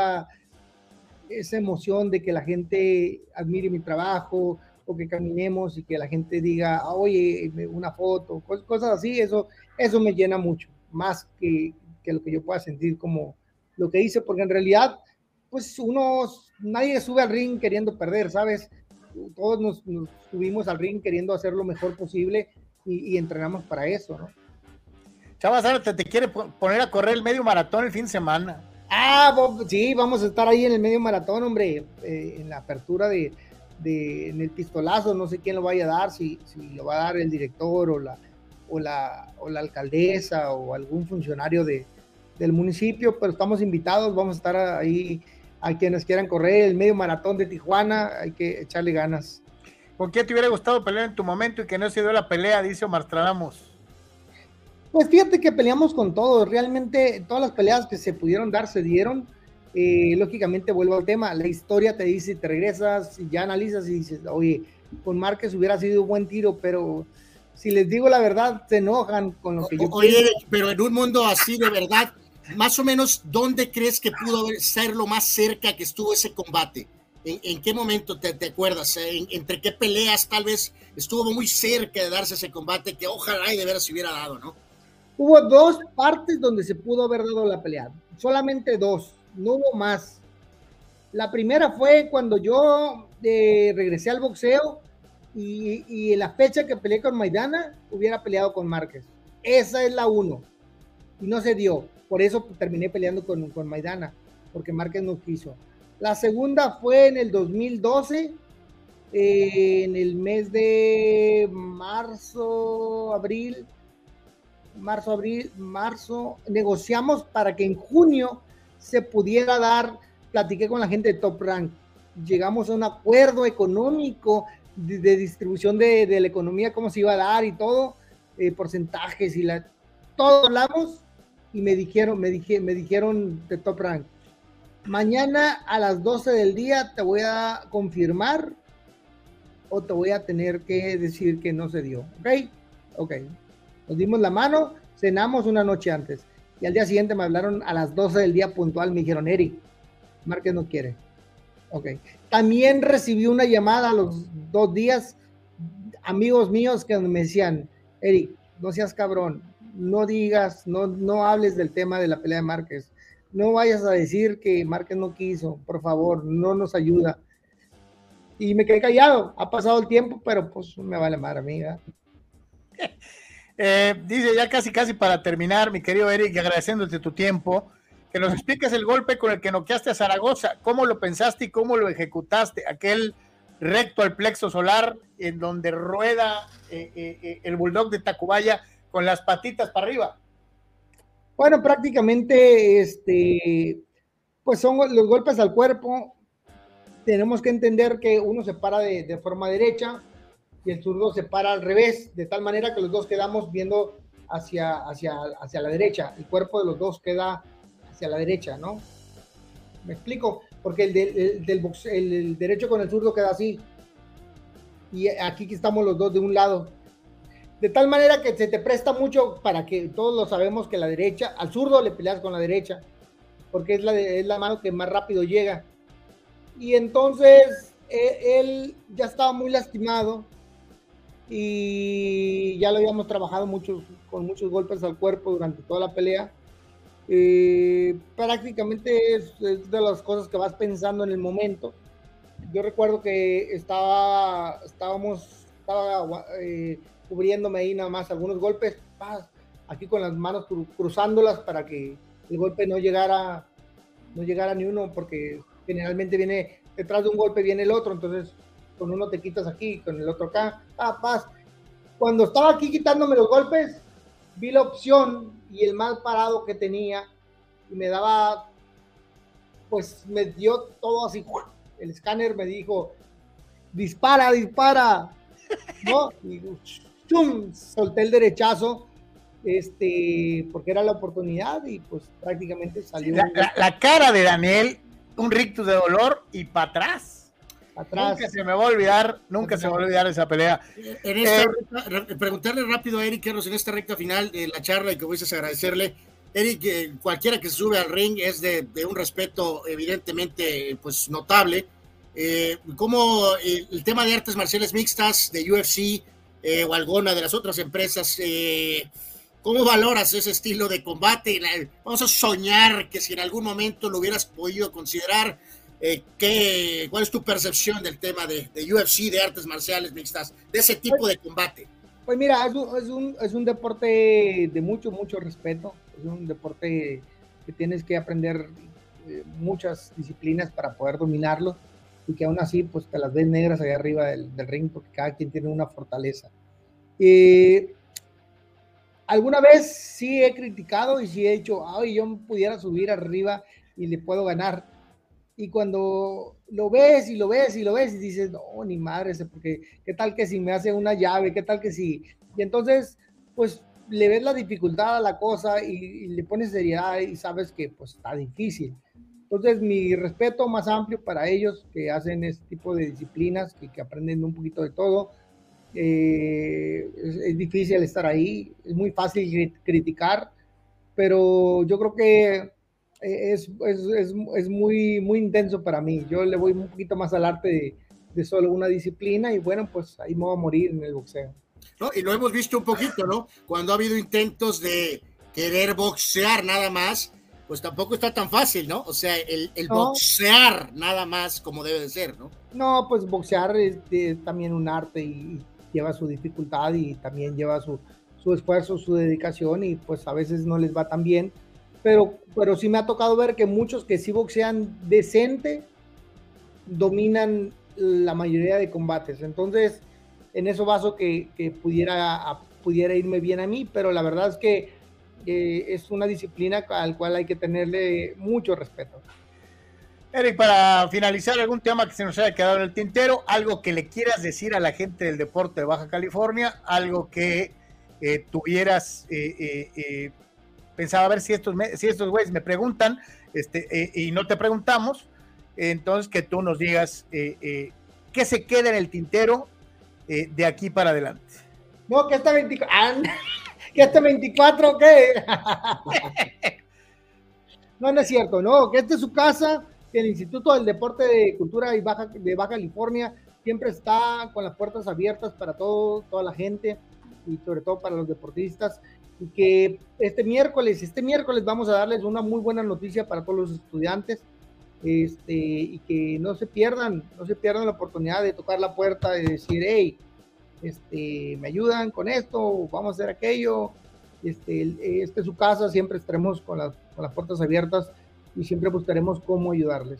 emoción de que la gente admire mi trabajo o que caminemos y que la gente diga, oye, una foto, cosas así, eso me llena mucho, más que lo que yo pueda sentir como lo que hice, porque en realidad, pues nadie sube al ring queriendo perder, ¿sabes? Todos nos subimos al ring queriendo hacer lo mejor posible y entrenamos para eso, ¿no? Chava Zárate te quiere poner a correr el medio maratón el fin de semana. Sí, vamos a estar ahí en el medio maratón, hombre, en la apertura en el pistolazo, no sé quién lo vaya a dar, si lo va a dar el director o la alcaldesa o algún funcionario del municipio, pero estamos invitados, vamos a estar ahí a quienes quieran correr el medio maratón de Tijuana, hay que echarle ganas. ¿Con quién te hubiera gustado pelear en tu momento y que no se dio la pelea, dice Omar Stradamus? Pues fíjate que peleamos con todos, realmente todas las peleas que se pudieron dar se dieron. Lógicamente vuelvo al tema, la historia te dice, te regresas y ya analizas y dices, oye, con Márquez hubiera sido un buen tiro, pero si les digo la verdad, se enojan con lo que yo Oye, pienso. Pero en un mundo así de verdad, más o menos, ¿dónde crees que pudo ser lo más cerca que estuvo ese combate? ¿En qué momento te acuerdas? ¿Entre qué peleas tal vez estuvo muy cerca de darse ese combate que ojalá y de veras se hubiera dado, ¿no? Hubo dos partes donde se pudo haber dado la pelea, solamente dos, no hubo más. La primera fue cuando yo regresé al boxeo y en la fecha que peleé con Maidana hubiera peleado con Márquez. Esa es la uno y no se dio, por eso terminé peleando con Maidana, porque Márquez no quiso. La segunda fue en el 2012, en el mes de marzo, negociamos para que en junio se pudiera dar, platiqué con la gente de Top Rank, llegamos a un acuerdo económico de distribución de la economía, cómo se iba a dar y todo, porcentajes y todo hablamos, y me dijeron de Top Rank, mañana a las 12 del día te voy a confirmar o te voy a tener que decir que no se dio, ¿ok? Nos dimos la mano, cenamos una noche antes y al día siguiente me hablaron a las 12 del día puntual, me dijeron, Eric, Márquez no quiere, ok. También recibí una llamada a los 2 días, amigos míos que me decían, Eric, no seas cabrón, no digas, no hables del tema de la pelea de Márquez, no vayas a decir que Márquez no quiso, por favor, no nos ayuda. Y me quedé callado, ha pasado el tiempo, pero pues me vale madre, amiga. Dice ya casi para terminar, mi querido Eric, agradeciéndote tu tiempo, que nos expliques el golpe con el que noqueaste a Zaragoza, cómo lo pensaste y cómo lo ejecutaste, aquel recto al plexo solar en donde rueda el bulldog de Tacubaya con las patitas para arriba. Bueno, prácticamente pues son los golpes al cuerpo. Tenemos que entender que uno se para de forma derecha y el zurdo se para al revés, de tal manera que los dos quedamos viendo hacia la derecha. El cuerpo de los dos queda hacia la derecha, ¿no? ¿Me explico? Porque el derecho con el zurdo queda así. Y aquí estamos los dos de un lado. De tal manera que se te presta mucho para que todos lo sabemos que la derecha, al zurdo le peleas con la derecha, porque es la mano que más rápido llega. Y entonces él ya estaba muy lastimado y ya lo habíamos trabajado con muchos golpes al cuerpo durante toda la pelea. Prácticamente es de las cosas que vas pensando en el momento. Yo recuerdo que estaba cubriéndome ahí nada más algunos golpes, aquí con las manos cruzándolas para que el golpe no llegara ni uno, porque generalmente viene detrás de un golpe viene el otro, entonces con uno te quitas aquí, con el otro acá, Cuando estaba aquí quitándome los golpes, vi la opción y el mal parado que tenía y me daba, pues me dio todo así, el escáner me dijo, dispara, ¿no? Y ¡chum! Solté el derechazo, porque era la oportunidad y pues prácticamente salió. La cara de Daniel, un rictus de dolor y para atrás. Nunca se me va a olvidar esa pelea. Preguntarle rápido a Eric Carlos en esta recta final de la charla y que voy a agradecerle. Eric, cualquiera que se sube al ring es de un respeto evidentemente pues notable. Como el tema de artes marciales mixtas de UFC o alguna de las otras empresas, ¿cómo valoras ese estilo de combate? Vamos a soñar que si en algún momento lo hubieras podido considerar, ¿cuál es tu percepción del tema de UFC, de artes marciales mixtas, de ese tipo de combate? Pues mira, es un deporte de mucho respeto, es un deporte que tienes que aprender muchas disciplinas para poder dominarlo, y que aún así pues te las ves negras allá arriba del ring, porque cada quien tiene una fortaleza. Alguna vez sí he criticado y sí he dicho, ay, yo pudiera subir arriba y le puedo ganar. Y cuando lo ves y dices, no, ni madre, porque qué tal que si me hace una llave, qué tal que si. Y entonces, pues le ves la dificultad a la cosa y le pones seriedad y sabes que pues está difícil. Entonces, mi respeto más amplio para ellos que hacen este tipo de disciplinas, que aprenden un poquito de todo. Es difícil estar ahí, es muy fácil criticar, pero yo creo que es muy intenso para mí. Yo le voy un poquito más al arte de solo una disciplina y bueno, pues ahí me voy a morir en el boxeo. ¿No? Y lo hemos visto un poquito, ¿no? Cuando ha habido intentos de querer boxear nada más, pues tampoco está tan fácil, ¿no? O sea, el boxear nada más como debe de ser, ¿no? No, pues boxear es también un arte y lleva su dificultad y también lleva su esfuerzo, su dedicación, y pues a veces no les va tan bien, pero sí me ha tocado ver que muchos que sí boxean decente dominan la mayoría de combates. Entonces en eso baso que pudiera irme bien a mí, pero la verdad es que es una disciplina al cual hay que tenerle mucho respeto. Eric, para finalizar, algún tema que se nos haya quedado en el tintero, algo que le quieras decir a la gente del deporte de Baja California, algo que tuvieras pensaba a ver si estos güeyes me preguntan y no te preguntamos, entonces que tú nos digas qué se queda en el tintero de aquí para adelante. No, que hasta 24, que hasta 24, ¿qué? No es cierto, no, que esta es su casa, que el Instituto del Deporte de Cultura de Baja California siempre está con las puertas abiertas para toda la gente y sobre todo para los deportistas, y que este miércoles vamos a darles una muy buena noticia para todos los estudiantes, y que no se pierdan la oportunidad de tocar la puerta, de decir, hey, me ayudan con esto, vamos a hacer aquello, es su casa, siempre estaremos con las puertas abiertas y siempre buscaremos cómo ayudarles.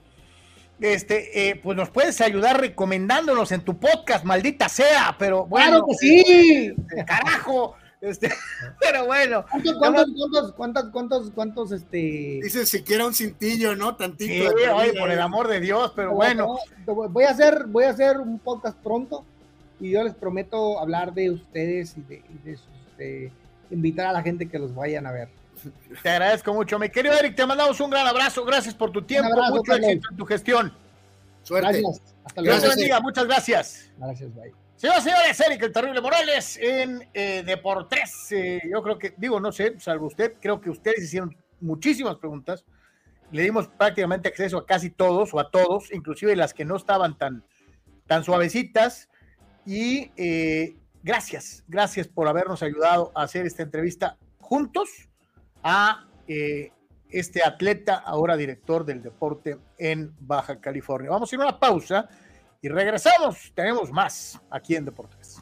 Pues nos puedes ayudar recomendándonos en tu podcast, maldita sea, pero bueno. ¡Claro que sí! ¡Carajo! Pero bueno. ¿Cuántos? Dice siquiera un cintillo, ¿no? Tantito. Sí, oye, por el amor de Dios, pero bueno. Voy a hacer un podcast pronto y yo les prometo hablar de ustedes y de invitar a la gente que los vayan a ver. Te agradezco mucho, mi querido Eric, te mandamos un gran abrazo, gracias por tu tiempo, abrazo, mucho éxito en tu gestión. Suerte. Gracias, hasta luego. Dios te bendiga, muchas gracias. Gracias, bye. Señores, Eric el Terrible Morales en Deportes. Yo creo que, no sé, salvo usted, creo que ustedes hicieron muchísimas preguntas, le dimos prácticamente acceso a casi todos o a todos, inclusive las que no estaban tan suavecitas, y gracias por habernos ayudado a hacer esta entrevista juntos a este atleta, ahora director del deporte en Baja California. Vamos a ir a una pausa y regresamos. Tenemos más aquí en Deportes.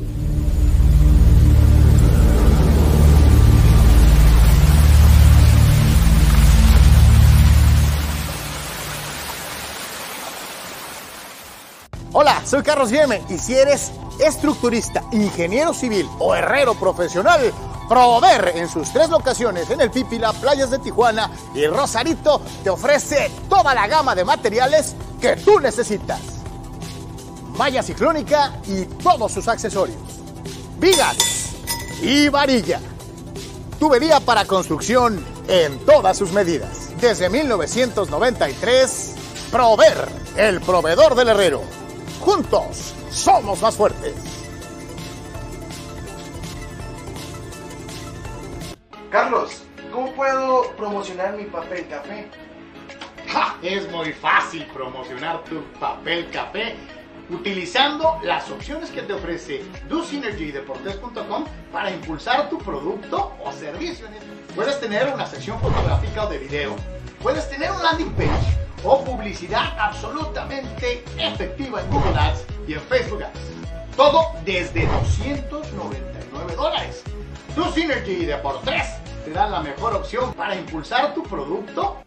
Hola, soy Carlos Guilleme y si eres estructurista, ingeniero civil o herrero profesional, Prover en sus 3 locaciones en el Pípila, Playas de Tijuana y Rosarito te ofrece toda la gama de materiales que tú necesitas. Malla ciclónica y todos sus accesorios. Vigas y varilla. Tubería para construcción en todas sus medidas. Desde 1993, Prover, el proveedor del herrero. Juntos somos más fuertes. Carlos, ¿cómo puedo promocionar mi papel café? ¡Ja! Es muy fácil promocionar tu papel café utilizando las opciones que te ofrece DoSynergy y Deportes.com para impulsar tu producto o servicio. Puedes tener una sección fotográfica o de video, puedes tener un landing page o publicidad absolutamente efectiva en Google Ads y en Facebook Ads. Todo desde $299. DoSynergy y Deportes te dan la mejor opción para impulsar tu producto.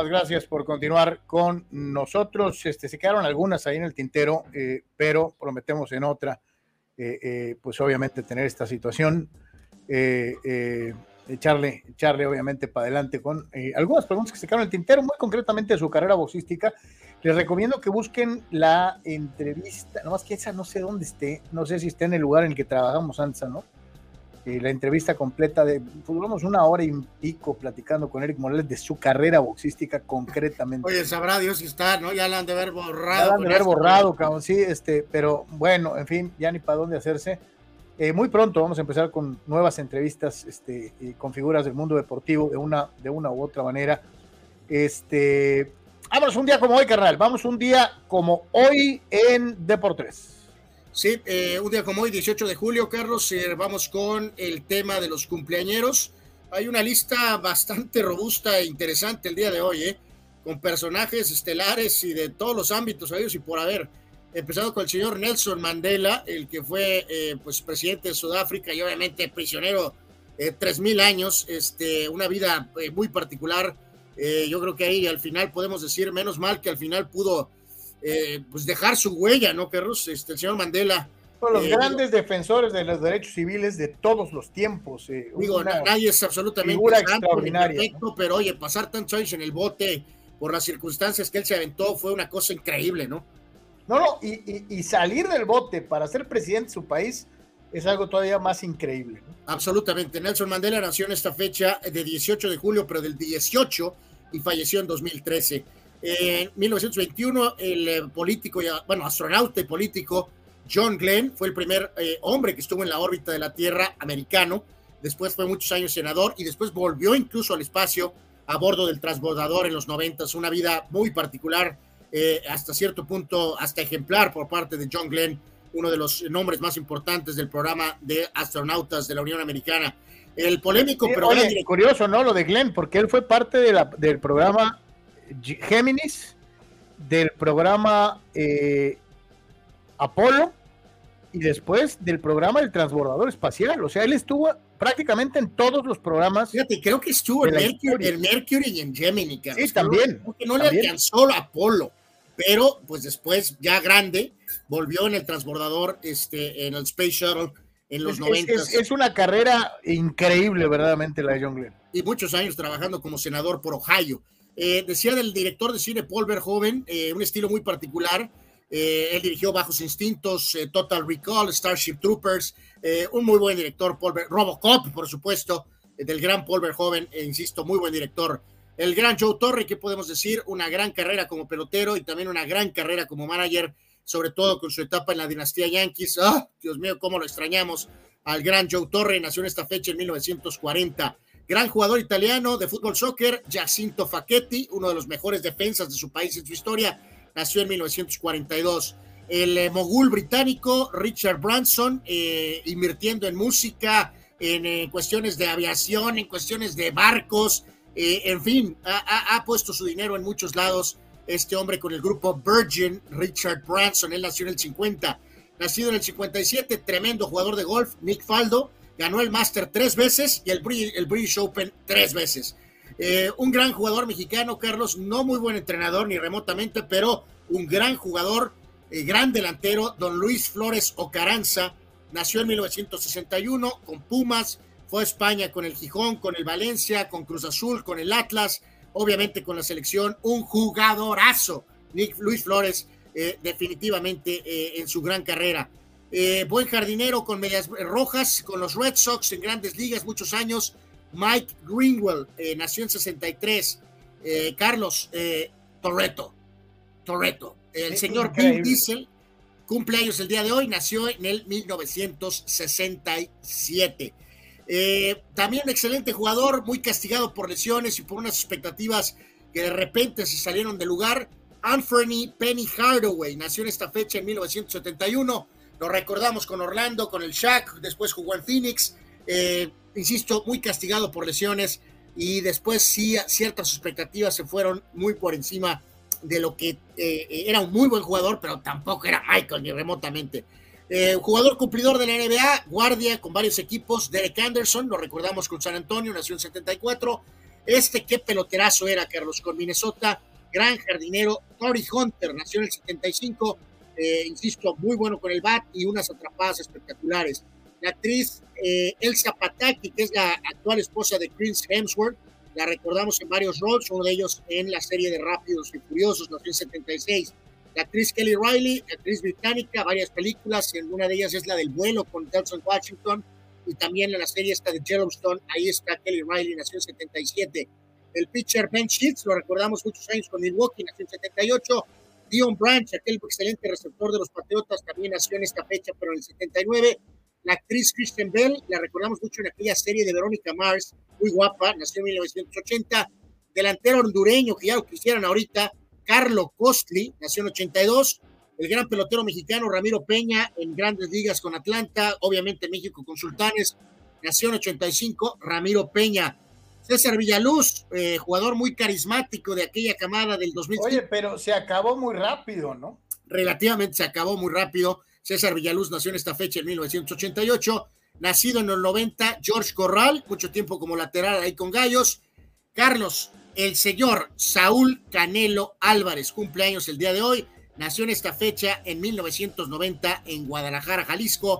muchísimas gracias por continuar con nosotros. Se quedaron algunas ahí en el tintero, pero prometemos en otra, pues obviamente tener esta situación, echarle obviamente para adelante con algunas preguntas que se quedaron en el tintero, muy concretamente de su carrera boxística. Les recomiendo que busquen la entrevista, nomás que esa no sé dónde esté, no sé si está en el lugar en el que trabajamos antes, ¿no? La entrevista completa duramos 1 hora y pico platicando con Eric Morales de su carrera boxística concretamente. Oye, sabrá Dios si está, ¿no? Ya la han de haber borrado. Ya la han de haber borrado, cabrón, sí, pero bueno, en fin, ya ni para dónde hacerse. Muy pronto vamos a empezar con nuevas entrevistas con figuras del mundo deportivo de una u otra manera. Vámonos un día como hoy, carnal. Vamos un día como hoy en Deportes. Sí, un día como hoy, 18 de julio, Carlos, vamos con el tema de los cumpleañeros. Hay una lista bastante robusta e interesante el día de hoy, con personajes estelares y de todos los ámbitos habidos y por haber. Empezando con el señor Nelson Mandela, el que fue pues presidente de Sudáfrica y obviamente prisionero 3,000 años, una vida muy particular. Yo creo que ahí al final podemos decir, menos mal que al final pudo pues dejar su huella, ¿no, Carlos? El señor Mandela. Los grandes defensores de los derechos civiles de todos los tiempos. Nadie es absolutamente figura extraordinaria, perfecto, ¿no? Pero oye, pasar tantos años en el bote por las circunstancias que él se aventó fue una cosa increíble, ¿no? No, y salir del bote para ser presidente de su país es algo todavía más increíble, ¿no? Absolutamente. Nelson Mandela nació en esta fecha de 18 de julio, pero del 18, y falleció en 2013. En 1921, el astronauta y político John Glenn fue el primer hombre que estuvo en la órbita de la Tierra americano. Después fue muchos años senador y después volvió incluso al espacio a bordo del transbordador en los 90. Una vida muy particular, hasta cierto punto, hasta ejemplar por parte de John Glenn, uno de los nombres más importantes del programa de astronautas de la Unión Americana. El polémico, pero curioso, ¿no? Lo de Glenn, porque él fue parte del programa Géminis, del programa Apolo y después del programa del transbordador espacial. O sea, él estuvo prácticamente en todos los programas. Fíjate, creo que estuvo en Mercury y en Gemini. Sí, también. No le alcanzó a Apolo, pero pues después, ya grande, volvió en el transbordador, en el Space Shuttle en los 90. Es una carrera increíble, verdaderamente, la de John Glenn. Y muchos años trabajando como senador por Ohio. Decía del director de cine Paul Verhoeven, un estilo muy particular. Él dirigió Bajos Instintos, Total Recall, Starship Troopers, un muy buen director, Robocop, por supuesto, del gran Paul Verhoeven, insisto, muy buen director. El gran Joe Torre, ¿qué podemos decir? Una gran carrera como pelotero y también una gran carrera como manager, sobre todo con su etapa en la dinastía Yankees. ¡Ah, Dios mío, cómo lo extrañamos! Al gran Joe Torre, nació en esta fecha en 1940. Gran jugador italiano de fútbol soccer, Giacinto Facchetti, uno de los mejores defensas de su país en su historia, nació en 1942. El mogul británico Richard Branson, invirtiendo en música, en cuestiones de aviación, en cuestiones de barcos, en fin, ha puesto su dinero en muchos lados. Este hombre con el grupo Virgin, Richard Branson, él nació en el 50. Nacido en el 57, tremendo jugador de golf, Nick Faldo, ganó el Master 3 veces y el British Open 3 veces. Un gran jugador mexicano, Carlos, no muy buen entrenador ni remotamente, pero un gran jugador, gran delantero, don Luis Flores Ocaranza, nació en 1961 con Pumas, fue a España con el Gijón, con el Valencia, con Cruz Azul, con el Atlas, obviamente con la selección, un jugadorazo, Luis Flores, definitivamente en su gran carrera. Buen jardinero con Medias Rojas, con los Red Sox en grandes ligas, muchos años. Mike Greenwell, nació en 63. Carlos, Toretto. El señor Vin Diesel, cumpleaños el día de hoy, nació en el 1967. También un excelente jugador, muy castigado por lesiones y por unas expectativas que de repente se salieron del lugar. Anthony Penny Hardaway, nació en esta fecha en 1971. Lo recordamos con Orlando, con el Shaq, después jugó en Phoenix. Insisto, muy castigado por lesiones y después sí ciertas expectativas se fueron muy por encima de lo que era un muy buen jugador, pero tampoco era Michael ni remotamente. Jugador cumplidor de la NBA, guardia con varios equipos. Derek Anderson, lo recordamos con San Antonio, nació en 74. Qué peloterazo era, Carlos, con Minnesota, gran jardinero. Torii Hunter nació en el 75, insisto, muy bueno con el bat y unas atrapadas espectaculares. La actriz Elsa Pataky, que es la actual esposa de Chris Hemsworth, la recordamos en varios roles, uno de ellos en la serie de Rápidos y Furiosos, nació en 76. La actriz Kelly Riley, actriz británica, varias películas, en una de ellas es la del vuelo con Denzel Washington, y también en la serie esta de Yellowstone, ahí está Kelly Riley, nació en 77. El pitcher Ben Sheets, lo recordamos muchos años con Milwaukee, nació en 78. Dion Branch, aquel excelente receptor de los Patriotas, también nació en esta fecha, pero en el 79. La actriz Kristen Bell, la recordamos mucho en aquella serie de Veronica Mars, muy guapa, nació en 1980. Delantero hondureño, que ya lo quisieran ahorita, Carlo Costly, nació en 82. El gran pelotero mexicano Ramiro Peña, en Grandes Ligas con Atlanta, obviamente México con Sultanes, nació en 85. Ramiro Peña. César Villaluz, jugador muy carismático de aquella camada del 2005. Oye, pero se acabó muy rápido, ¿no? Relativamente se acabó muy rápido. César Villaluz nació en esta fecha en 1988. Nacido en los 90, George Corral, mucho tiempo como lateral ahí con Gallos. Carlos, el señor Saúl Canelo Álvarez, cumpleaños el día de hoy. Nació en esta fecha en 1990 en Guadalajara, Jalisco.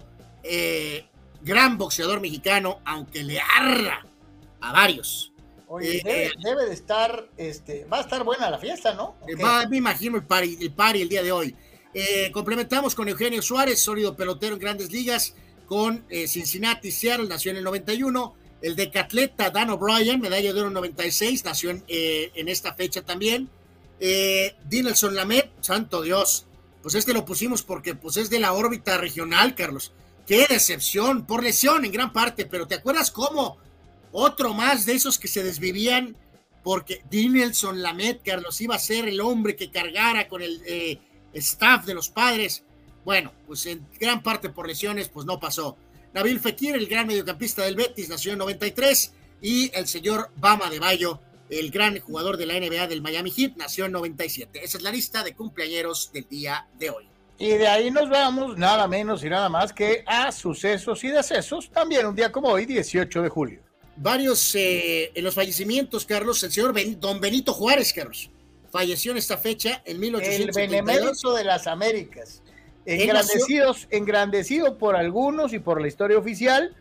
Gran boxeador mexicano, aunque le arda a varios. Oye, debe de estar, va a estar buena la fiesta, ¿no? Me imagino el party el día de hoy. Complementamos con Eugenio Suárez, sólido pelotero en Grandes Ligas, con Cincinnati, Seattle, nació en el 91. El decatleta Dan O'Brien, medalla de oro 96, nació en esta fecha también. Dinelson Lamet, santo Dios, pues lo pusimos porque pues es de la órbita regional, Carlos. Qué decepción, por lesión en gran parte, pero ¿te acuerdas cómo? Otro más de esos que se desvivían porque Dinelson Lamet, Carlos, iba a ser el hombre que cargara con el staff de los Padres. Bueno, pues en gran parte por lesiones, pues no pasó. Nabil Fekir, el gran mediocampista del Betis, nació en 93, y el señor Bam Adebayo, el gran jugador de la NBA del Miami Heat, nació en 97. Esa es la lista de cumpleañeros del día de hoy. Y de ahí nos vamos nada menos y nada más que a sucesos y decesos, también un día como hoy, 18 de julio. Varios en los fallecimientos, Carlos. El señor Don Benito Juárez, Carlos, falleció en esta fecha en 1872. El benemérito de las Américas, engrandecido por algunos y por la historia oficial,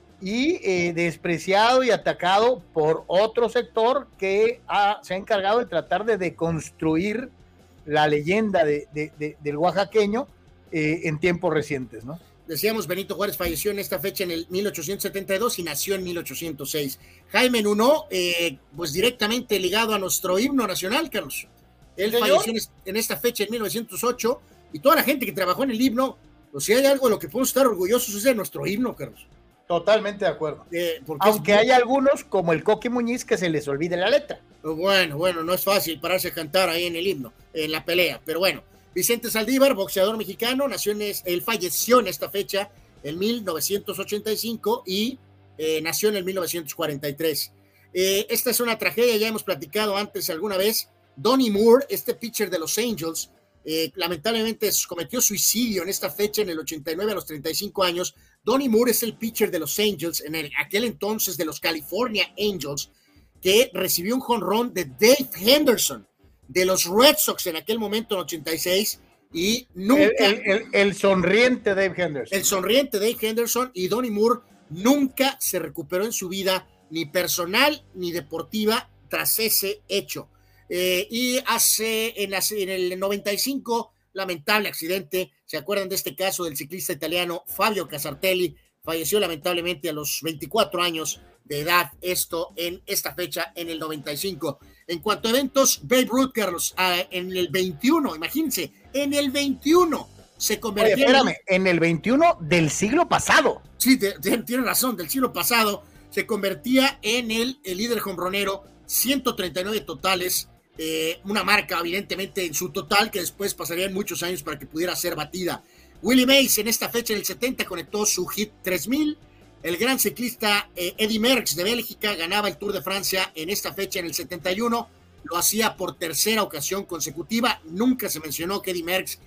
y despreciado y atacado por otro sector que se ha encargado de tratar de deconstruir la leyenda del oaxaqueño en tiempos recientes, ¿no? Decíamos, Benito Juárez falleció en esta fecha en el 1872 y nació en 1806. Jaime Nuno, pues directamente ligado a nuestro himno nacional, Carlos. Él falleció en esta fecha en 1908, y toda la gente que trabajó en el himno, pues si hay algo de lo que podemos estar orgullosos es de nuestro himno, Carlos. Totalmente de acuerdo. Aunque hay algunos, como el Coqui Muñiz, que se les olvide la letra. Bueno, no es fácil pararse a cantar ahí en el himno, en la pelea, pero bueno. Vicente Saldívar, boxeador mexicano, él falleció en esta fecha en 1985 y nació en el 1943. Esta es una tragedia, ya hemos platicado antes alguna vez. Donnie Moore, pitcher de los Angels, lamentablemente cometió suicidio en esta fecha en el 89 a los 35 años. Donnie Moore es el pitcher de los Angels, aquel entonces de los California Angels, que recibió un jonrón de Dave Henderson, de los Red Sox en aquel momento en 86, y nunca... El sonriente Dave Henderson. El sonriente Dave Henderson, y Donnie Moore nunca se recuperó en su vida, ni personal ni deportiva, tras ese hecho. Y en el 95, lamentable accidente. ¿Se acuerdan de este caso del ciclista italiano Fabio Casartelli? Falleció lamentablemente a los 24 años de edad, en esta fecha, en el 95. En cuanto a eventos, Babe Ruth, Carlos, en el 21, imagínense, en el 21 se convirtió... Oye, espérame, en el 21 del siglo pasado. Sí, tiene razón, del siglo pasado, se convertía en el líder jonronero, 139 totales, una marca evidentemente en su total que después pasarían muchos años para que pudiera ser batida. Willie Mays en esta fecha, en el 70, conectó su hit 3000. El gran ciclista Eddy Merckx de Bélgica ganaba el Tour de Francia en esta fecha en el 71, lo hacía por tercera ocasión consecutiva. Nunca se mencionó que Eddy Merckx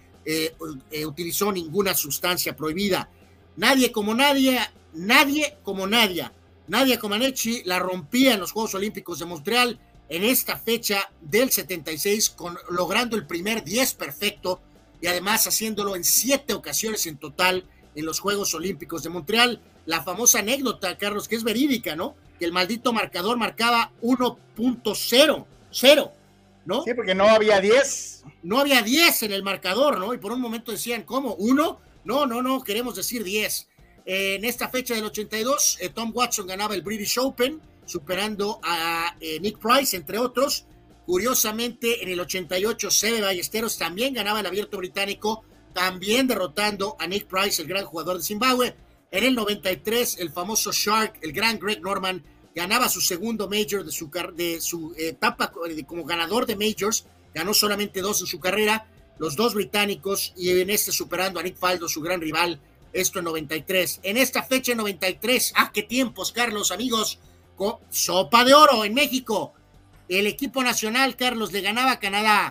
utilizó ninguna sustancia prohibida. Nadie como Nadia Nadia Comaneci la rompía en los Juegos Olímpicos de Montreal en esta fecha del 76, logrando el primer 10 perfecto y además haciéndolo en 7 ocasiones en total en los Juegos Olímpicos de Montreal. La famosa anécdota, Carlos, que es verídica, ¿no? Que el maldito marcador marcaba 1.00, ¿no? Sí, porque no había 10. No había 10 en el marcador, ¿no? Y por un momento decían, ¿cómo? ¿1? No, queremos decir 10. En esta fecha del 82, Tom Watson ganaba el British Open, superando a Nick Price, entre otros. Curiosamente, en el 88, Seve Ballesteros también ganaba el Abierto Británico, también derrotando a Nick Price, el gran jugador de Zimbabue. En el 93, el famoso Shark, el gran Greg Norman, ganaba su segundo major de su etapa como ganador de majors. Ganó solamente 2 en su carrera, los 2 británicos, y en este superando a Nick Faldo, su gran rival. Esto en 93. En esta fecha, en 93, qué tiempos, Carlos, amigos, con sopa de oro en México. El equipo nacional, Carlos, le ganaba a Canadá.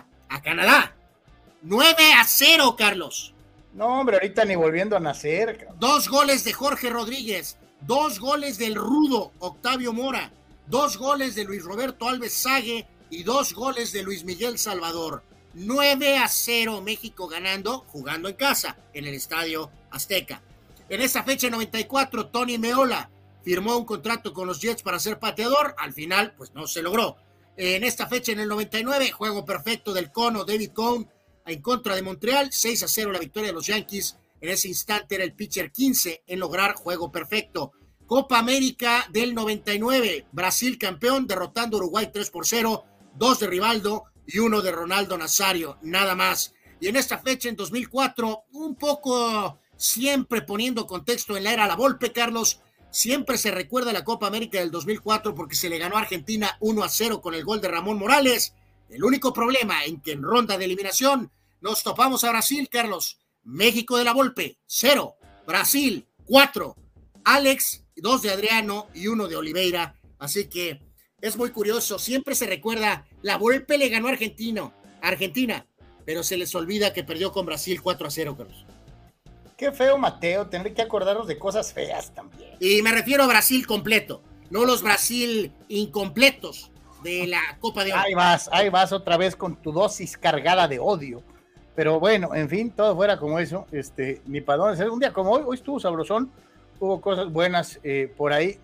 9-0, Carlos. No, hombre, ahorita ni volviendo a nacer. 2 goles de Jorge Rodríguez, 2 goles del rudo Octavio Mora, 2 goles de Luis Roberto Alves Sague y 2 goles de Luis Miguel Salvador. 9-0 México ganando, jugando en casa, en el Estadio Azteca. En esa fecha, en 94, Tony Meola firmó un contrato con los Jets para ser pateador. Al final, pues no se logró. En esta fecha, en el 99, juego perfecto del cono David Cone en contra de Montreal. 6-0 la victoria de los Yankees. En ese instante era el pitcher 15 en lograr juego perfecto. Copa América del 99, Brasil campeón, derrotando a Uruguay 3-0, 2 de Rivaldo y 1 de Ronaldo Nazario, nada más. Y en esta fecha, en 2004, un poco siempre poniendo contexto en la era La Volpe, Carlos, siempre se recuerda la Copa América del 2004 porque se le ganó a Argentina 1-0 con el gol de Ramón Morales. El único problema en que en ronda de eliminación nos topamos a Brasil, Carlos. México de La Volpe, 0. Brasil, 4. Alex, 2 de Adriano y 1 de Oliveira. Así que es muy curioso. Siempre se recuerda, La Volpe le ganó a Argentina, pero se les olvida que perdió con Brasil 4-0, Carlos. Qué feo, Mateo, tener que acordarnos de cosas feas también. Y me refiero a Brasil completo, no los Brasil incompletos de la Copa de Oro. Ahí vas otra vez con tu dosis cargada de odio. Pero bueno, en fin, todo fuera como eso, ni para dónde hacer. Un día como hoy estuvo sabrosón, hubo cosas buenas por ahí.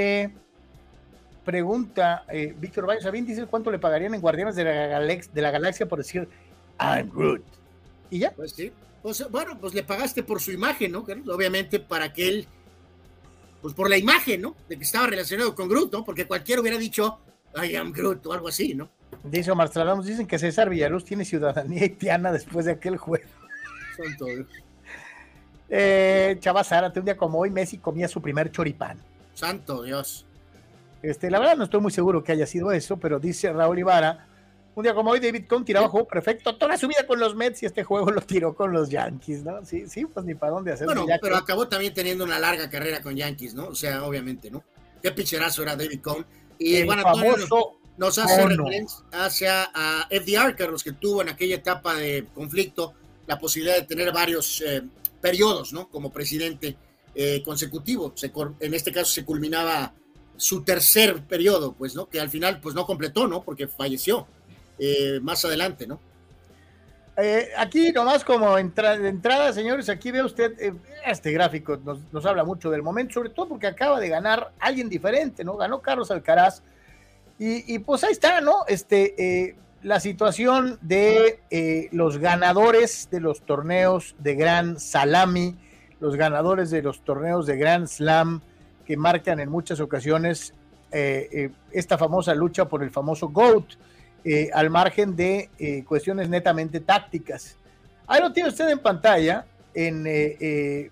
Pregunta Víctor Bayo Sabín, dice cuánto le pagarían en Guardianes de la Galaxia por decir I'm Groot. ¿Y ya? Pues sí. Bueno, pues le pagaste por su imagen, ¿no? Obviamente para que él, pues por la imagen, ¿no? De que estaba relacionado con Groot, ¿no? Porque cualquiera hubiera dicho I am Groot o algo así, ¿no? Dice Omar Stradamus, dicen que César Villaluz tiene ciudadanía haitiana después de aquel juego. Son todos. Chava Zárate, un día como hoy Messi comía su primer choripán. Santo Dios. La verdad no estoy muy seguro que haya sido eso, pero dice Raúl Ibarra, un día como hoy David Cone tiraba juego perfecto toda su vida con los Mets y este juego lo tiró con los Yankees, ¿no? Sí, pues ni para dónde hacer. Bueno, pero acabó también teniendo una larga carrera con Yankees, ¿no? O sea, obviamente, ¿no? Qué picherazo era David Cone. Y el Juan famoso nos hace referencia hacia a FDR, Carlos, que tuvo en aquella etapa de conflicto la posibilidad de tener varios periodos, ¿no? Como presidente consecutivo. En este caso se culminaba su tercer periodo, pues, ¿no? Que al final, pues, no completó, ¿no? Porque falleció más adelante, ¿no? Aquí nomás como de entrada, señores, aquí ve usted, este gráfico nos habla mucho del momento, sobre todo porque acaba de ganar alguien diferente, ¿no? Ganó Carlos Alcaraz y pues ahí está, ¿no? La situación de los ganadores de los torneos de Grand Salami, los ganadores de los torneos de Grand Slam que marcan en muchas ocasiones esta famosa lucha por el famoso GOAT, al margen de cuestiones netamente tácticas. Ahí lo tiene usted en pantalla, en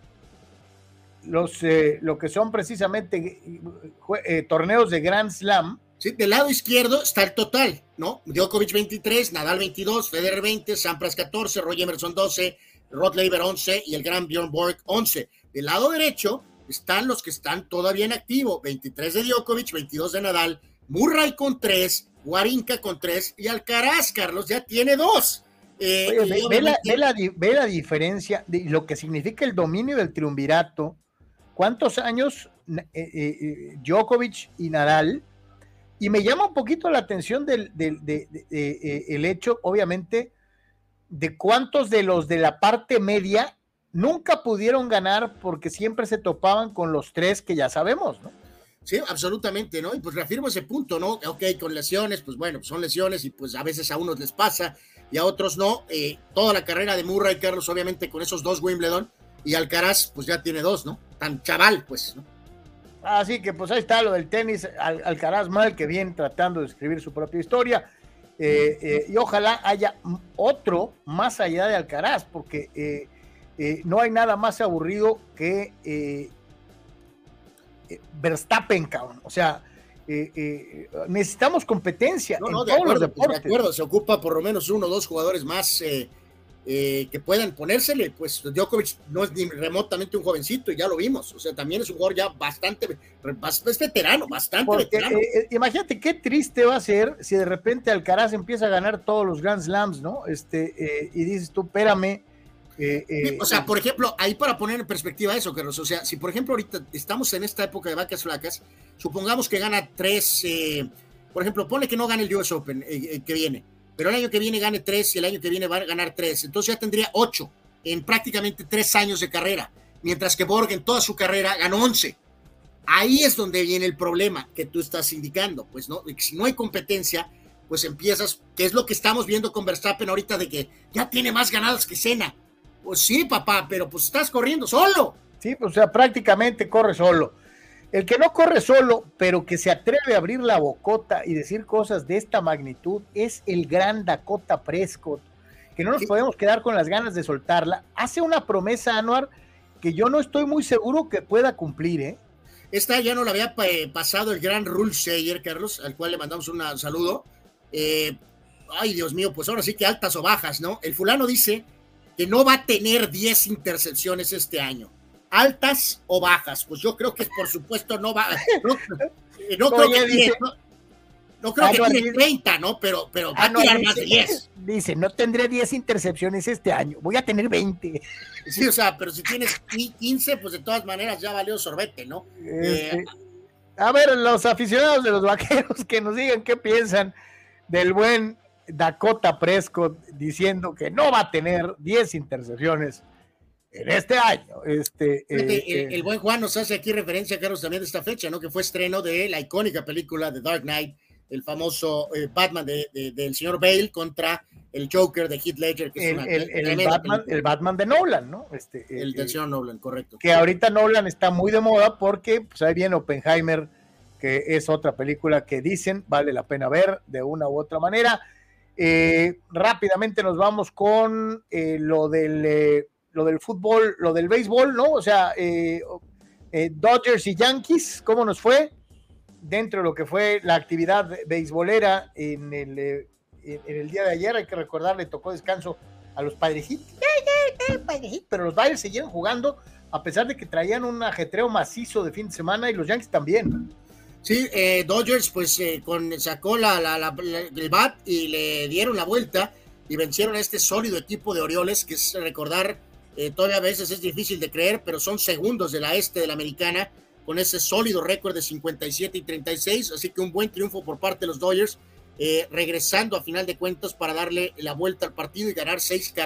lo que son precisamente torneos de Grand Slam. Sí, del lado izquierdo está el total, ¿no? Djokovic 23, Nadal 22, Federer 20, Sampras 14, Roy Emerson 12, Rod Laver 11 y el gran Bjorn Borg 11. Del lado derecho están los que están todavía en activo, 23 de Djokovic, 22 de Nadal, Murray con 3, Wawrinka con 3 y Alcaraz, Carlos, ya tiene 2. Ve la diferencia de lo que significa el dominio del triunvirato. ¿Cuántos años Djokovic y Nadal, y me llama un poquito la atención el hecho, obviamente, de cuántos de los de la parte media nunca pudieron ganar porque siempre se topaban con los tres que ya sabemos, ¿no? Sí, absolutamente, ¿no? Y pues reafirmo ese punto, ¿no? Ok, con lesiones, pues bueno, son lesiones y pues a veces a unos les pasa y a otros no. Toda la carrera de Murray, Carlos, obviamente con esos 2 Wimbledon, y Alcaraz pues ya tiene 2, ¿no? Tan chaval, pues, ¿no? Así que pues ahí está lo del tenis, Alcaraz mal, que viene tratando de escribir su propia historia, y ojalá haya otro más allá de Alcaraz, porque no hay nada más aburrido que Verstappen, cabrón. O sea, necesitamos competencia en todos los deportes. De acuerdo, se ocupa por lo menos 1 o 2 jugadores más que puedan ponérsele. Pues Djokovic no es ni remotamente un jovencito, y ya lo vimos. O sea, también es un jugador ya es veterano, bastante veterano. Imagínate qué triste va a ser si de repente Alcaraz empieza a ganar todos los Grand Slams, ¿no? Y dices tú, espérame. O sea, por ejemplo, ahí para poner en perspectiva eso, Carlos, o sea, si por ejemplo ahorita estamos en esta época de vacas flacas, supongamos que gana 3, por ejemplo, pone que no gane el US Open que viene, pero el año que viene gane 3 y el año que viene va a ganar 3, entonces ya tendría 8 en prácticamente 3 años de carrera, mientras que Borg en toda su carrera ganó 11. Ahí es donde viene el problema que tú estás indicando, pues, ¿no? Si no hay competencia, pues empiezas, que es lo que estamos viendo con Verstappen ahorita, de que ya tiene más ganadas que Senna. Pues sí, papá, pero pues estás corriendo solo. Sí, pues, o sea, prácticamente corre solo. El que no corre solo, pero que se atreve a abrir la bocota y decir cosas de esta magnitud, es el gran Dakota Prescott, que no nos podemos quedar con las ganas de soltarla. Hace una promesa, Anuar, que yo no estoy muy seguro que pueda cumplir, ¿eh? Esta ya no la había pasado el gran Rule Sayer, Carlos, al cual le mandamos un saludo. Ay, Dios mío, pues ahora sí que altas o bajas, ¿no? El fulano dice que no va a tener 10 intercepciones este año. ¿Altas o bajas? Pues yo creo que por supuesto no va. No creo que tiene, no creo que tiene 30, ¿no? Pero va a tirar más de 10. Dice, no tendré 10 intercepciones este año, voy a tener 20. Sí, o sea, pero si tienes 15, pues de todas maneras ya valió sorbete, ¿no? A ver, los aficionados de los Vaqueros que nos digan qué piensan del buen Dakota Prescott diciendo que no va a tener 10 intercepciones en este año. El buen Juan nos hace aquí referencia, Carlos, también de esta fecha, ¿no? Que fue estreno de la icónica película de Dark Knight, el famoso Batman del señor Bale contra el Joker de Heath Ledger, que es el Batman de Nolan, ¿no? El del señor Nolan, correcto. Que ahorita Nolan está muy de moda porque pues, ahí viene Oppenheimer, que es otra película que dicen vale la pena ver de una u otra manera. Rápidamente nos vamos con lo del fútbol, lo del béisbol, ¿no? O sea, Dodgers y Yankees, ¿cómo nos fue? Dentro de lo que fue la actividad beisbolera en el día de ayer, hay que recordar, le tocó descanso a los Padres, pero los Dodgers siguieron jugando a pesar de que traían un ajetreo macizo de fin de semana, y los Yankees también. Sí, Dodgers pues sacó el bat y le dieron la vuelta y vencieron a este sólido equipo de Orioles, que es recordar, todavía a veces es difícil de creer, pero son segundos de la este de la Americana, con ese sólido récord de 57-36, así que un buen triunfo por parte de los Dodgers, regresando a final de cuentas para darle la vuelta al partido y ganar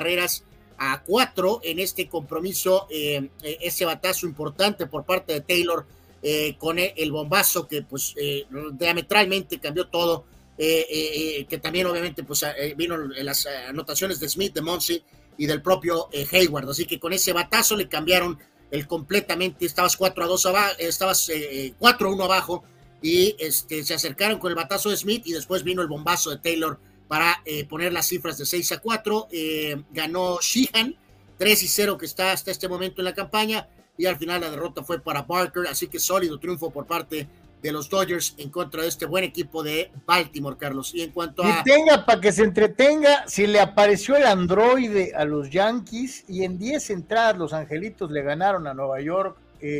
6-4 en este compromiso, ese batazo importante por parte de Taylor, con el bombazo que pues diametralmente cambió todo, que también obviamente pues vino en las anotaciones de Smith, de Muncy y del propio Hayward, así que con ese batazo le cambiaron completamente. Estabas 4-2 abajo, estabas 4-1 abajo, y se acercaron con el batazo de Smith, y después vino el bombazo de Taylor para poner las cifras de 6-4. Ganó Sheehan 3-0, que está hasta este momento en la campaña, y al final la derrota fue para Barker, así que sólido triunfo por parte de los Dodgers en contra de este buen equipo de Baltimore, Carlos. Y en cuanto a... para que se entretenga, si le apareció el androide a los Yankees, y en 10 entradas los Angelitos le ganaron a Nueva York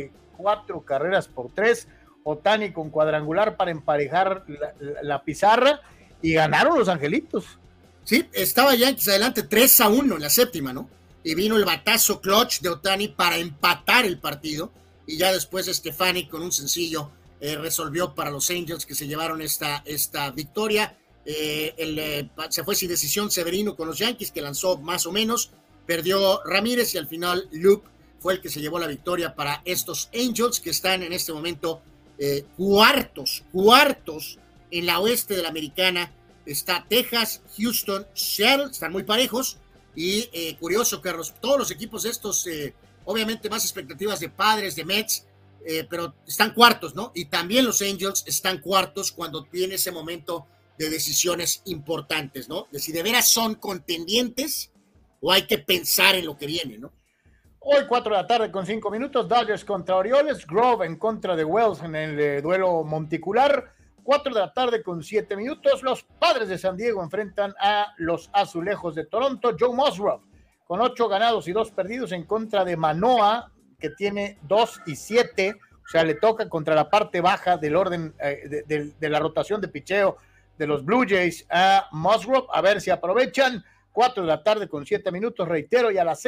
4-3, Ohtani con cuadrangular para emparejar la pizarra, y ganaron los Angelitos. Sí, estaba Yankees adelante 3-1 en la séptima, ¿no? Y vino el batazo clutch de Ohtani para empatar el partido, y ya después Stephani con un sencillo resolvió para los Angels, que se llevaron esta victoria. Se fue sin decisión Severino con los Yankees, que lanzó más o menos, perdió Ramírez, y al final Luke fue el que se llevó la victoria para estos Angels, que están en este momento cuartos en la oeste de la Americana. Está Texas, Houston, Seattle, están muy parejos, y curioso, Carlos, todos los equipos estos, obviamente más expectativas de Padres, de Mets, pero están cuartos, ¿no? Y también los Angels están cuartos cuando viene ese momento de decisiones importantes, ¿no? De si de veras son contendientes o hay que pensar en lo que viene, ¿no? Hoy 4 de la tarde con 5 minutos, Dodgers contra Orioles, Grove en contra de Wells en el duelo monticular. 4 de la tarde con 7 minutos, los Padres de San Diego enfrentan a los Azulejos de Toronto. Joe Musgrove con 8 ganados y 2 perdidos en contra de Manoah, que tiene 2-7, o sea, le toca contra la parte baja del orden de la rotación de picheo de los Blue Jays a Musgrove, a ver si aprovechan. 4 de la tarde con 7 minutos, reitero, y a las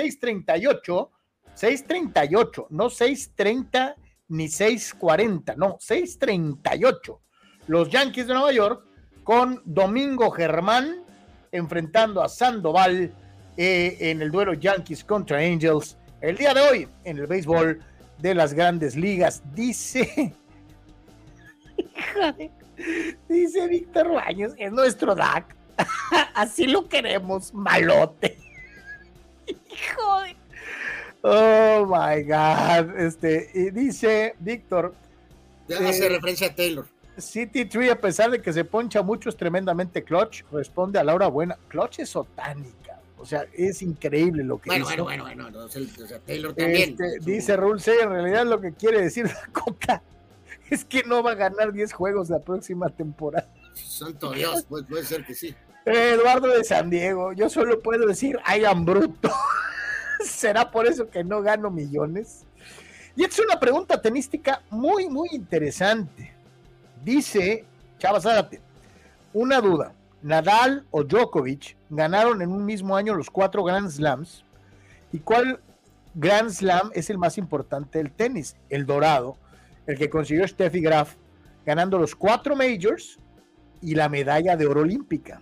6:38, no 6:30 ni 6:40, no, 6:38, los Yankees de Nueva York con Domingo Germán enfrentando a Sandoval en el duelo Yankees contra Angels el día de hoy en el béisbol de las Grandes Ligas. Dice Víctor Baños, es nuestro Dak. Así lo queremos, malote. Joder. Oh my God. Y dice Víctor, hace referencia a Taylor. City Tree, a pesar de que se poncha mucho, es tremendamente clutch. Responde a Laura Buena. Clutch es satánica. O sea, es increíble lo que dice. Bueno. O sea, Taylor también. Dice Rule 6, en realidad lo que quiere decir la Coca es que no va a ganar 10 juegos la próxima temporada. Santo Dios, puede ser que sí. Eduardo de San Diego, yo solo puedo decir, I am bruto. ¿Será por eso que no gano millones? Y esta es una pregunta tenística muy, muy interesante. Dice Chava Zárate, una duda, ¿Nadal o Djokovic ganaron en un mismo año los 4 Grand Slams? ¿Y cuál Grand Slam es el más importante del tenis? El dorado, el que consiguió Steffi Graf, ganando los 4 Majors y la medalla de oro olímpica.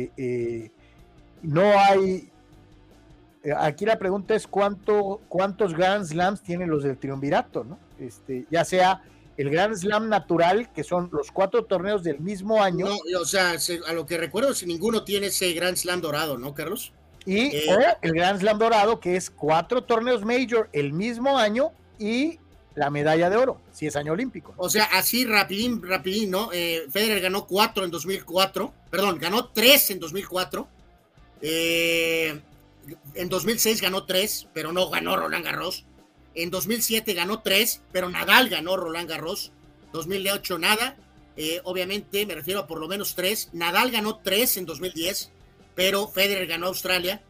No hay... Aquí la pregunta es cuántos Grand Slams tienen los del triunvirato, ¿no? Ya sea el Grand Slam natural, que son los 4 torneos del mismo año. No, o sea, a lo que recuerdo, si ninguno tiene ese Grand Slam dorado, ¿no, Carlos? Y el Grand Slam dorado, que es 4 torneos Major el mismo año y la medalla de oro, si es año olímpico. O sea, así rapidín, ¿no? Federer ganó 4 en 2004, perdón, ganó 3 en 2004. En 2006 ganó 3, pero no ganó Roland Garros. En 2007 ganó 3, pero Nadal ganó Roland Garros. 2008 nada. Obviamente me refiero a por lo menos 3. Nadal ganó 3 en 2010, pero Federer ganó Australia.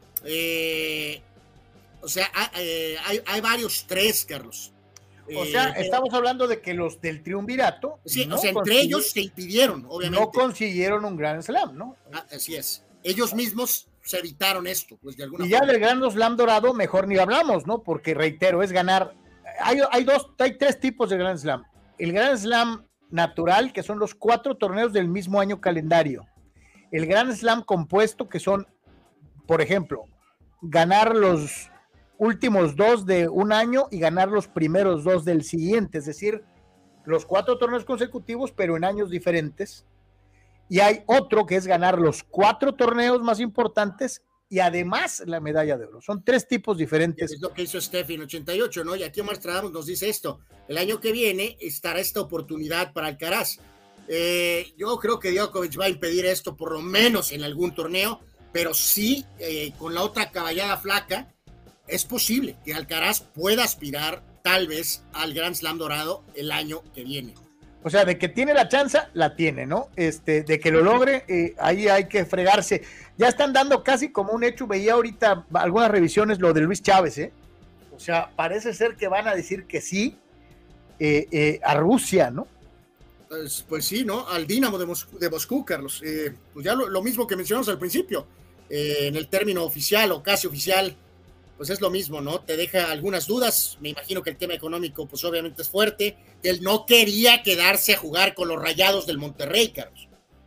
O sea, hay varios 3, Carlos. O sea, estamos hablando de que los del triunvirato. Sí, o sea, entre ellos se impidieron, obviamente. No consiguieron un Grand Slam, ¿no? Así es. Ellos mismos se evitaron esto, pues de alguna forma. Y ya del Grand Slam dorado, mejor ni hablamos, ¿no? Porque reitero, es ganar. Hay 3 tipos de Grand Slam. El Grand Slam natural, que son los 4 torneos del mismo año calendario. El Grand Slam compuesto, que son, por ejemplo, ganar los últimos 2 de un año y ganar los primeros 2 del siguiente, es decir, los 4 torneos consecutivos, pero en años diferentes. Y hay otro que es ganar los 4 torneos más importantes y además la medalla de oro. Son 3 tipos diferentes. Es lo que hizo Steffi en 88, ¿no? Y aquí Omar Stradamus nos dice esto: el año que viene estará esta oportunidad para Alcaraz. Yo creo que Djokovic va a impedir esto por lo menos en algún torneo, pero sí, con la otra caballada flaca, es posible que Alcaraz pueda aspirar tal vez al Grand Slam dorado el año que viene. O sea, de que tiene la chance, la tiene, ¿no? De que lo logre, ahí hay que fregarse. Ya están dando casi como un hecho, veía ahorita algunas revisiones lo de Luis Chávez, ¿eh? O sea, parece ser que van a decir que sí a Rusia, ¿no? Pues sí, ¿no? Al Dinamo de Moscú, Carlos. Pues ya lo mismo que mencionamos al principio. En el término oficial o casi oficial, pues es lo mismo, ¿no? Te deja algunas dudas. Me imagino que el tema económico, pues obviamente es fuerte. Él no quería quedarse a jugar con los Rayados del Monterrey, Carlos.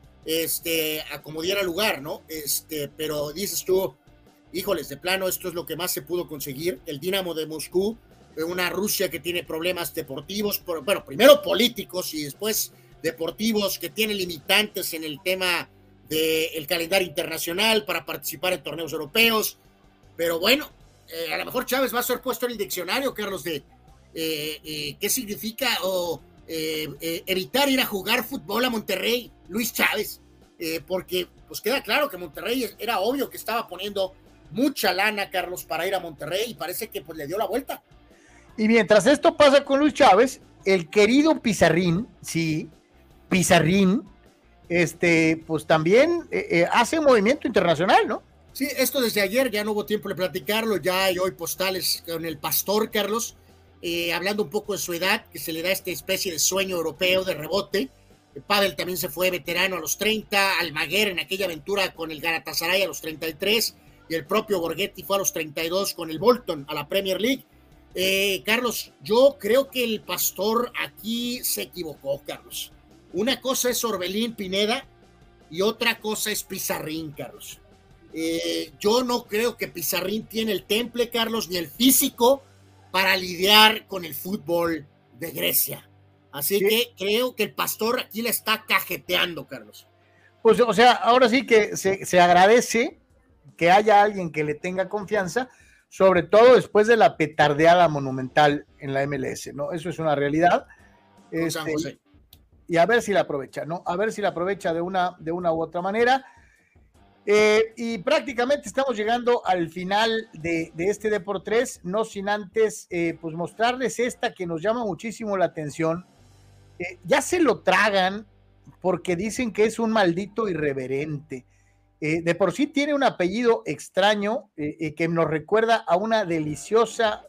A como diera lugar, ¿no? Pero dices tú, híjoles, de plano, esto es lo que más se pudo conseguir. El Dinamo de Moscú, una Rusia que tiene problemas deportivos, bueno, primero políticos y después deportivos, que tiene limitantes en el tema del calendario internacional para participar en torneos europeos. Pero bueno, a lo mejor Chávez va a ser puesto en el diccionario, Carlos, de qué significa evitar ir a jugar fútbol a Monterrey, Luis Chávez, porque pues queda claro que Monterrey era obvio que estaba poniendo mucha lana, Carlos, para ir a Monterrey, y parece que pues le dio la vuelta. Y mientras esto pasa con Luis Chávez, el querido Pizarrín, sí, Pizarrín, pues también hace movimiento internacional, ¿no? Sí, esto desde ayer, ya no hubo tiempo de platicarlo, ya hay hoy postales con el Pastor, Carlos, hablando un poco de su edad, que se le da esta especie de sueño europeo de rebote. Pavel también se fue veterano a los 30, Almaguer en aquella aventura con el Galatasaray a los 33, y el propio Borghetti fue a los 32 con el Bolton a la Premier League. Carlos, yo creo que el Pastor aquí se equivocó, Carlos. Una cosa es Orbelín Pineda y otra cosa es Pizarrín, Carlos. Yo no creo que Pizarrín tiene el temple, Carlos, ni el físico para lidiar con el fútbol de Grecia. Así que creo que el Pastor aquí le está cajeteando, Carlos. Pues, o sea, ahora sí que se agradece que haya alguien que le tenga confianza, sobre todo después de la petardeada monumental en la MLS, ¿no? Eso es una realidad. San José. Y a ver si la aprovecha, ¿no? A ver si la aprovecha de una u otra manera. Y prácticamente estamos llegando al final de este Deportes, no sin antes pues mostrarles esta que nos llama muchísimo la atención. Ya se lo tragan porque dicen que es un maldito irreverente. De por sí tiene un apellido extraño que nos recuerda a una deliciosa,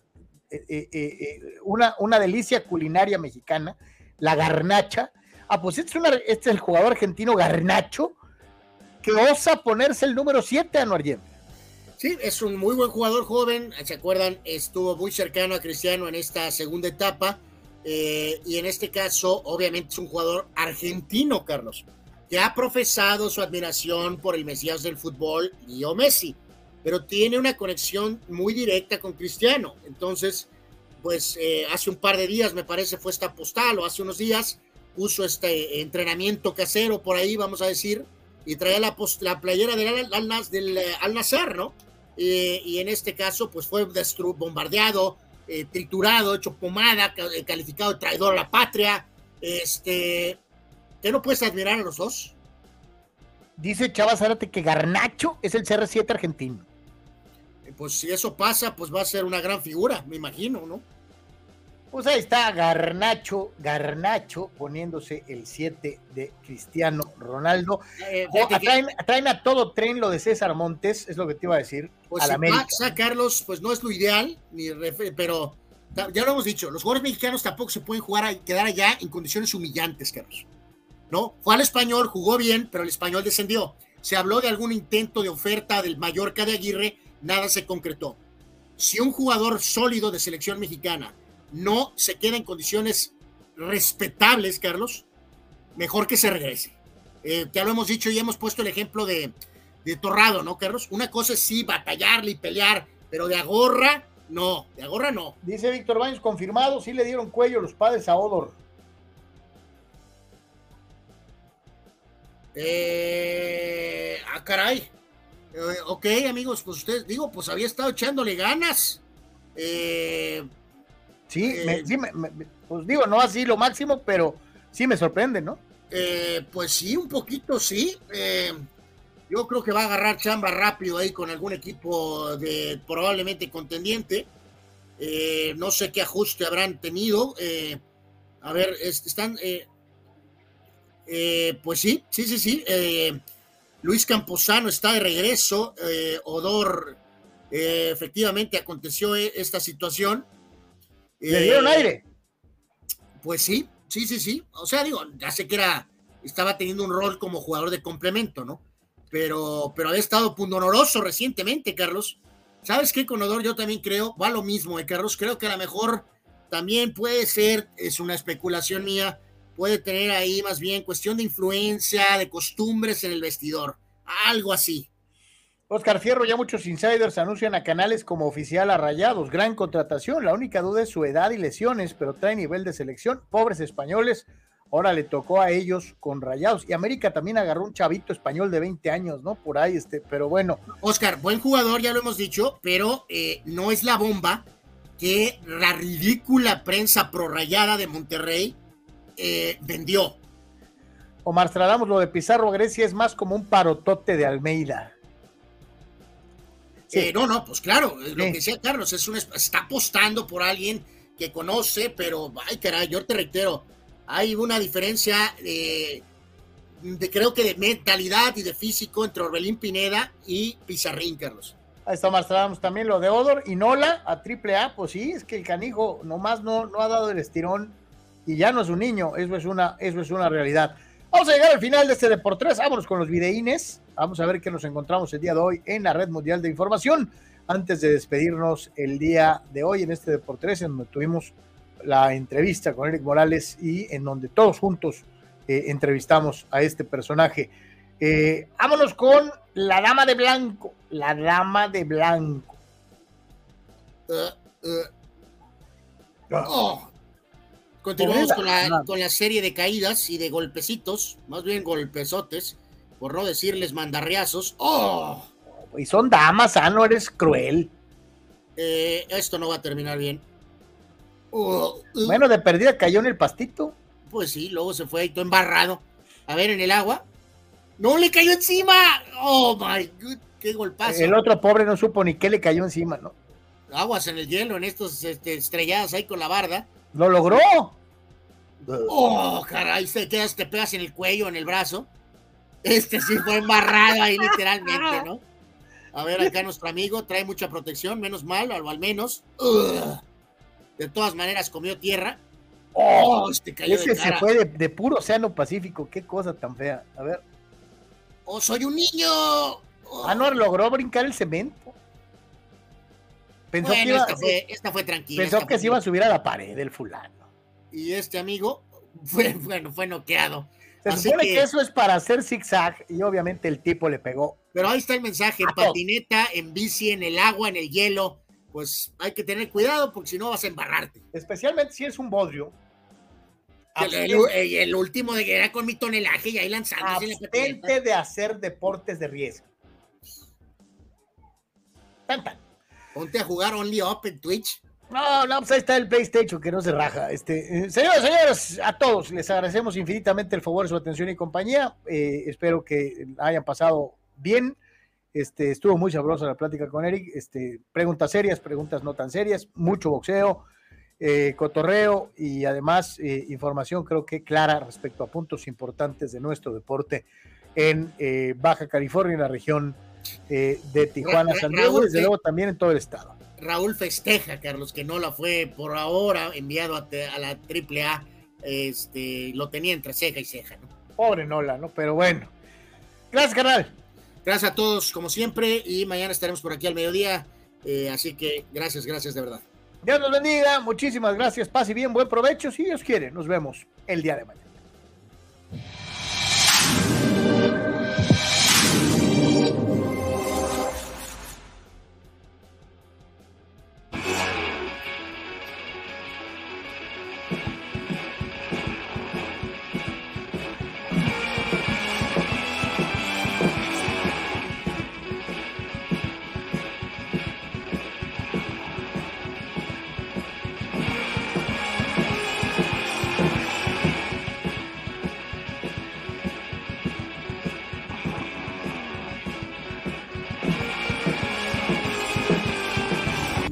una delicia culinaria mexicana, la garnacha. Pues este es el jugador argentino Garnacho, que osa ponerse el número 7, Anuar Yem. Sí, es un muy buen jugador joven, ¿se acuerdan? Estuvo muy cercano a Cristiano en esta segunda etapa, y en este caso, obviamente, es un jugador argentino, Carlos, que ha profesado su admiración por el Mesías del fútbol, Leo Messi, pero tiene una conexión muy directa con Cristiano. Entonces, pues hace un par de días, me parece, fue esta postal, o hace unos días, puso este entrenamiento casero por ahí, vamos a decir, y traía la playera del Al-Nassr, ¿no? Y en este caso, pues fue bombardeado, triturado, hecho pomada, calificado de traidor a la patria. ¿Qué no puedes admirar a los dos? Dice Chava Zárate que Garnacho es el CR7 argentino. Pues si eso pasa, pues va a ser una gran figura, me imagino, ¿no? Pues ahí está Garnacho poniéndose el 7 de Cristiano Ronaldo. Traen a todo tren lo de César Montes, es lo que te iba a decir. Pues si pasa, Carlos, pues no es lo ideal, pero ya lo hemos dicho, los jugadores mexicanos tampoco se pueden quedar allá en condiciones humillantes, Carlos. ¿No? Fue al Español, jugó bien, pero el Español descendió. Se habló de algún intento de oferta del Mallorca de Aguirre, nada se concretó. Si un jugador sólido de selección mexicana no se queda en condiciones respetables, Carlos, mejor que se regrese. Ya lo hemos dicho y hemos puesto el ejemplo de Torrado, ¿no, Carlos? Una cosa es sí, batallarle y pelear, pero de agorra, no. Dice Víctor Baños, confirmado, sí le dieron cuello los padres a Odor. Caray. Ok, amigos, pues ustedes, pues había estado echándole ganas. Pues digo, no así lo máximo, pero sí me sorprende, ¿no? Pues sí, un poquito sí. Yo creo que va a agarrar chamba rápido ahí con algún equipo de probablemente contendiente. No sé qué ajuste habrán tenido. A ver, están... pues sí. Luis Camposano está de regreso. Odor, efectivamente aconteció esta situación. ¿Le dieron aire? Pues sí. O sea, ya sé que estaba teniendo un rol como jugador de complemento, ¿no? Pero había estado pundonoroso recientemente, Carlos. ¿Sabes qué, Conodor? Yo también creo, va lo mismo, Carlos, creo que a lo mejor también puede ser, es una especulación mía, puede tener ahí más bien cuestión de influencia, de costumbres en el vestidor, algo así. Oscar Fierro, ya muchos insiders anuncian a Canales como oficial a Rayados, gran contratación, la única duda es su edad y lesiones, pero trae nivel de selección, pobres españoles, ahora le tocó a ellos con Rayados, y América también agarró un chavito español de 20 años, ¿no? Por ahí, pero bueno. Oscar, buen jugador, ya lo hemos dicho, pero no es la bomba que la ridícula prensa prorrayada de Monterrey vendió. Omar Stradamos, lo de Pizarro Grecia es más como un parotote de Almeida. Sí. No, pues claro, lo que decía Carlos, está apostando por alguien que conoce, pero, ay caray, yo te reitero, hay una diferencia creo que de mentalidad y de físico entre Orbelín Pineda y Pizarrín, Carlos. Ahí está Omar Stradamos también, lo de Odor y Nola a AAA, pues sí, es que el canijo nomás no ha dado el estirón y ya no es un niño, eso es una realidad. Vamos a llegar al final de este Deportes, vámonos con los videínes, vamos a ver qué nos encontramos el día de hoy en la Red Mundial de Información, antes de despedirnos el día de hoy en este Deportes, en donde tuvimos la entrevista con Eric Morales y en donde todos juntos entrevistamos a este personaje. Vámonos con la Dama de Blanco, la Dama de Blanco. Continuamos con la serie de caídas y de golpecitos, más bien golpezotes, por no decirles mandarriazos. Y son damas, no eres cruel. Esto no va a terminar bien. Bueno, de perdida cayó en el pastito. Pues sí, luego se fue ahí todo embarrado. A ver, en el agua. ¡No le cayó encima! ¡Oh, my God! ¡Qué golpazo! El otro pobre no supo ni qué le cayó encima, ¿no? Aguas en el hielo, en estos estrelladas ahí con la barda. ¡Lo logró! ¡Oh, caray! Te pegas en el cuello, en el brazo. Sí fue embarrado ahí literalmente, ¿no? A ver, acá nuestro amigo trae mucha protección, menos mal, o al menos. De todas maneras comió tierra. Cayó ese se fue de puro océano Pacífico, qué cosa tan fea. A ver. ¡Soy un niño! No logró brincar el cemento. Pensó que esta fue tranquila. Pensó que se iba a subir a la pared del fulano. Y este amigo fue noqueado. Se supone que eso es para hacer zigzag y obviamente el tipo le pegó. Pero ahí está el mensaje, en patineta, en bici, en el agua, en el hielo, pues hay que tener cuidado porque si no vas a embarrarte. Especialmente si es un bodrio. El último de que era con mi tonelaje y ahí lanzándose. Abstente de hacer deportes de riesgo. Tan. Ponte a jugar Only Up en Twitch. No, pues ahí está el PlayStation que no se raja. Señores, a todos les agradecemos infinitamente el favor de su atención y compañía. Espero que hayan pasado bien. Estuvo muy sabrosa la plática con Eric. Preguntas serias, preguntas no tan serias, mucho boxeo, cotorreo y además información creo que clara respecto a puntos importantes de nuestro deporte en Baja California, en la región de Tijuana, San Diego, desde luego también en todo el estado. Raúl festeja, Carlos, que Nola fue por ahora enviado a la AAA, lo tenía entre ceja y ceja, ¿no? Pobre Nola, ¿no? Pero bueno. Gracias, carnal. Gracias a todos, como siempre, y mañana estaremos por aquí al mediodía, así que gracias de verdad. Dios los bendiga, muchísimas gracias, pase bien, buen provecho, si Dios quiere, nos vemos el día de mañana.